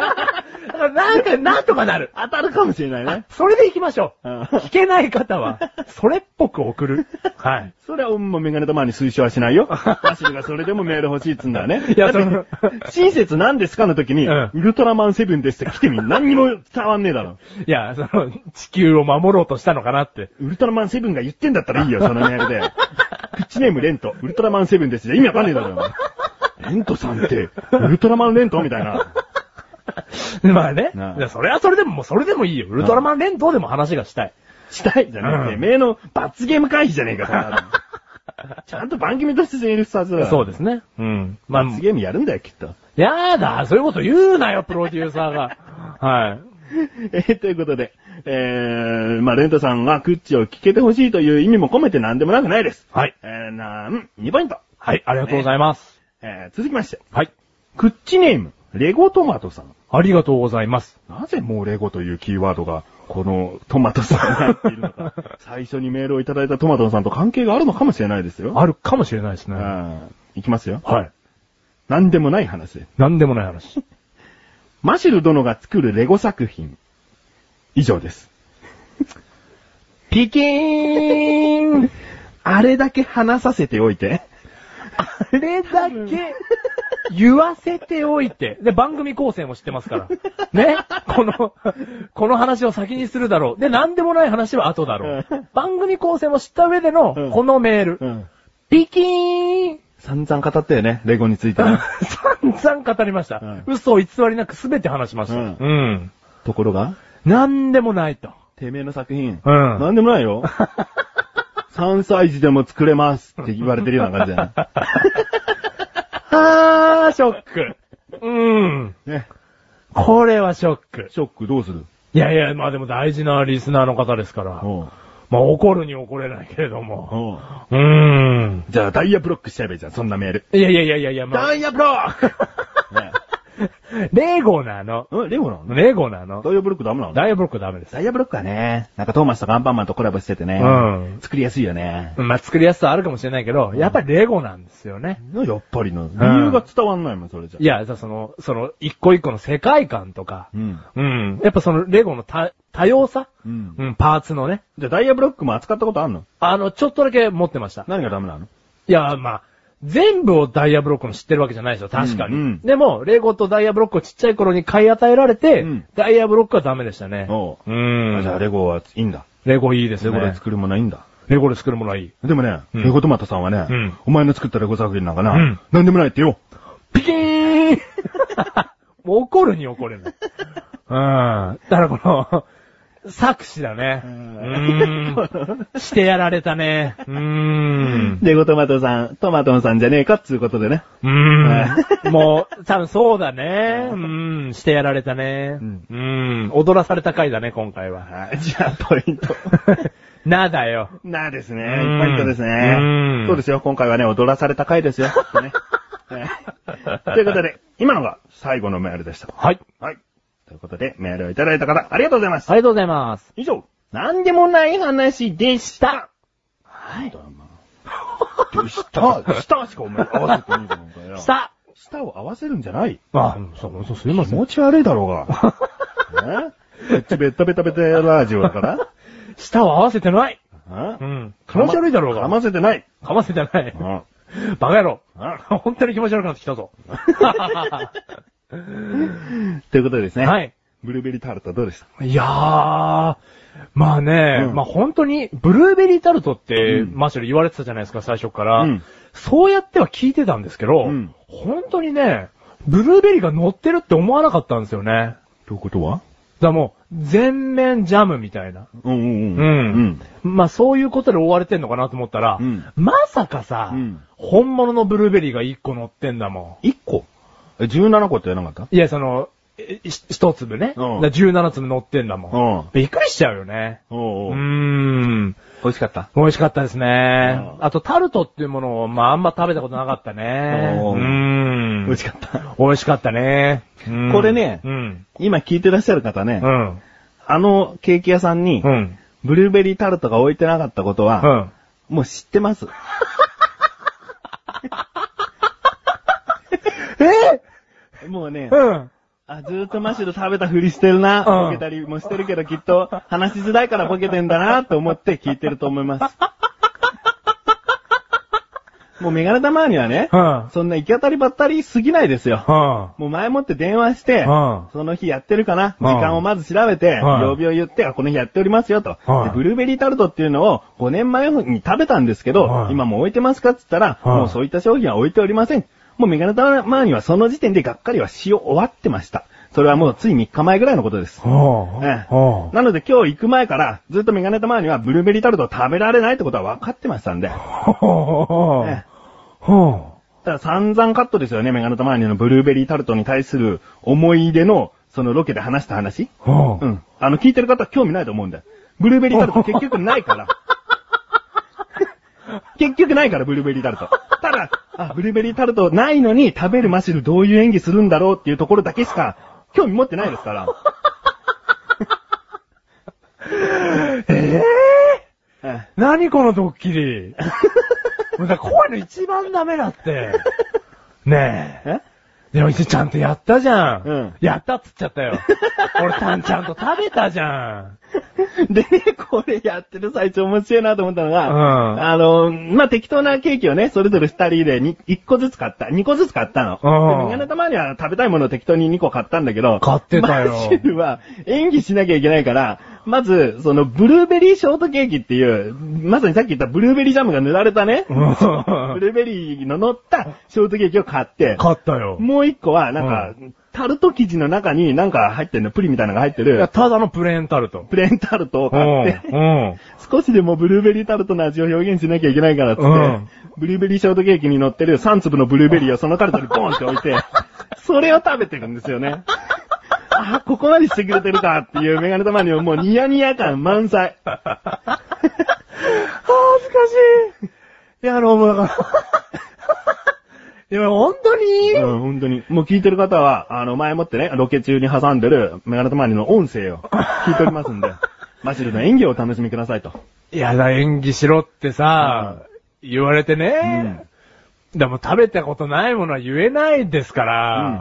なんとかなる。 当たるかもしれないね。 それで行きましょう。聞けない方は、それっぽく送る。はい。 それはもうメガネとマに推奨はしないよ。マシルがそれでもメール欲しいっつんだよね。 いや、 親切なんですかの時に、ウルトラマンセブンですって来てみ、何にも伝わんねえだろ。 いや、地球を守ろうとしたのかなって。 ウルトラマンセブンが言ってんだったらいいよ、そのメールで。ピッチネームレント、ウルトラマンセブンですじゃ意味わかんねえだろ。レントさんって、ウルトラマンレントみたいな。 まあね。それはそれでも、それでもいいよ。ウルトラマン連投でも話がしたい。 したいじゃなくて、名の罰ゲーム回避じゃねえか。ちゃんと番組として成立させる。 そうですね。 罰ゲームやるんだよ、きっと。 やだ、そういうこと言うなよ、プロデューサーが。はい。 ということで、まあ、レントさんがクッチを聞けてほしいという意味も込めて何でもなくないです。 はい。 2ポイント。 はい、ありがとうございます。 続きまして。 はい。 クッチネーム、レゴトマトさん。 ありがとうございます。 なぜもうレゴというキーワードが、このトマトさんに入っているのか。最初にメールをいただいたトマトさんと関係があるのかもしれないですよ。 あるかもしれないですね。 いきますよ。 はい。 なんでもない話。 なんでもない話。 マシル殿が作るレゴ作品。以上です。ピキーンあれだけ話させておいて。 あれだけ言わせておいて。で、番組構成も知ってますから。ね。この話を先にするだろう。で、なんでもない話は後だろう。番組構成も知った上での、このメール。ピキーン散々語ったよね、レゴについて、ね。 散々語りました。嘘を偽りなく全て話しました。 ところがなんでもないと。 てめえの作品。なんでもないよ。3歳児でも作れますって言われてるような感じだね。 ショック。 ね。 これはショック。 ショックどうする？ いやいや、まあでも大事なリスナーの方ですから。まあ怒るに怒れないけれども。 じゃあダイヤブロックしちゃえばいいじゃん、そんなメール。 いや、 まあ、ダイヤブロックレゴなの。 レゴなの？ レゴなの。 ダイヤブロックダメなの？ ダイヤブロックダメです。 ダイヤブロックはね、なんかトーマスとかアンパンマンとコラボしててね。作りやすいよね。 まあ作りやすさあるかもしれないけど、やっぱりレゴなんですよね。 やっぱりの。理由が伝わんないもん、それじゃ。 いや、一個一個の世界観とか。やっぱレゴの多様さパーツのね。 じゃあダイヤブロックも扱ったことあんの？ ちょっとだけ持ってました。 何がダメなの？ いや、まあ、 全部をダイヤブロックの知ってるわけじゃないですよ、確かに。でも、レゴとダイヤブロックをちっちゃい頃に買い与えられて、ダイヤブロックはダメでしたね。 じゃあレゴはいいんだ。 レゴいいですね。 レゴで作るものはいいんだ。 レゴで作るものはいい。 でもね、レゴトマトさんはね、お前の作ったレゴ作品なんかな、なんでもないってよ。 ピキーンもう怒るに怒れない。だからこの、作詞だね。してやられたね。 レゴトマトさん、トマトンさんじゃねえかっつうことでね。 もう、多分そうだね。してやられたね。踊らされた回だね、今回は。 じゃあ、ポイント。 なだよ。 なですね。ポイントですね。そうですよ、今回はね、踊らされた回ですよ。ということで、今のが最後のメールでした。 はい。 はい。ということで、メールをいただいた方、ありがとうございます。 ありがとうございます。 以上、なんでもない話でした。 はい。 下しかお前合わせてないんだもんかよ。下を合わせるんじゃない？ そう、すいません。 気持ち悪いだろうが。ベタベタラジオだから下を合わせてない。気持ち悪いだろうが。 噛ませてない。 噛ませてない。バカ野郎。本当に気持ち悪くなってきたぞ。 ということでですね。 はい。 ブルーベリータルトどうでした？ いやー、まあね、本当に、ブルーベリータルトって、マシュル言われてたじゃないですか、最初から。そうやっては聞いてたんですけど、本当にね、ブルーベリーが乗ってるって思わなかったんですよね。 ということは？ だもう、全面ジャムみたいな。まあそういうことで追われてんのかなと思ったら、まさかさ、本物のブルーベリーが1個乗ってんだもん。1個？17個って言わなかった？ いや、1粒ね。17粒乗ってんだもん。びっくりしちゃうよね。 美味しかった？ 美味しかったですね。あと、タルトっていうものを、あんま食べたことなかったね。 美味しかった。 美味しかったね。 これね、今聞いてらっしゃる方ね、あのケーキ屋さんに、ブルーベリータルトが置いてなかったことは、もう知ってます。もうね、ずーっとマシュル食べたふりしてるな、ボケたりもしてるけどきっと話しづらいからボケてんだなと思って聞いてると思います。もうメガネたまにはね、そんな行き当たりばったりすぎないですよ。もう前もって電話して、その日やってるかな、時間をまず調べて、曜日を言って、この日やっておりますよと。ブルーベリータルトっていうのを5年前に食べたんですけど、今もう置いてますかって言ったら、もうそういった商品は置いておりません。もうメガネたまにはその時点でがっかりはし終わってました。それはもうつい3日前ぐらいのことです。なので今日行く前からずっとメガネたまにはブルーベリータルトを食べられないってことは分かってましたんで。ただ散々カットですよね、メガネたまにのブルーベリータルトに対する思い出のそのロケで話した話。聞いてる方は興味ないと思うんだよ。ブルーベリータルト結局ないから。結局ないからブルーベリータルト。ただ、ブルーベリータルトないのに食べるマシルどういう演技するんだろうっていうところだけしか興味持ってないですから。 何このドッキリ。こういうの一番ダメだって。ねえ。でもちゃんとやったじゃん。やったっつっちゃったよ。俺ちゃんと食べたじゃん。 でね、これやってる最中面白いなと思ったのが、適当なケーキをね、それぞれ2人で2個ずつ買った。2個ずつ買ったの。で、メガネたまには食べたいものを適当に2個買ったんだけど、 買ってたよ。 マシルは演技しなきゃいけないから、まず、そのブルーベリーショートケーキっていう、まさにさっき言ったブルーベリージャムが塗られたね、ブルーベリーの乗ったショートケーキを買って、 買ったよ。 もう1個は、タルト生地の中になんか入ってるの、プリンみたいなのが入ってる。 いや、ただのプレーンタルト。 プレーンタルトを買って、少しでもブルーベリータルトの味を表現しなきゃいけないからって、ブルーベリーショートケーキに乗ってる3粒のブルーベリーをそのタルトにボーンって置いて、それを食べてるんですよね。ここまでしてくれてるかっていうメガネたまにはもうニヤニヤ感満載。恥ずかしい。いや、もうだから。いや、本当に本当に。もう聞いてる方は、前もってね、ロケ中に挟んでるメガネたまにの音声を聞いておりますんで、マシルの演技をお楽しみくださいと。 いやだ、演技しろってさ、言われてね。でも食べたことないものは言えないですから、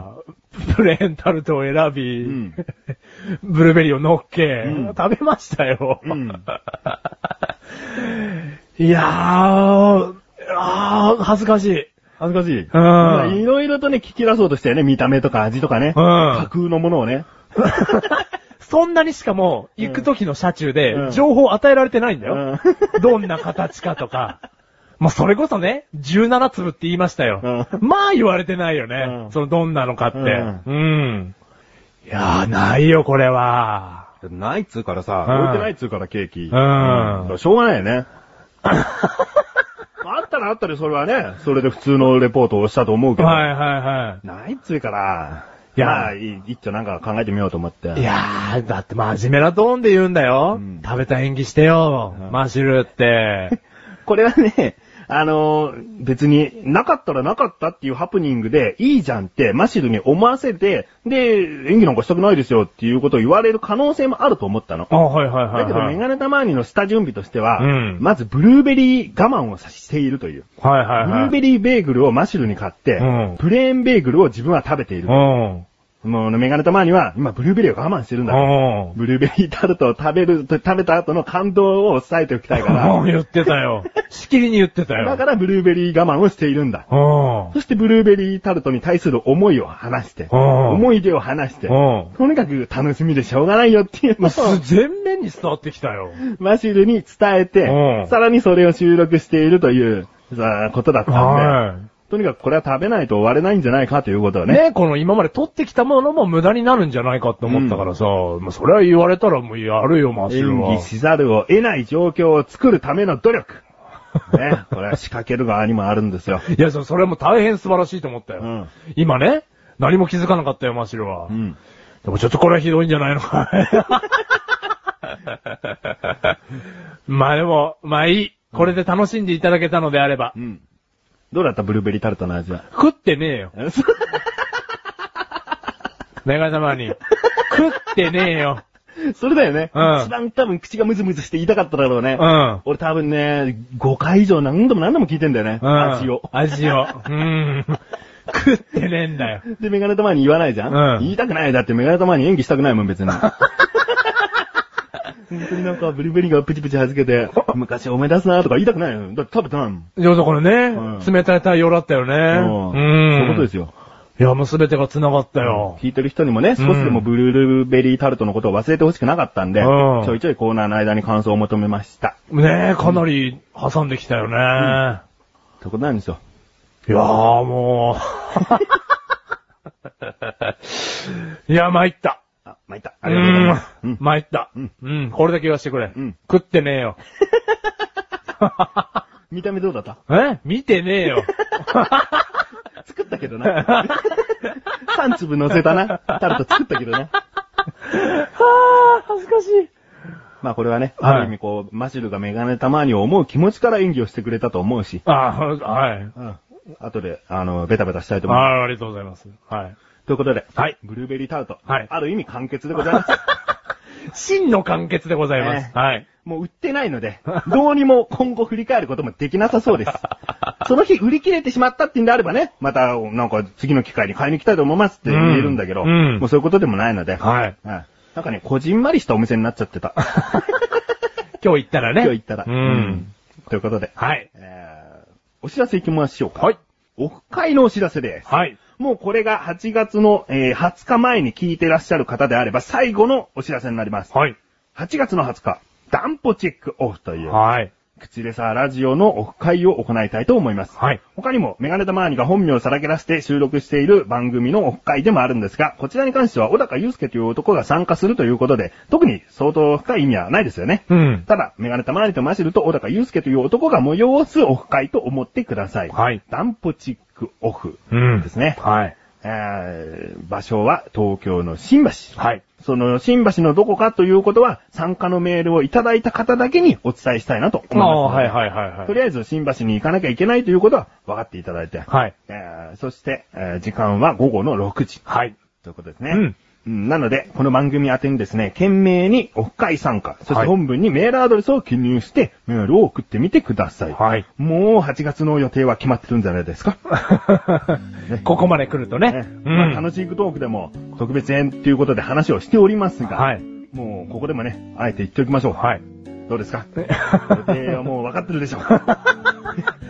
プレーンタルトを選び、ブルーベリーを乗っけ、食べましたよ。いやー、恥ずかしい。 恥ずかしい。 うん。 いろいろとね、聞き出そうとしてね、見た目とか味とかね。架空のものをね。 そんなにしかも、行く時の車中うで、 ん情報与えられてないんだよ。どんな形かとか。まあ、それこそね、17粒って言いましたよ。まあ、言われてないよね。その、どんなのかって。いやー、ないよ、これは。 ないっつうからさ、 うん置いてないっつうからケーキ。 うんしょうがないよね。あったらあったでそれはね、それで普通のレポートをしたと思うけど。 はいはいはないっつうから、 いやまあ、一丁なんか考えてみようと思って。 いやー、だって真面目なトーンで言うんだよ。食べた演技してよ、マシルって。 これはね、別になかったらなかったっていうハプニングでいいじゃんってマシルに思わせて、で、演技なんかしたくないですよっていうことを言われる可能性もあると思ったの。 はいはいはい。 だけどメガネたまーにの下準備としては、まずブルーベリー我慢をしているという。 はいはいはい。 ブルーベリーベーグルをマシルに買って、プレーンベーグルを自分は食べている。もうメガネたまーには今ブルーベリーを我慢してるんだ。ブルーベリータルトを食べた後の感動を伝えておきたいから。 言ってたよ。しきりに言ってたよ。 だからブルーベリー我慢をしているんだ。そしてブルーベリータルトに対する思いを話して、思い出を話して、とにかく楽しみでしょうがないよっていうのを全面に伝わってきたよ。 マシルに伝えて、さらにそれを収録しているということだったんで、とにかくこれは食べないと終われないんじゃないかということをね。 ね、この今まで取ってきたものも無駄になるんじゃないかって思ったからさ、まあそれは言われたらもうやるよ、マシルは。 演技しざるを得ない状況を作るための努力。ね、これは仕掛ける側にもあるんですよ。 いや、それはもう大変素晴らしいと思ったよ。今ね、何も気づかなかったよ、マシルは。でもちょっとこれはひどいんじゃないのか。まあでも、まあいい。これで楽しんでいただけたのであれば。 どうだったブルーベリータルトの味は。 食ってねえよ。メガネたまに。食ってねえよ。 それだよね。一番多分口がムズムズして言いたかっただろうね。俺多分ね、5回以上何度も聞いてんだよね。味を。 食ってねえんだよ。 で、メガネたまに言わないじゃん。言いたくない。だってメガネたまに演技したくないもん、別に。本当になんかブルーベリーがプチプチ弾けて、昔おめ出すなとか言いたくないよ。だって食べたん。 いや、だからね、冷たい太陽だったよね。 そういうことですよ。 いや、もうすべてが繋がったよ。 聞いてる人にもね、少しでもブルーベリータルトのことを忘れてほしくなかったんで、ちょいちょいコーナーの間に感想を求めました。 ねえ、かなり挟んできたよね。 ということなんですよ。 いやーもう。いや、参った。 参った。ありがとうございます。 参った。これだけ言わせてくれ。食ってねえよ。 見た目どうだった？ 見てねえよ。 作ったけどな。3粒乗せたな。タルト作ったけどな。 恥ずかしい。 まあこれはね、ある意味こう、マシルがメガネたまに思う気持ちから演技をしてくれたと思うし。 はい。 後で、ベタベタしたいと思います。 ありがとうございます。はい。 ということで、 はい。 ブルーベリータルト。 はい。 ある意味完結でございます。 真の完結でございます。はい。 もう売ってないので、どうにも今後振り返ることもできなさそうです。その日売り切れてしまったってんであればね、またなんか次の機会に買いに来たいと思いますって言えるんだけど、もうそういうことでもないので、 はい。 なんかね、こじんまりしたお店になっちゃってた。 今日行ったらね。 今日行ったら。ということで、 はい。 お知らせ行きましょうか。 はい。 オフ会のお知らせです。 はい。 もうこれが8月の、20日前に聞いてらっしゃる方であれば最後のお知らせになります。 はい。 8月の20日、ダンポチェックオフという。 はい。 口レサーラジオのオフ会を行いたいと思います。 はい。 他にも、メガネたまーにが本名をさらけ出して収録している番組のオフ会でもあるんですが、こちらに関しては小高祐介という男が参加するということで、特に相当深い意味はないですよね。ただ、メガネたまーにとマシルと小高祐介という男が催すオフ会と思ってください。 はい。 ダンポチックオフですね。 はい。 場所は東京の新橋。 はい。 その新橋のどこかということは参加のメールをいただいた方だけにお伝えしたいなと思います。 はい。 とりあえず新橋に行かなきゃいけないということは分かっていただいて。 はい。 そして、時間は午後の6時。 はい。 ということですね。なので、この番組宛てにですね、懸命にオフ会参加、そして本文にメールアドレスを記入して、メールを送ってみてください。 はい。 もう8月の予定は決まってるんじゃないですか。 ここまで来るとね。 楽しいトークでも特別編っていうことで話をしておりますが、 はい。 もうここでもね、あえて言っておきましょう。 はい。 どうですか？予定はもう分かってるでしょう。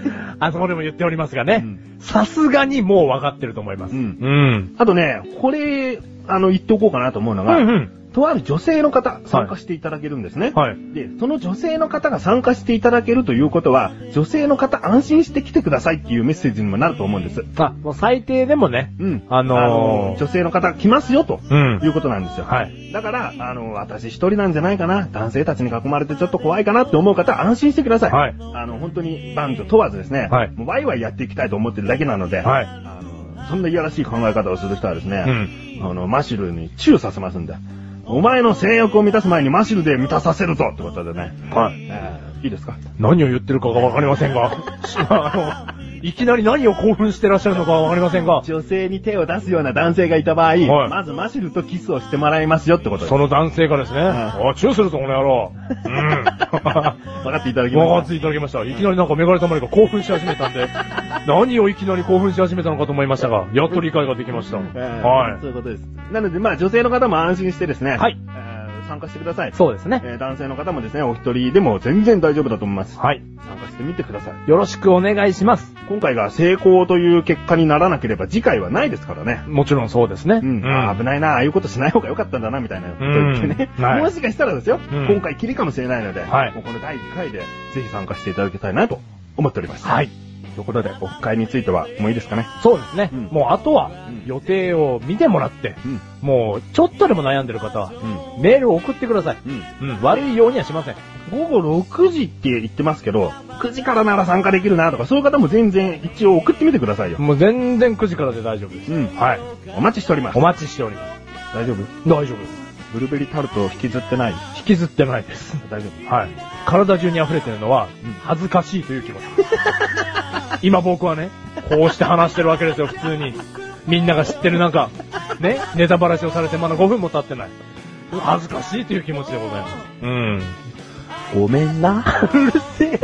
あそこでも言っておりますがね。さすがにもう分かってると思います。 あとね、これ、言っておこうかなと思うのが、とある女性の方、参加していただけるんですね。はい。で、その女性の方が参加していただけるということは、女性の方安心して来てくださいっていうメッセージにもなると思うんです。 もう最低でもね。 女性の方来ますよと、いうことなんですよ。はい。だから、私一人なんじゃないかな、男性たちに囲まれてちょっと怖いかなって思う方、安心してください。はい。本当に男女問わずですね。はい。もうワイワイやっていきたいと思ってるだけなので。はい。そんないやらしい考え方をする人はですね、マシルにチューさせますんで。お前の性欲を満たす前にマシルで満たさせるぞってことでね。はい。いいですか？ 何を言ってるかがわかりませんが。いきなり何を興奮してらっしゃるのかわかりませんが。 女性に手を出すような男性がいた場合、はい、まずマシルとキスをしてもらいますよってことです。 その男性がですね、チューするぞこの野郎。 分かっていただきました。 分かっていただきました。いきなりなんかメガネたまりが興奮し始めたんで、何をいきなり興奮し始めたのかと思いましたが、やっと理解ができました。 はい。そういうことです。なので、女性の方も安心してですね。はい。参加してください。 そうですね。 男性の方もですね、お一人でも全然大丈夫だと思います。はい。参加してみてください。 よろしくお願いします。 今回が成功という結果にならなければ次回はないですからね。 もちろんそうですね。 危ないな、ああいうことしない方が良かったんだな、みたいなこと言ってね。もしかしたらですよ、今回きりかもしれないので、もうこの第1回でぜひ参加していただきたいなと思っております。はい。ということで、オフ会についてはもういいですかね。 そうですね。もうあとは予定を見てもらって、もうちょっとでも悩んでる方は、メールを送ってください。悪いようにはしません。 午後6時って言ってますけど、9時からなら参加できるなとか、そういう方も全然一応送ってみてくださいよ。 もう全然9時からで大丈夫です。 はい。お待ちしております。 お待ちしております。 大丈夫？ 大丈夫です。 ブルーベリータルトを引きずってない？ 引きずってないです。 大丈夫？ はい。体中に溢れてるのは、恥ずかしいという気持ち。今僕はね、こうして話してるわけですよ、普通に。みんなが知ってるなんか、ね、ネタばらしをされてまだ5分も経ってない。恥ずかしいという気持ちでございます。 ごめんな。うるせ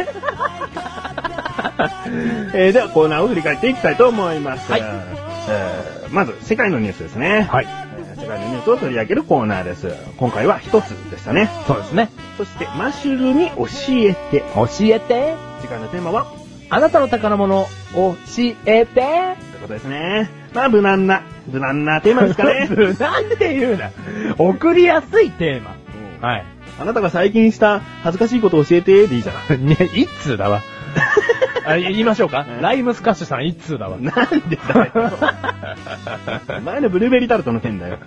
え。ではコーナーを振り返っていきたいと思います。はい。まず、世界のニュースですね。はい。世界のニュースを取り上げるコーナーです。今回は一つでしたね。 そうですね。 そして、マシュルに教えて。 教えて。 次回のテーマは、 あなたの宝物、教えて。ということですね。無難なテーマですかね。 無難って言うな。送りやすいテーマ。 はい。あなたが最近した恥ずかしいことを教えてでいいじゃん。 ね、一通だわ。言いましょうか。ライムスカッシュさん一通だわ。 なんでだよ。前のブルーベリータルトの件だよ。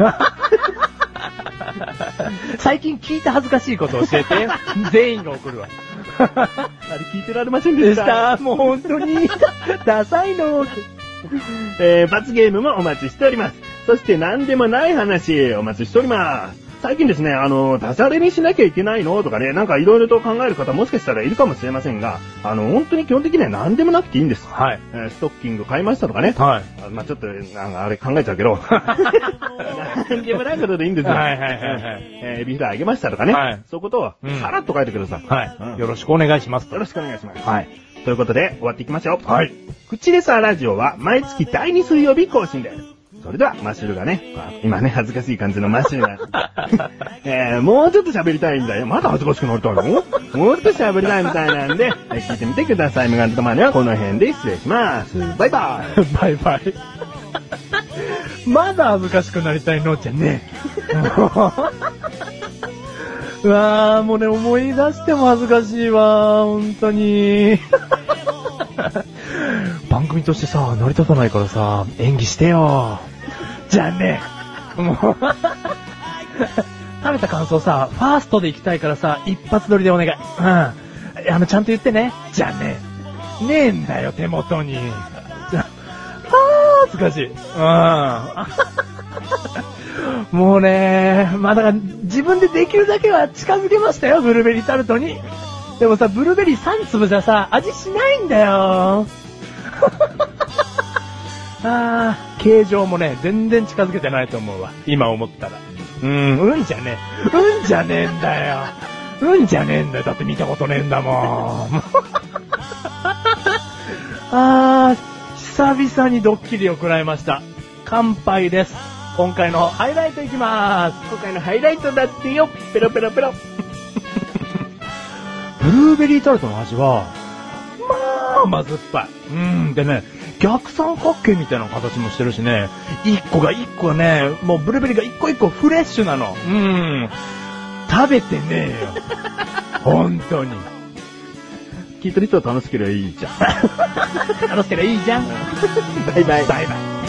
最近聞いた恥ずかしいことを教えて。全員が送るわ。 あれ聞いてられませんでした。 もう本当に。ダサいの。 罰ゲームもお待ちしております。そして何でもない話お待ちしております。最近ですね、ダジャレにしなきゃいけないのとかね、なんかいろいろと考える方もしかしたらいるかもしれませんが、本当に基本的には何でもなくていいんです。はい。ストッキング買いましたとかね。はい。ちょっと、あれ考えちゃうけど。何でもないことでいいんですよ。はいはいはいはい。エビフライあげましたとかね。はい。そういうことを、さらっと書いてください。 はい。よろしくお願いします。 よろしくお願いします。はい。ということで、終わっていきましょう。はい。口レサーラジオは毎月第2水曜日更新です。それでは、マシュルがね、今ね、恥ずかしい感じのマシュルが、もうちょっと喋りたいんだよ。まだ恥ずかしくなりたいの？もうちょっと喋りたいみたいなんで、聞いてみてください。メガネとマネはこの辺で失礼します。バイバイ。 バイバイ。まだ恥ずかしくなりたいのじゃねえ。うわー、もうね、思い出しても恥ずかしいわ、本当に。番組としてさ、成り立たないからさ、演技してよ。じゃあね。もう。食べた感想さ、ファーストで行きたいからさ、一発撮りでお願い。ちゃんと言ってね。じゃあね。ねえんだよ、手元に。恥ずかしい。もうね、だから自分でできるだけは近づけましたよ、ブルーベリータルトに。でもさ、ブルーベリー3粒じゃさ、味しないんだよ。形状もね、全然近づけてないと思うわ。今思ったら。うんじゃねえ。うんじゃねえんだよ。うんじゃねえんだよ。だって見たことねえんだもん。久々にドッキリを食らいました。乾杯です。今回のハイライトいきまーす。 今回のハイライトだってよ。ペロペロペロ。 ブルーベリータルトの味は、 甘酸っぱい。でね、逆三角形みたいな形もしてるしね、一個がね、もうブルーベリーが一個一個フレッシュなの。食べてねえよ。本当に。 聞いてる人は楽しければいいじゃん。 楽しければいいじゃん。 バイバイ。 バイバイ。